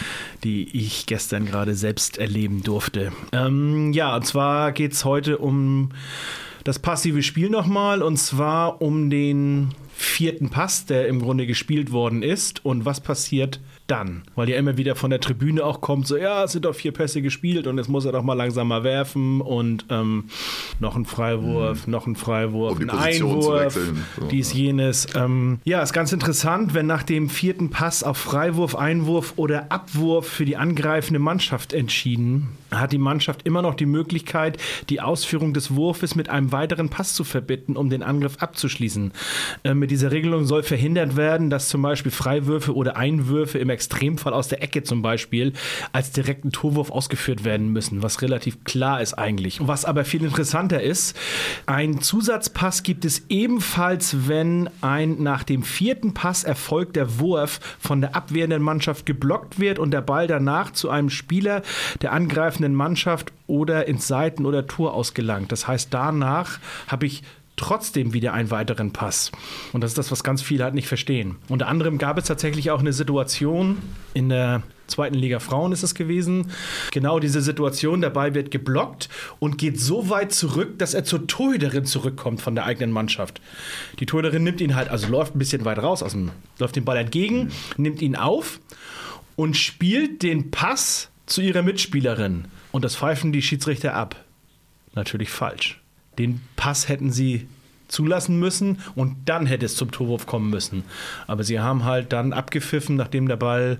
die ich gestern gerade selbst erleben durfte. Ähm, ja, und zwar geht es heute um das passive Spiel nochmal, und zwar um den vierten Pass, der im Grunde gespielt worden ist, und was passiert dann? Weil ja immer wieder von der Tribüne auch kommt, so, ja, es sind doch vier Pässe gespielt und jetzt muss er doch mal langsamer werfen und ähm, noch ein Freiwurf, mhm. noch ein Freiwurf, um die ein Position zu Einwurf, wechseln. So, dies, ja. jenes. Ähm, ja, ist ganz interessant, wenn nach dem vierten Pass auf Freiwurf, Einwurf oder Abwurf für die angreifende Mannschaft entschieden, hat die Mannschaft immer noch die Möglichkeit, die Ausführung des Wurfes mit einem weiteren Pass zu verbinden, um den Angriff abzuschließen. Äh, mit dieser Regelung soll verhindert werden, dass zum Beispiel Freiwürfe oder Einwürfe im Extremfall aus der Ecke zum Beispiel als direkten Torwurf ausgeführt werden müssen, was relativ klar ist eigentlich. Was aber viel interessanter ist, ein Zusatzpass gibt es ebenfalls, wenn ein nach dem vierten Pass erfolgter Wurf von der abwehrenden Mannschaft geblockt wird und der Ball danach zu einem Spieler der angreifenden Mannschaft oder ins Seiten- oder Tor ausgelangt. Das heißt, danach habe ich trotzdem wieder einen weiteren Pass. Und das ist das, was ganz viele halt nicht verstehen. Unter anderem gab es tatsächlich auch eine Situation in der zweiten Liga Frauen ist es gewesen. Genau diese Situation, der Ball wird geblockt und geht so weit zurück, dass er zur Torhüterin zurückkommt von der eigenen Mannschaft. Die Torhüterin nimmt ihn halt, also läuft ein bisschen weit raus, aus dem, läuft dem Ball entgegen, nimmt ihn auf und spielt den Pass zu ihrer Mitspielerin. Und das pfeifen die Schiedsrichter ab. Natürlich falsch. Den Pass hätten sie zulassen müssen und dann hätte es zum Torwurf kommen müssen. Aber sie haben halt dann abgepfiffen, nachdem der Ball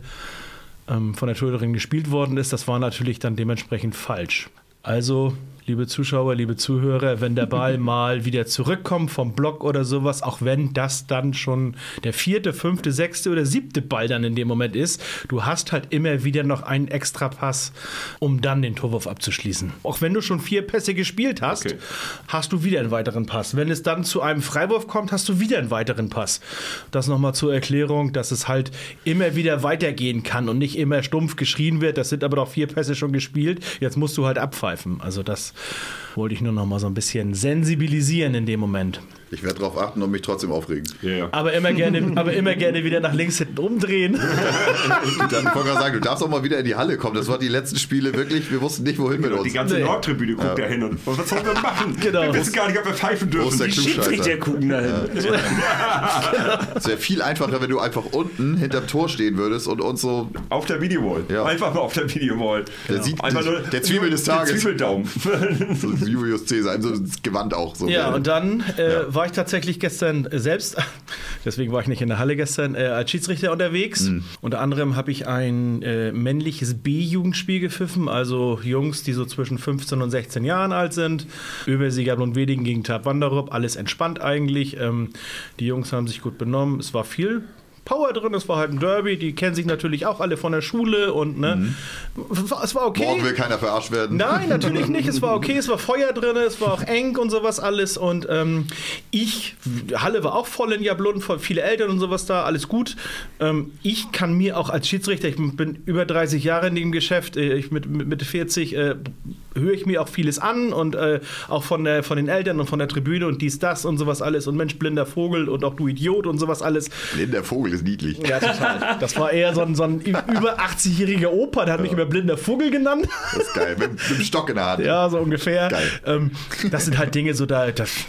ähm, von der Torhüterin gespielt worden ist. Das war natürlich dann dementsprechend falsch. Also, liebe Zuschauer, liebe Zuhörer, wenn der Ball mal wieder zurückkommt vom Block oder sowas, auch wenn das dann schon der vierte, fünfte, sechste oder siebte Ball dann in dem Moment ist, du hast halt immer wieder noch einen extra Pass, um dann den Torwurf abzuschließen. Auch wenn du schon vier Pässe gespielt hast, okay, hast du wieder einen weiteren Pass. Wenn es dann zu einem Freiwurf kommt, hast du wieder einen weiteren Pass. Das nochmal zur Erklärung, dass es halt immer wieder weitergehen kann und nicht immer stumpf geschrien wird, das sind aber doch vier Pässe schon gespielt, jetzt musst du halt abpfeifen. Also das wollte ich nur noch mal so ein bisschen sensibilisieren in dem Moment. Ich werde darauf achten und mich trotzdem aufregen. Yeah. Aber, immer gerne, aber immer gerne wieder nach links hinten umdrehen. Du, ich wollte gerade sagen, du darfst auch mal wieder in die Halle kommen. Das waren die letzten Spiele wirklich, wir wussten nicht, wohin mit uns. Die ganze Nee. Nordtribüne guckt ja. da hin. Und was sollen wir machen? Genau. Wir wissen gar nicht, ob wir pfeifen Wo ist dürfen. der Die Klugscheißer? Schiedsrichter gucken dahin. Es wäre viel einfacher, wenn du einfach unten hinterm Tor stehen würdest und uns so... Auf der Videowall. Ja. Einfach mal auf der Videowall. Der, sieht, Einfach der, nur, der Zwiebel des Tages. Der Zwiebeldaumen. So Julius Caesar, so das Gewand auch. So Ja, und dann äh, Ja. war ich tatsächlich gestern selbst, deswegen war ich nicht in der Halle gestern, äh, als Schiedsrichter unterwegs. Mhm. Unter anderem habe ich ein äh, männliches B-Jugendspiel gepfiffen, also Jungs, die so zwischen fünfzehn und sechzehn Jahren alt sind. Übersieger Blondweding gegen Tab Wanderup, alles entspannt eigentlich. Ähm, die Jungs haben sich gut benommen, es war viel Power drin, es war halt ein Derby, die kennen sich natürlich auch alle von der Schule und ne, mhm. es war okay. Morgen will keiner verarscht werden. Nein, natürlich nicht. Es war okay, es war Feuer drin, es war auch eng und sowas alles. Und ähm, ich, Halle war auch voll in Jablon, viele Eltern und sowas da, alles gut. Ähm, ich kann mir auch als Schiedsrichter, ich bin über dreißig Jahre in dem Geschäft, ich mit Mitte vierzig, äh, höre ich mir auch vieles an und äh, auch von, der, von den Eltern und von der Tribüne und dies, das und sowas alles und Mensch, blinder Vogel und auch du Idiot und sowas alles. Blinder Vogel ist niedlich. Ja, total. Das war eher so ein, so ein über achtzigjähriger Opa, der hat mich immer blinder Vogel genannt. Das ist geil, mit, mit dem Stock in der Hand. Ja, so ungefähr. Geil. Ähm, das sind halt Dinge, so da, das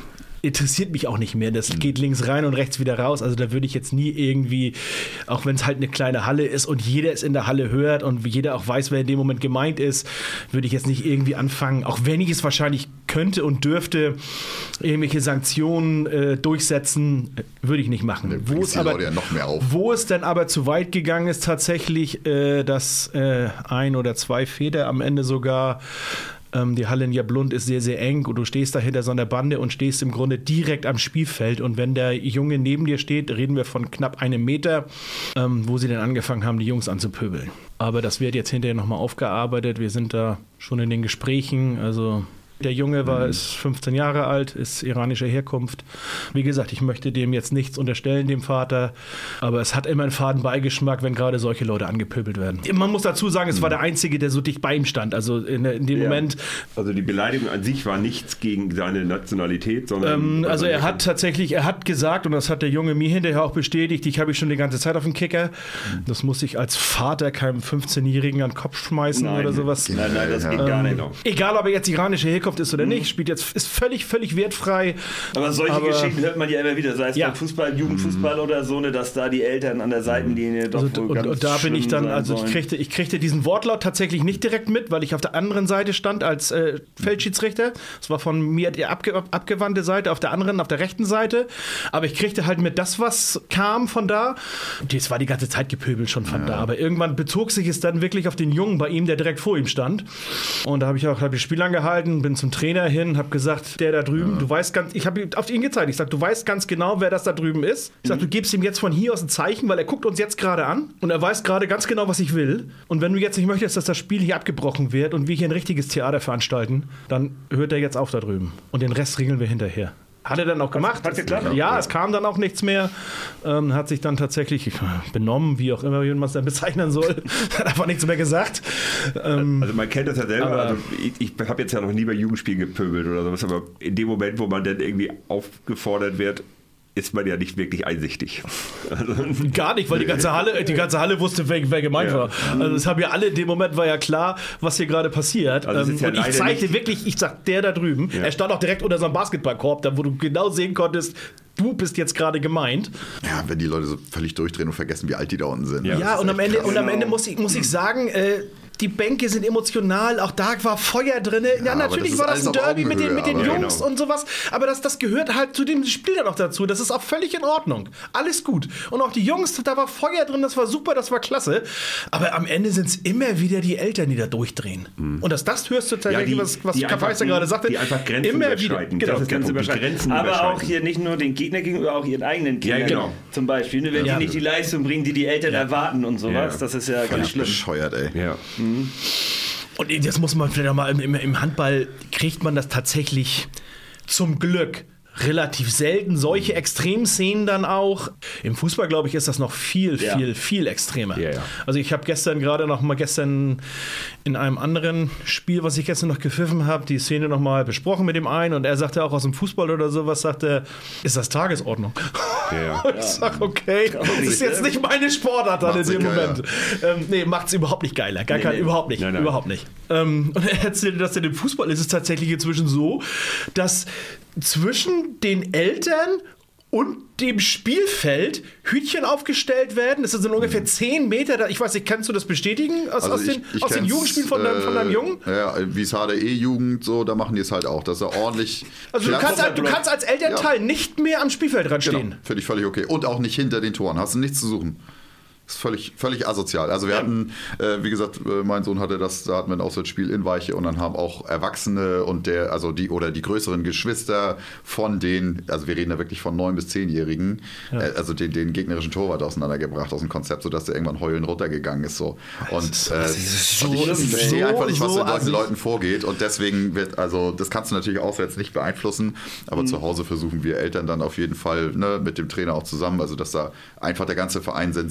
interessiert mich auch nicht mehr. Das mhm. geht links rein und rechts wieder raus. Also da würde ich jetzt nie irgendwie, auch wenn es halt eine kleine Halle ist und jeder es in der Halle hört und jeder auch weiß, wer in dem Moment gemeint ist, würde ich jetzt nicht irgendwie anfangen, auch wenn ich es wahrscheinlich könnte und dürfte, irgendwelche Sanktionen äh, durchsetzen, würde ich nicht machen. Wo es, aber, ja noch mehr auf. wo es dann aber zu weit gegangen ist tatsächlich, äh, dass äh, ein oder zwei Väter am Ende sogar, ähm, die Halle in Jablund ist sehr, sehr eng und du stehst da hinter so einer Bande und stehst im Grunde direkt am Spielfeld und wenn der Junge neben dir steht, reden wir von knapp einem Meter, ähm, wo sie dann angefangen haben, die Jungs anzupöbeln. Aber das wird jetzt hinterher nochmal aufgearbeitet, wir sind da schon in den Gesprächen, also... Der Junge war, ist fünfzehn Jahre alt, ist iranischer Herkunft. Wie gesagt, ich möchte dem jetzt nichts unterstellen, dem Vater. Aber es hat immer einen faden Beigeschmack, wenn gerade solche Leute angepöbelt werden. Man muss dazu sagen, es war der Einzige, der so dicht bei ihm stand. Also in, in dem ja. Moment... Also die Beleidigung an sich war nichts gegen seine Nationalität, sondern... Ähm, also er hat tatsächlich, er hat gesagt, und das hat der Junge mir hinterher auch bestätigt, ich habe ich schon die ganze Zeit auf dem Kicker. Das muss ich als Vater keinem fünfzehnjährigen an den Kopf schmeißen nein, oder sowas. Nein, nein, das geht ähm, gar nicht. Egal, ob er jetzt iranischer Herkunft ist oder nicht, spielt jetzt, ist völlig, völlig wertfrei. Aber solche aber, Geschichten hört man ja immer wieder, sei es ja. beim Fußball, Jugendfußball oder so, ne, dass da die Eltern an der Seitenlinie doch also, wohl und, ganz und da bin ich dann, also sollen. ich kriegte, ich kriegte diesen Wortlaut tatsächlich nicht direkt mit, weil ich auf der anderen Seite stand als äh, Feldschiedsrichter. Das war von mir die abge, abgewandte Seite, auf der anderen, auf der rechten Seite. Aber ich kriegte halt mit das, was kam von da. Das war die ganze Zeit gepöbelt schon von ja. da. Aber irgendwann bezog sich es dann wirklich auf den Jungen bei ihm, der direkt vor ihm stand. Und da habe ich auch hab ich Spiel angehalten, bin zum Trainer hin, habe gesagt, der da drüben, ja. du weißt ganz, ich habe auf ihn gezeigt, ich sage, du weißt ganz genau, wer das da drüben ist. Ich sage, mhm. du gibst ihm jetzt von hier aus ein Zeichen, weil er guckt uns jetzt gerade an und er weiß gerade ganz genau, was ich will. Und wenn du jetzt nicht möchtest, dass das Spiel hier abgebrochen wird und wir hier ein richtiges Theater veranstalten, dann hört er jetzt auf da drüben. Und den Rest regeln wir hinterher. Hat er dann auch gemacht. Hat geklappt? Ja, ja, es kam dann auch nichts mehr. Ähm, hat sich dann tatsächlich benommen, wie auch immer wie man es dann bezeichnen soll. Hat einfach nichts mehr gesagt. Ähm, also man kennt das ja selber. Also ich ich habe jetzt ja noch nie bei Jugendspielen gepöbelt oder sowas, aber in dem Moment, wo man dann irgendwie aufgefordert wird, ist man ja nicht wirklich einsichtig. Also, Gar nicht, weil die ganze Halle, die ganze Halle wusste, wer, wer gemeint ja. war. Also es haben ja alle, in dem Moment war ja klar, was hier gerade passiert. Also ähm, ja und ich zeigte wirklich, ich sag, der da drüben, ja. er stand auch direkt unter so einem Basketballkorb, da wo du genau sehen konntest, du bist jetzt gerade gemeint. Ja, wenn die Leute so völlig durchdrehen und vergessen, wie alt die da unten sind. Ja, ja und, am Ende, und am Ende muss ich, muss ich sagen, äh, die Bänke sind emotional, auch da war Feuer drin. Ja, ja natürlich das war das ein Derby mit den, mit den Jungs genau. und sowas, aber das, das gehört halt zu dem Spiel dann auch dazu. Das ist auch völlig in Ordnung. Alles gut. Und auch die Jungs, da war Feuer drin, das war super, das war klasse. Aber am Ende sind es immer wieder die Eltern, die da durchdrehen. Mhm. Und das, das hörst du tatsächlich, ja, was, was Kaffeeister gerade sagte. Die einfach Grenzen immer überschreiten. Wieder, genau, das Grenzen überschreiten. Grenzen aber überschreiten. auch hier nicht nur den Gegner gegenüber, auch ihren eigenen Kindern. Ja, genau. Zum Beispiel, ne, wenn ja. die nicht die Leistung bringen, die die Eltern ja. erwarten und sowas. Ja. Das ist ja ganz schlimm. Bescheuert, ey. Ja. Mhm. Und jetzt muss man vielleicht auch mal, im, im Handball kriegt man das tatsächlich zum Glück relativ selten, solche Extremszenen dann auch. Im Fußball, glaube ich, ist das noch viel, ja. viel, viel extremer. Ja, ja. Also ich habe gestern gerade noch mal gestern in einem anderen Spiel, was ich gestern noch gepfiffen habe, die Szene noch mal besprochen mit dem einen und er sagte auch aus dem Fußball oder sowas, sagte, ist das Tagesordnung? Ja. Und ich sage, okay, das ist jetzt nicht meine Sportart dann in dem Moment. Ähm, nee, macht's überhaupt nicht geiler. Gar nee, kein, nee. überhaupt nicht. Nein, nein. Überhaupt nicht. Ähm, und er erzählte, dass in dem Fußball ist es tatsächlich inzwischen so, dass zwischen den Eltern und dem Spielfeld Hütchen aufgestellt werden. Das sind ungefähr mhm. zehn Meter. Ich weiß nicht, kannst du das bestätigen aus, also aus, ich, den, ich aus den Jugendspielen von, deinem, von deinem Jungen? Ja, wie es H D E-Jugend, so, da machen die es halt auch, dass er ordentlich... Also du kannst, du kannst als Elternteil ja. nicht mehr am Spielfeldrand stehen. Genau, finde ich völlig okay. Und auch nicht hinter den Toren. Hast du nichts zu suchen. Das ist völlig, völlig asozial. Also wir ja. hatten, äh, wie gesagt, äh, mein Sohn hatte das, da hatten wir ein Auswärtsspiel in Weiche und dann haben auch Erwachsene und der, also die oder die größeren Geschwister von den, also wir reden da wirklich von neun bis zehnjährigen, ja. äh, also den, den gegnerischen Torwart auseinandergebracht aus dem Konzept, sodass der irgendwann heulend runtergegangen ist so. Und äh, das ist so, ich verstehe so, einfach nicht, was so mit solchen assig. Leuten vorgeht und deswegen wird, also das kannst du natürlich auswärts nicht beeinflussen, aber mhm. zu Hause versuchen wir Eltern dann auf jeden Fall, ne, mit dem Trainer auch zusammen, also dass da einfach der ganze Verein sensibilisiert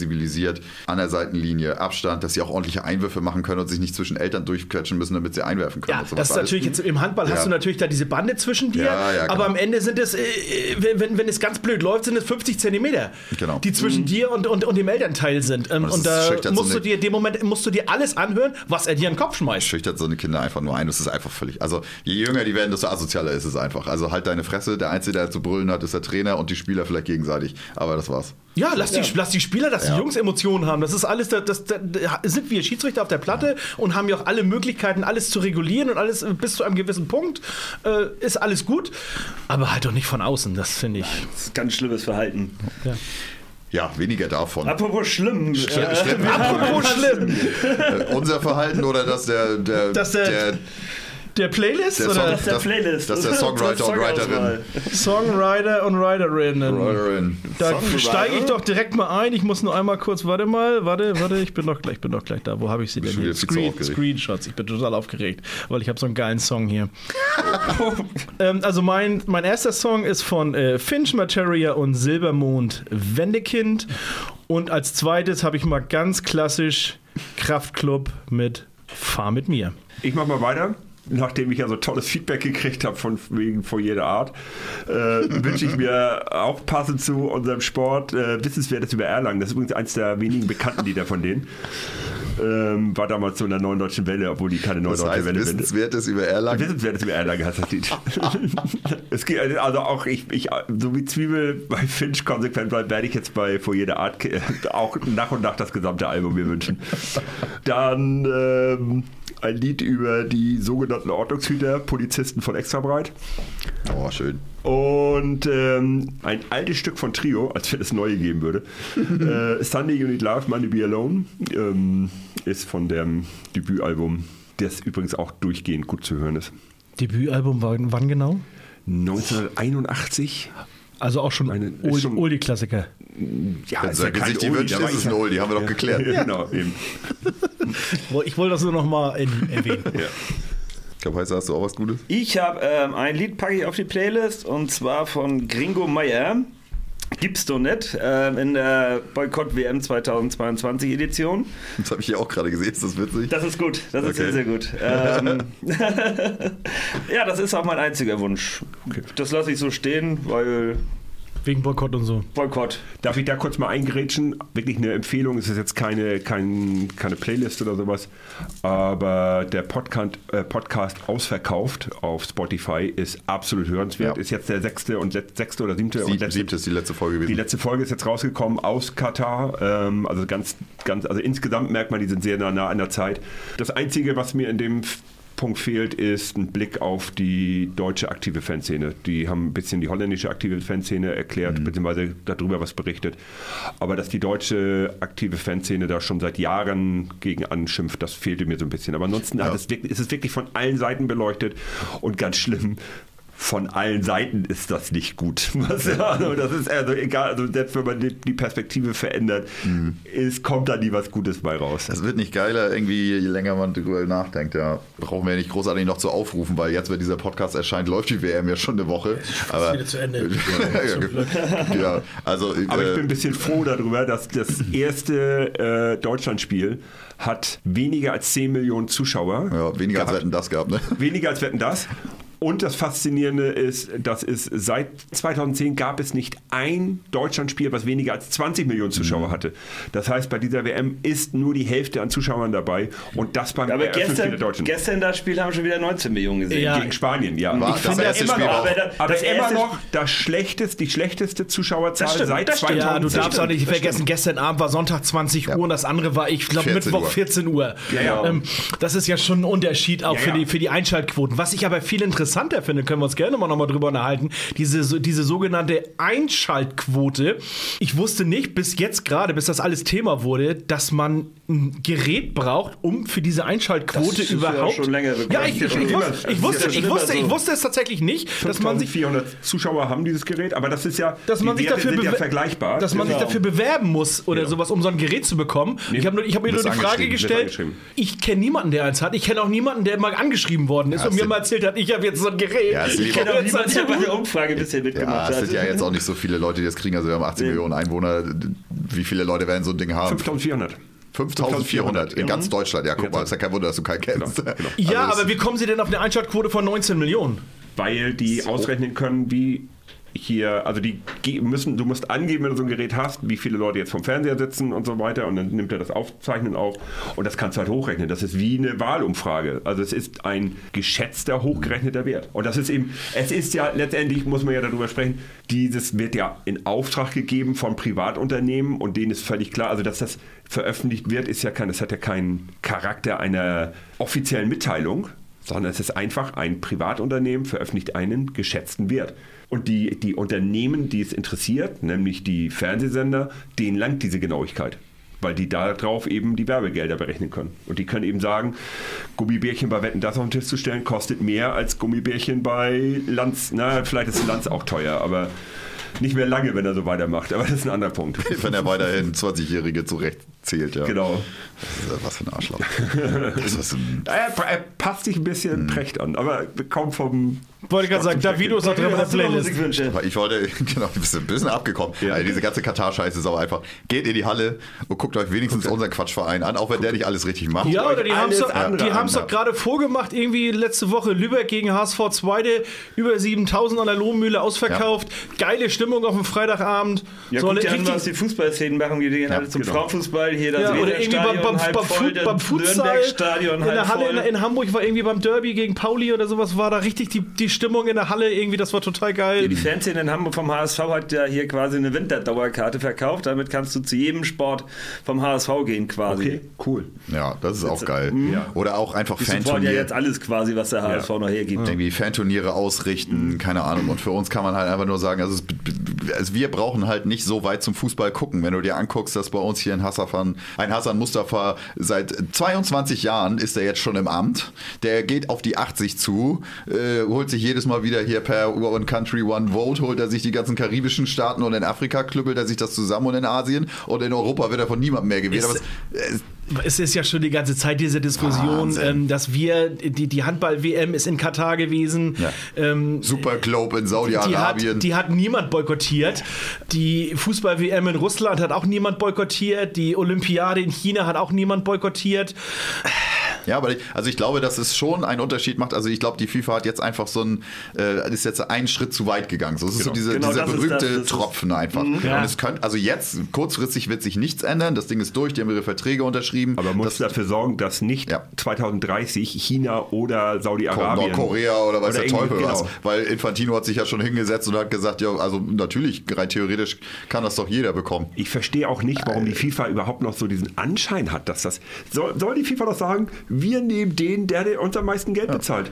organisiert, an der Seitenlinie, Abstand, dass sie auch ordentliche Einwürfe machen können und sich nicht zwischen Eltern durchquetschen müssen, damit sie einwerfen können. Ja, und sowas das ist alles. natürlich jetzt im Handball Ja. hast du natürlich da diese Bande zwischen dir, Ja, ja, aber genau. am Ende sind es, äh, wenn, wenn, wenn es ganz blöd läuft, sind es fünfzig Zentimeter, Genau. die zwischen dir und, und, und dem Elternteil sind. Ähm, Und und das da schüchtert so musst du eine- dir, in dem Moment musst du dir alles anhören, was er dir in den Kopf schmeißt. Schüchtert so eine Kinder einfach nur ein. Das ist einfach völlig. Also je jünger die werden, desto asozialer ist es einfach. Also halt deine Fresse. Der Einzige, der zu brüllen hat, ist der Trainer und die Spieler vielleicht gegenseitig. Aber das war's. Ja, lass, Die, lass die Spieler, dass Ja. die Jungs Emotionen haben. Das ist alles, das, das, das sind wir Schiedsrichter auf der Platte und haben ja auch alle Möglichkeiten, alles zu regulieren und alles bis zu einem gewissen Punkt äh, ist alles gut. Aber halt doch nicht von außen, das finde ich. Das ist ganz schlimmes Verhalten. Ja. Ja, weniger davon. Apropos schlimm. Schlimm, äh, schlimm. Apropos schlimm, Äh, unser Verhalten oder dass der, der, Dass der- der Playlist der oder Song- Das ist der dass- Playlist. dass der Songwriter und Writerin. Songwriter und Writerinnen. Writerin. Da Songwriter? steige ich doch direkt mal ein. Ich muss nur einmal kurz, warte mal, warte, warte, ich bin doch gleich, ich bin doch gleich da. Wo habe ich sie denn Bist du hier? wieder viel zu Screen, aufgeregt? Screenshots. Ich bin total aufgeregt, weil ich habe so einen geilen Song hier. ähm, also mein, mein erster Song ist von äh, Finch Materia und Silbermond Wendekind. Und als zweites habe ich mal ganz klassisch Kraftklub mit Fahr mit mir. Ich mach mal weiter. Nachdem ich ja so tolles Feedback gekriegt habe von wegen vor jeder Art, äh, wünsche ich mir auch passend zu unserem Sport äh, Wissenswertes über Erlangen. Das ist übrigens eins der wenigen bekannten Lieder von denen. Ähm, war damals so in der Neuen Deutschen Welle, obwohl die keine Neue Das Deutsche heißt, Welle sind. Wissenswertes über Erlangen. Wissenswertes über Erlangen heißt das Lied. Es geht also auch, ich, ich, so wie Zwiebel bei Finch konsequent bleibt, werde ich jetzt bei vor jeder Art äh, auch nach und nach das gesamte Album mir wünschen. Dann ähm, ein Lied über die sogenannten Ordnungshüter, Polizisten von Extrabreit. Oh, schön. Und ähm, ein altes Stück von Trio, als wenn es neue geben würde. äh, Sunday You Need Love, Money Be Alone, ähm, ist von dem Debütalbum, das übrigens auch durchgehend gut zu hören ist. Debütalbum war wann genau? neunzehnhunderteinundachtzig. Also auch schon Meine- ist Old- schon- Oldie-Klassiker. Ja, Wenn ist sein ja kein Gesicht die Oldie, wünscht, aber ist es ich- ein Oldie. Haben wir doch geklärt. Ja, genau, eben. Ich wollte das nur noch mal in- erwähnen. Ja. Ich glaube, Heißer, hast du auch was Gutes? Ich habe ähm, ein Lied, packe ich auf die Playlist, und zwar von Gringo Meyer. Gibt's doch nicht, ähm, in der Boykott-W M zweitausendzweiundzwanzig Edition. Das habe ich hier auch gerade gesehen. Ist das witzig? Das ist gut, das ist Okay. sehr, sehr gut. Ähm, ja, das ist auch mein einziger Wunsch. Das lasse ich so stehen, weil Wegen Boykott und so. Boykott. Darf ich da kurz mal eingrätschen? Wirklich eine Empfehlung, es ist jetzt keine, kein, keine Playlist oder sowas, aber der Podcast, äh, Podcast Ausverkauft auf Spotify ist absolut hörenswert. Ja. Ist jetzt der sechste und let, sechste oder siebte und Sieb, letzte, siebte ist die letzte Folge gewesen. die letzte Folge ist jetzt rausgekommen aus Katar. Ähm, also ganz, ganz, also insgesamt merkt man, die sind sehr nah, nah an der Zeit. Das Einzige, was mir in dem Punkt fehlt, ist ein Blick auf die deutsche aktive Fanszene. Die haben ein bisschen die holländische aktive Fanszene erklärt, Mhm. beziehungsweise darüber was berichtet. Aber dass die deutsche aktive Fanszene da schon seit Jahren gegen anschimpft, das fehlte mir so ein bisschen. Aber ansonsten Ja. hat es wirklich, ist es wirklich von allen Seiten beleuchtet und ganz schlimm. Von allen Seiten ist das nicht gut. Was, also das ist also egal, also selbst wenn man die, die Perspektive verändert, Mhm. es kommt da nie was Gutes bei raus. Das wird nicht geiler, irgendwie, je länger man darüber nachdenkt. Ja, brauchen wir nicht großartig noch zu aufrufen, weil jetzt, wenn dieser Podcast erscheint, läuft die W M ja schon eine Woche. Aber wieder zu Ende. ja, ja, also, Aber ich äh, bin ein bisschen froh darüber, dass das erste äh, Deutschlandspiel hat weniger als zehn Millionen Zuschauer. ja, weniger als wir gehabt. hätten das gehabt, ne? Weniger als Wetten, das. Und das Faszinierende ist, dass es seit zweitausendzehn gab es nicht ein Deutschlandspiel, was weniger als zwanzig Millionen Zuschauer hatte. Das heißt, bei dieser W M ist nur die Hälfte an Zuschauern dabei und das beim Aber Eröffnungsspiel der gestern, Deutschen. gestern das Spiel haben schon wieder neunzehn Millionen gesehen. Ja. Gegen Spanien, ja. War ich das finde erste immer Spiel noch, auch. aber, aber Das immer erste- noch das schlechteste, die schlechteste Zuschauerzahl Das stimmt, seit das stimmt. Ja, du zweitausendzehn. darfst auch nicht das vergessen, gestern Abend war Sonntag zwanzig Uhr und das andere war, ich glaube, vierzehn Mittwoch Uhr. vierzehn Uhr. Ja, ja. Ähm, das ist ja schon ein Unterschied auch Ja, für, ja. die, für die Einschaltquoten. Was ich aber viel interessanter finde, können wir uns gerne mal nochmal drüber unterhalten, diese, so- diese sogenannte Einschaltquote. Ich wusste nicht bis jetzt gerade, bis das alles Thema wurde, dass man ein Gerät braucht, um für diese Einschaltquote Das ist ja überhaupt... schon länger bekannt. Ja, ich, ich, ich, Immer. wusste, Das ist ich, ja wusste, schon ich, immer wusste, ich so. wusste es tatsächlich nicht, dass man sich... fünftausendvierhundert Zuschauer haben dieses Gerät, aber das ist ja, Dass man, die sich Werte dafür, sind ja bewer- vergleichbar. dass man sich Genau. dafür bewerben muss oder Ja. sowas, um so ein Gerät zu bekommen. Ich habe ich hab mir nur bist die Frage angeschrieben, bist gestellt, angeschrieben. ich kenne niemanden, der eins hat. Ich kenne auch niemanden, der mal angeschrieben worden ist Ja, und mir stimmt. mal erzählt hat, ich habe jetzt so ein Gerät. Ja, es Ich kenne auch niemanden, der bei der Umfrage bisher Ja, mitgemacht es hat. sind ja jetzt auch nicht so viele Leute, die das kriegen. Also wir haben achtzehn Nee. Millionen Einwohner. Wie viele Leute werden so ein Ding haben? fünftausendvierhundert. fünftausendvierhundert in ja. ganz Deutschland. Ja, guck mal, ist ja kein Wunder, dass du keinen kennst. Genau, genau. Ja, Also aber wie kommen Sie denn auf eine Einschaltquote von neunzehn Millionen? Weil die So. ausrechnen können, wie hier, also die ge- müssen, du musst angeben, wenn du so ein Gerät hast, wie viele Leute jetzt vom Fernseher sitzen und so weiter und dann nimmt er das Aufzeichnen auf und das kannst du halt hochrechnen. Das ist wie eine Wahlumfrage. Also es ist ein geschätzter, hochgerechneter Wert. Und das ist eben, es ist ja letztendlich, muss man ja darüber sprechen, dieses wird ja in Auftrag gegeben von Privatunternehmen und denen ist völlig klar, also dass das veröffentlicht wird, ist ja kein, das hat ja keinen Charakter einer offiziellen Mitteilung, sondern es ist einfach ein Privatunternehmen veröffentlicht einen geschätzten Wert. Und die, die Unternehmen, die es interessiert, nämlich die Fernsehsender, denen langt diese Genauigkeit. Weil die darauf eben die Werbegelder berechnen können. Und die können eben sagen, Gummibärchen bei Wetten, das auf den Tisch zu stellen, kostet mehr als Gummibärchen bei Lanz. Na, vielleicht ist Lanz auch teuer, aber nicht mehr lange, wenn er so weitermacht. Aber das ist ein anderer Punkt. wenn er weiterhin zwanzigjährige zurechtzählt, ja. Genau. Das ist ja was für ein Arschloch. Das ist ein Er, er passt sich ein bisschen Precht an, aber kommt vom... Wollte ich gerade sagen, Davido ist noch drin in der Hast du noch Playlist. Musikwünsche? Aber ich wollte, genau, ein bisschen, ein bisschen abgekommen. Ja. Also diese ganze Katar-Scheiße ist aber einfach, geht in die Halle und guckt euch wenigstens unseren Quatschverein an, auch wenn der nicht alles richtig macht. Ja, oder die haben es alles doch, andere die haben's an. doch gerade vorgemacht, irgendwie letzte Woche Lübeck gegen H S V Zweite, über siebentausend an der Lohmühle ausverkauft, geile Stimmung auf dem Freitagabend. Ja, so guck eine dir an, richtig- was die Fußballszenen machen. Die gehen alle zum genau. Frauenfußball. Hier das Ja, oder irgendwie beim, Weserstadion beim, halb beim, voll, Fu- das beim Futsal Nürnberg-Stadion in der halb Halle voll. in, in Hamburg war irgendwie beim Derby gegen Pauli oder sowas, war da richtig die, die Stimmung in der Halle irgendwie, das war total geil. Die Fanszene in Hamburg vom H S V hat ja hier quasi eine Winterdauerkarte verkauft. Damit kannst du zu jedem Sport vom H S V gehen quasi. Okay, cool. Ja, das ist auch geil. Ja. Oder auch einfach Die supporten ja Fanturniere. jetzt alles quasi, was der H S V noch hergibt. Irgendwie Fanturniere ausrichten, keine Ahnung. Und für uns kann man halt einfach nur sagen, also, es, also wir brauchen halt nicht so weit zum Fußball gucken. Wenn du dir anguckst, dass bei uns hier ein Hassan, ein Hassan Mustafa seit zweiundzwanzig Jahren ist er jetzt schon im Amt. Der geht auf die achtzig zu, äh, holt sich jedes Mal wieder hier per One Country, One Vote, holt er sich die ganzen karibischen Staaten und in Afrika klüppelt er sich das zusammen und in Asien und in Europa wird er von niemandem mehr gewählt. Ist- Aber es, äh, Es ist ja schon die ganze Zeit diese Diskussion, Wahnsinn. ähm, dass wir, die, die Handball-W M ist in Katar gewesen. Ja. Ähm, Super Globe in die, Saudi-Arabien. hat, die hat niemand boykottiert. Die Fußball-W M in Russland hat auch niemand boykottiert. Die Olympiade in China hat auch niemand boykottiert. Ja, aber ich, also ich glaube, dass es schon einen Unterschied macht. Also ich glaube, die FIFA hat jetzt einfach so ein, äh, ist jetzt einen Schritt zu weit gegangen. So, es ist so diese, Genau, dieser das ist berühmte das, das ist- Tropfen einfach. Ja. Und es könnte, also jetzt, kurzfristig wird sich nichts ändern. Das Ding ist durch, die haben ihre Verträge unterschrieben. Aber man muss das, dafür sorgen, dass nicht Ja. zweitaunsdreißig China oder Saudi-Arabien... Nordkorea oder weiß der irgendwie- Teufel was. genau. Weil Infantino hat sich ja schon hingesetzt und hat gesagt, ja, also natürlich, rein theoretisch kann das doch jeder bekommen. Ich verstehe auch nicht, warum die FIFA überhaupt noch so diesen Anschein hat, dass das... Soll, soll die FIFA doch sagen, wir nehmen den, der, der uns am meisten Geld bezahlt.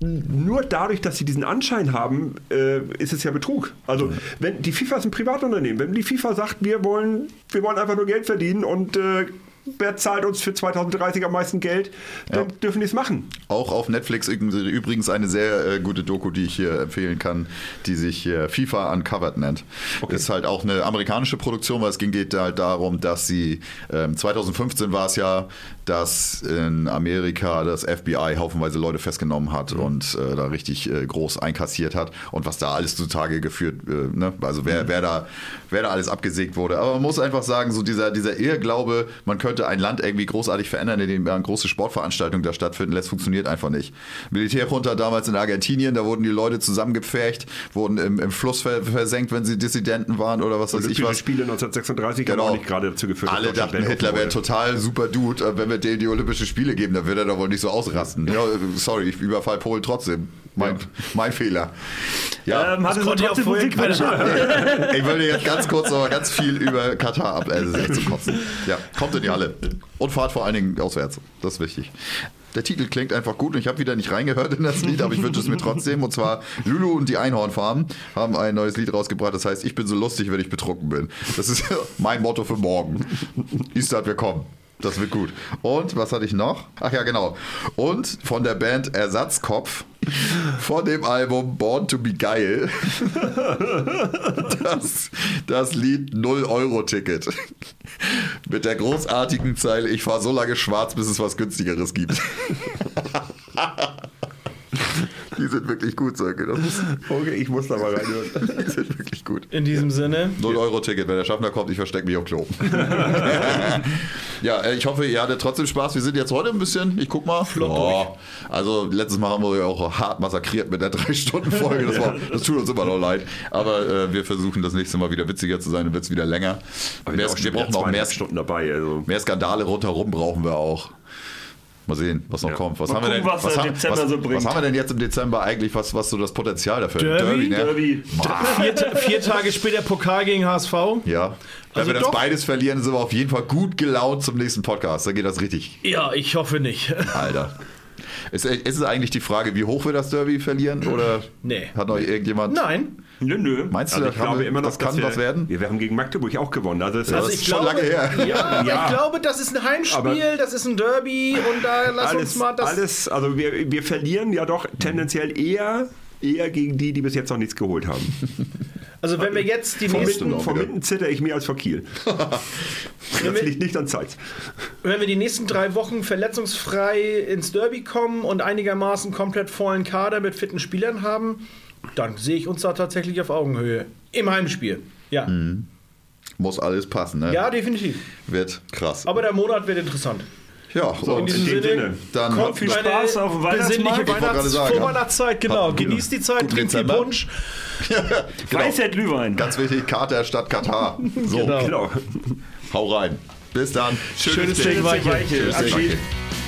Nur dadurch, dass sie diesen Anschein haben, äh, ist es ja Betrug. Also wenn die FIFA ist ein Privatunternehmen. Wenn die FIFA sagt, wir wollen, wir wollen einfach nur Geld verdienen und äh, wer zahlt uns für zweitausenddreißig am meisten Geld, dann Ja. dürfen die es machen. Auch auf Netflix übrigens eine sehr äh, gute Doku, die ich hier empfehlen kann, die sich äh, FIFA Uncovered nennt. Okay. Ist halt auch eine amerikanische Produktion, weil es ging geht halt darum, dass sie ähm, zweitausendfünfzehn war es ja, dass in Amerika das F B I haufenweise Leute festgenommen hat mhm. und äh, da richtig äh, groß einkassiert hat und was da alles zutage geführt, äh, ne? Also wer, mhm. wer da wer da alles abgesägt wurde. Aber man muss einfach sagen, so dieser, dieser Irrglaube, man könnte ein Land irgendwie großartig verändern, indem man große Sportveranstaltungen da stattfinden lässt, funktioniert einfach nicht. Militärjunta damals in Argentinien, da wurden die Leute zusammengepfercht, wurden im, im Fluss ver versenkt, wenn sie Dissidenten waren oder was weiß ich Olympische was. Spiele neunzehnhundertsechsunddreißig Genau. haben auch nicht gerade dazu geführt, Alle dass Deutschland dachten, Hitler wäre Weltmeister total super Dude. Äh, Wenn wir denen die Olympischen Spiele geben, dann wird er doch wohl nicht so ausrasten. Ja, sorry, ich überfall Polen trotzdem. Mein, mein Fehler. Ja. Ähm, hatte so konnte ja trotzdem vorher Musikwünsche. Ich würde jetzt ganz kurz noch ganz viel über Katar ab. Also, das ist echt zu kotzen. Ja, kommt in die Halle. Und fahrt vor allen Dingen auswärts. Das ist wichtig. Der Titel klingt einfach gut und ich habe wieder nicht reingehört in das Lied, aber ich wünsche es mir trotzdem. Und zwar Lulu und die Einhornfarben haben ein neues Lied rausgebracht. Das heißt, ich bin so lustig, wenn ich betrunken bin. Das ist mein Motto für morgen. Istad, wir kommen. Das wird gut. Und was hatte ich noch? Ach ja, genau. Und von der Band Ersatzkopf von dem Album Born to be Geil das, das Lied null Euro Ticket. Mit der großartigen Zeile, ich fahre so lange schwarz, bis es was günstigeres gibt. Die sind wirklich gut, Sönke. Das muss, Okay, ich muss da mal reinhören. die sind wirklich gut. In diesem Sinne. null Euro Ticket, wenn der Schaffner kommt, ich verstecke mich auf Klo. Ja, äh, ich hoffe, ihr hattet trotzdem Spaß. Wir sind jetzt heute ein bisschen, ich guck mal. Flott Oh, also letztes Mal haben wir ja auch hart massakriert mit der drei Stunden Folge. Das, war, das tut uns immer noch leid. Aber äh, wir versuchen das nächste Mal wieder witziger zu sein, dann wird es wieder länger. Aber Mehr, wir, wir brauchen auch mehr, Stunden dabei. Also. mehr Skandale rundherum brauchen wir auch. Mal sehen, was noch Ja. kommt. Was Mal haben wir denn, gucken, was was, der haben, Dezember was, so bringt. was haben wir denn jetzt im Dezember eigentlich, was, was so das Potenzial dafür hat? Derby? ne? Derby. Vier, vier Tage später Pokal gegen H S V. Ja. Wenn Also wir das doch. beides verlieren, sind wir auf jeden Fall gut gelaunt zum nächsten Podcast. Da geht das richtig. Ja, ich hoffe nicht. Alter. Ist, ist es eigentlich die Frage, wie hoch wir das Derby verlieren? Oder Nee. hat noch irgendjemand. Nein. Nö, nö. Meinst du, Also das, ich haben glaube wir, immer noch, das kann dass wir, was werden? Wir haben gegen Magdeburg auch gewonnen. Also, es Ja, ist das ich ist schon glaube- lange her. Ja, aber Ja. ich glaube, das ist ein Heimspiel, Aber- das ist ein Derby und da lass alles, uns mal das. alles, also wir, wir verlieren ja doch tendenziell eher, eher gegen die, die bis jetzt noch nichts geholt haben. Also wenn wir jetzt die Von nächsten, mitten, auch von wieder. mitten zitter ich mehr als vor Kiel. Das liegt nicht an Zeit. wenn wir die nächsten drei Wochen verletzungsfrei ins Derby kommen und einigermaßen komplett vollen Kader mit fitten Spielern haben, dann sehe ich uns da tatsächlich auf Augenhöhe. Im Heimspiel. Ja. Muss alles passen, ne? Ja, definitiv. Wird krass. Aber der Monat wird interessant. ja, so. In diesem in dem Sinne, Sinne, dann kommt viel eine Spaß auf dem Weihnachtsmarkt. besinnliche Ich wollte gerade Weihnachts sagen, Vorweihnachtszeit, genau. habt- Genießt die Zeit, Guten trinkt viel Dezember. Punsch. genau. Weisheit Glühwein. Ganz wichtig, Kater statt Katar. So, Genau. Genau. hau rein. Bis dann. Schönes Stück Weiche. Weiche. Tschüss, Abschied. Danke.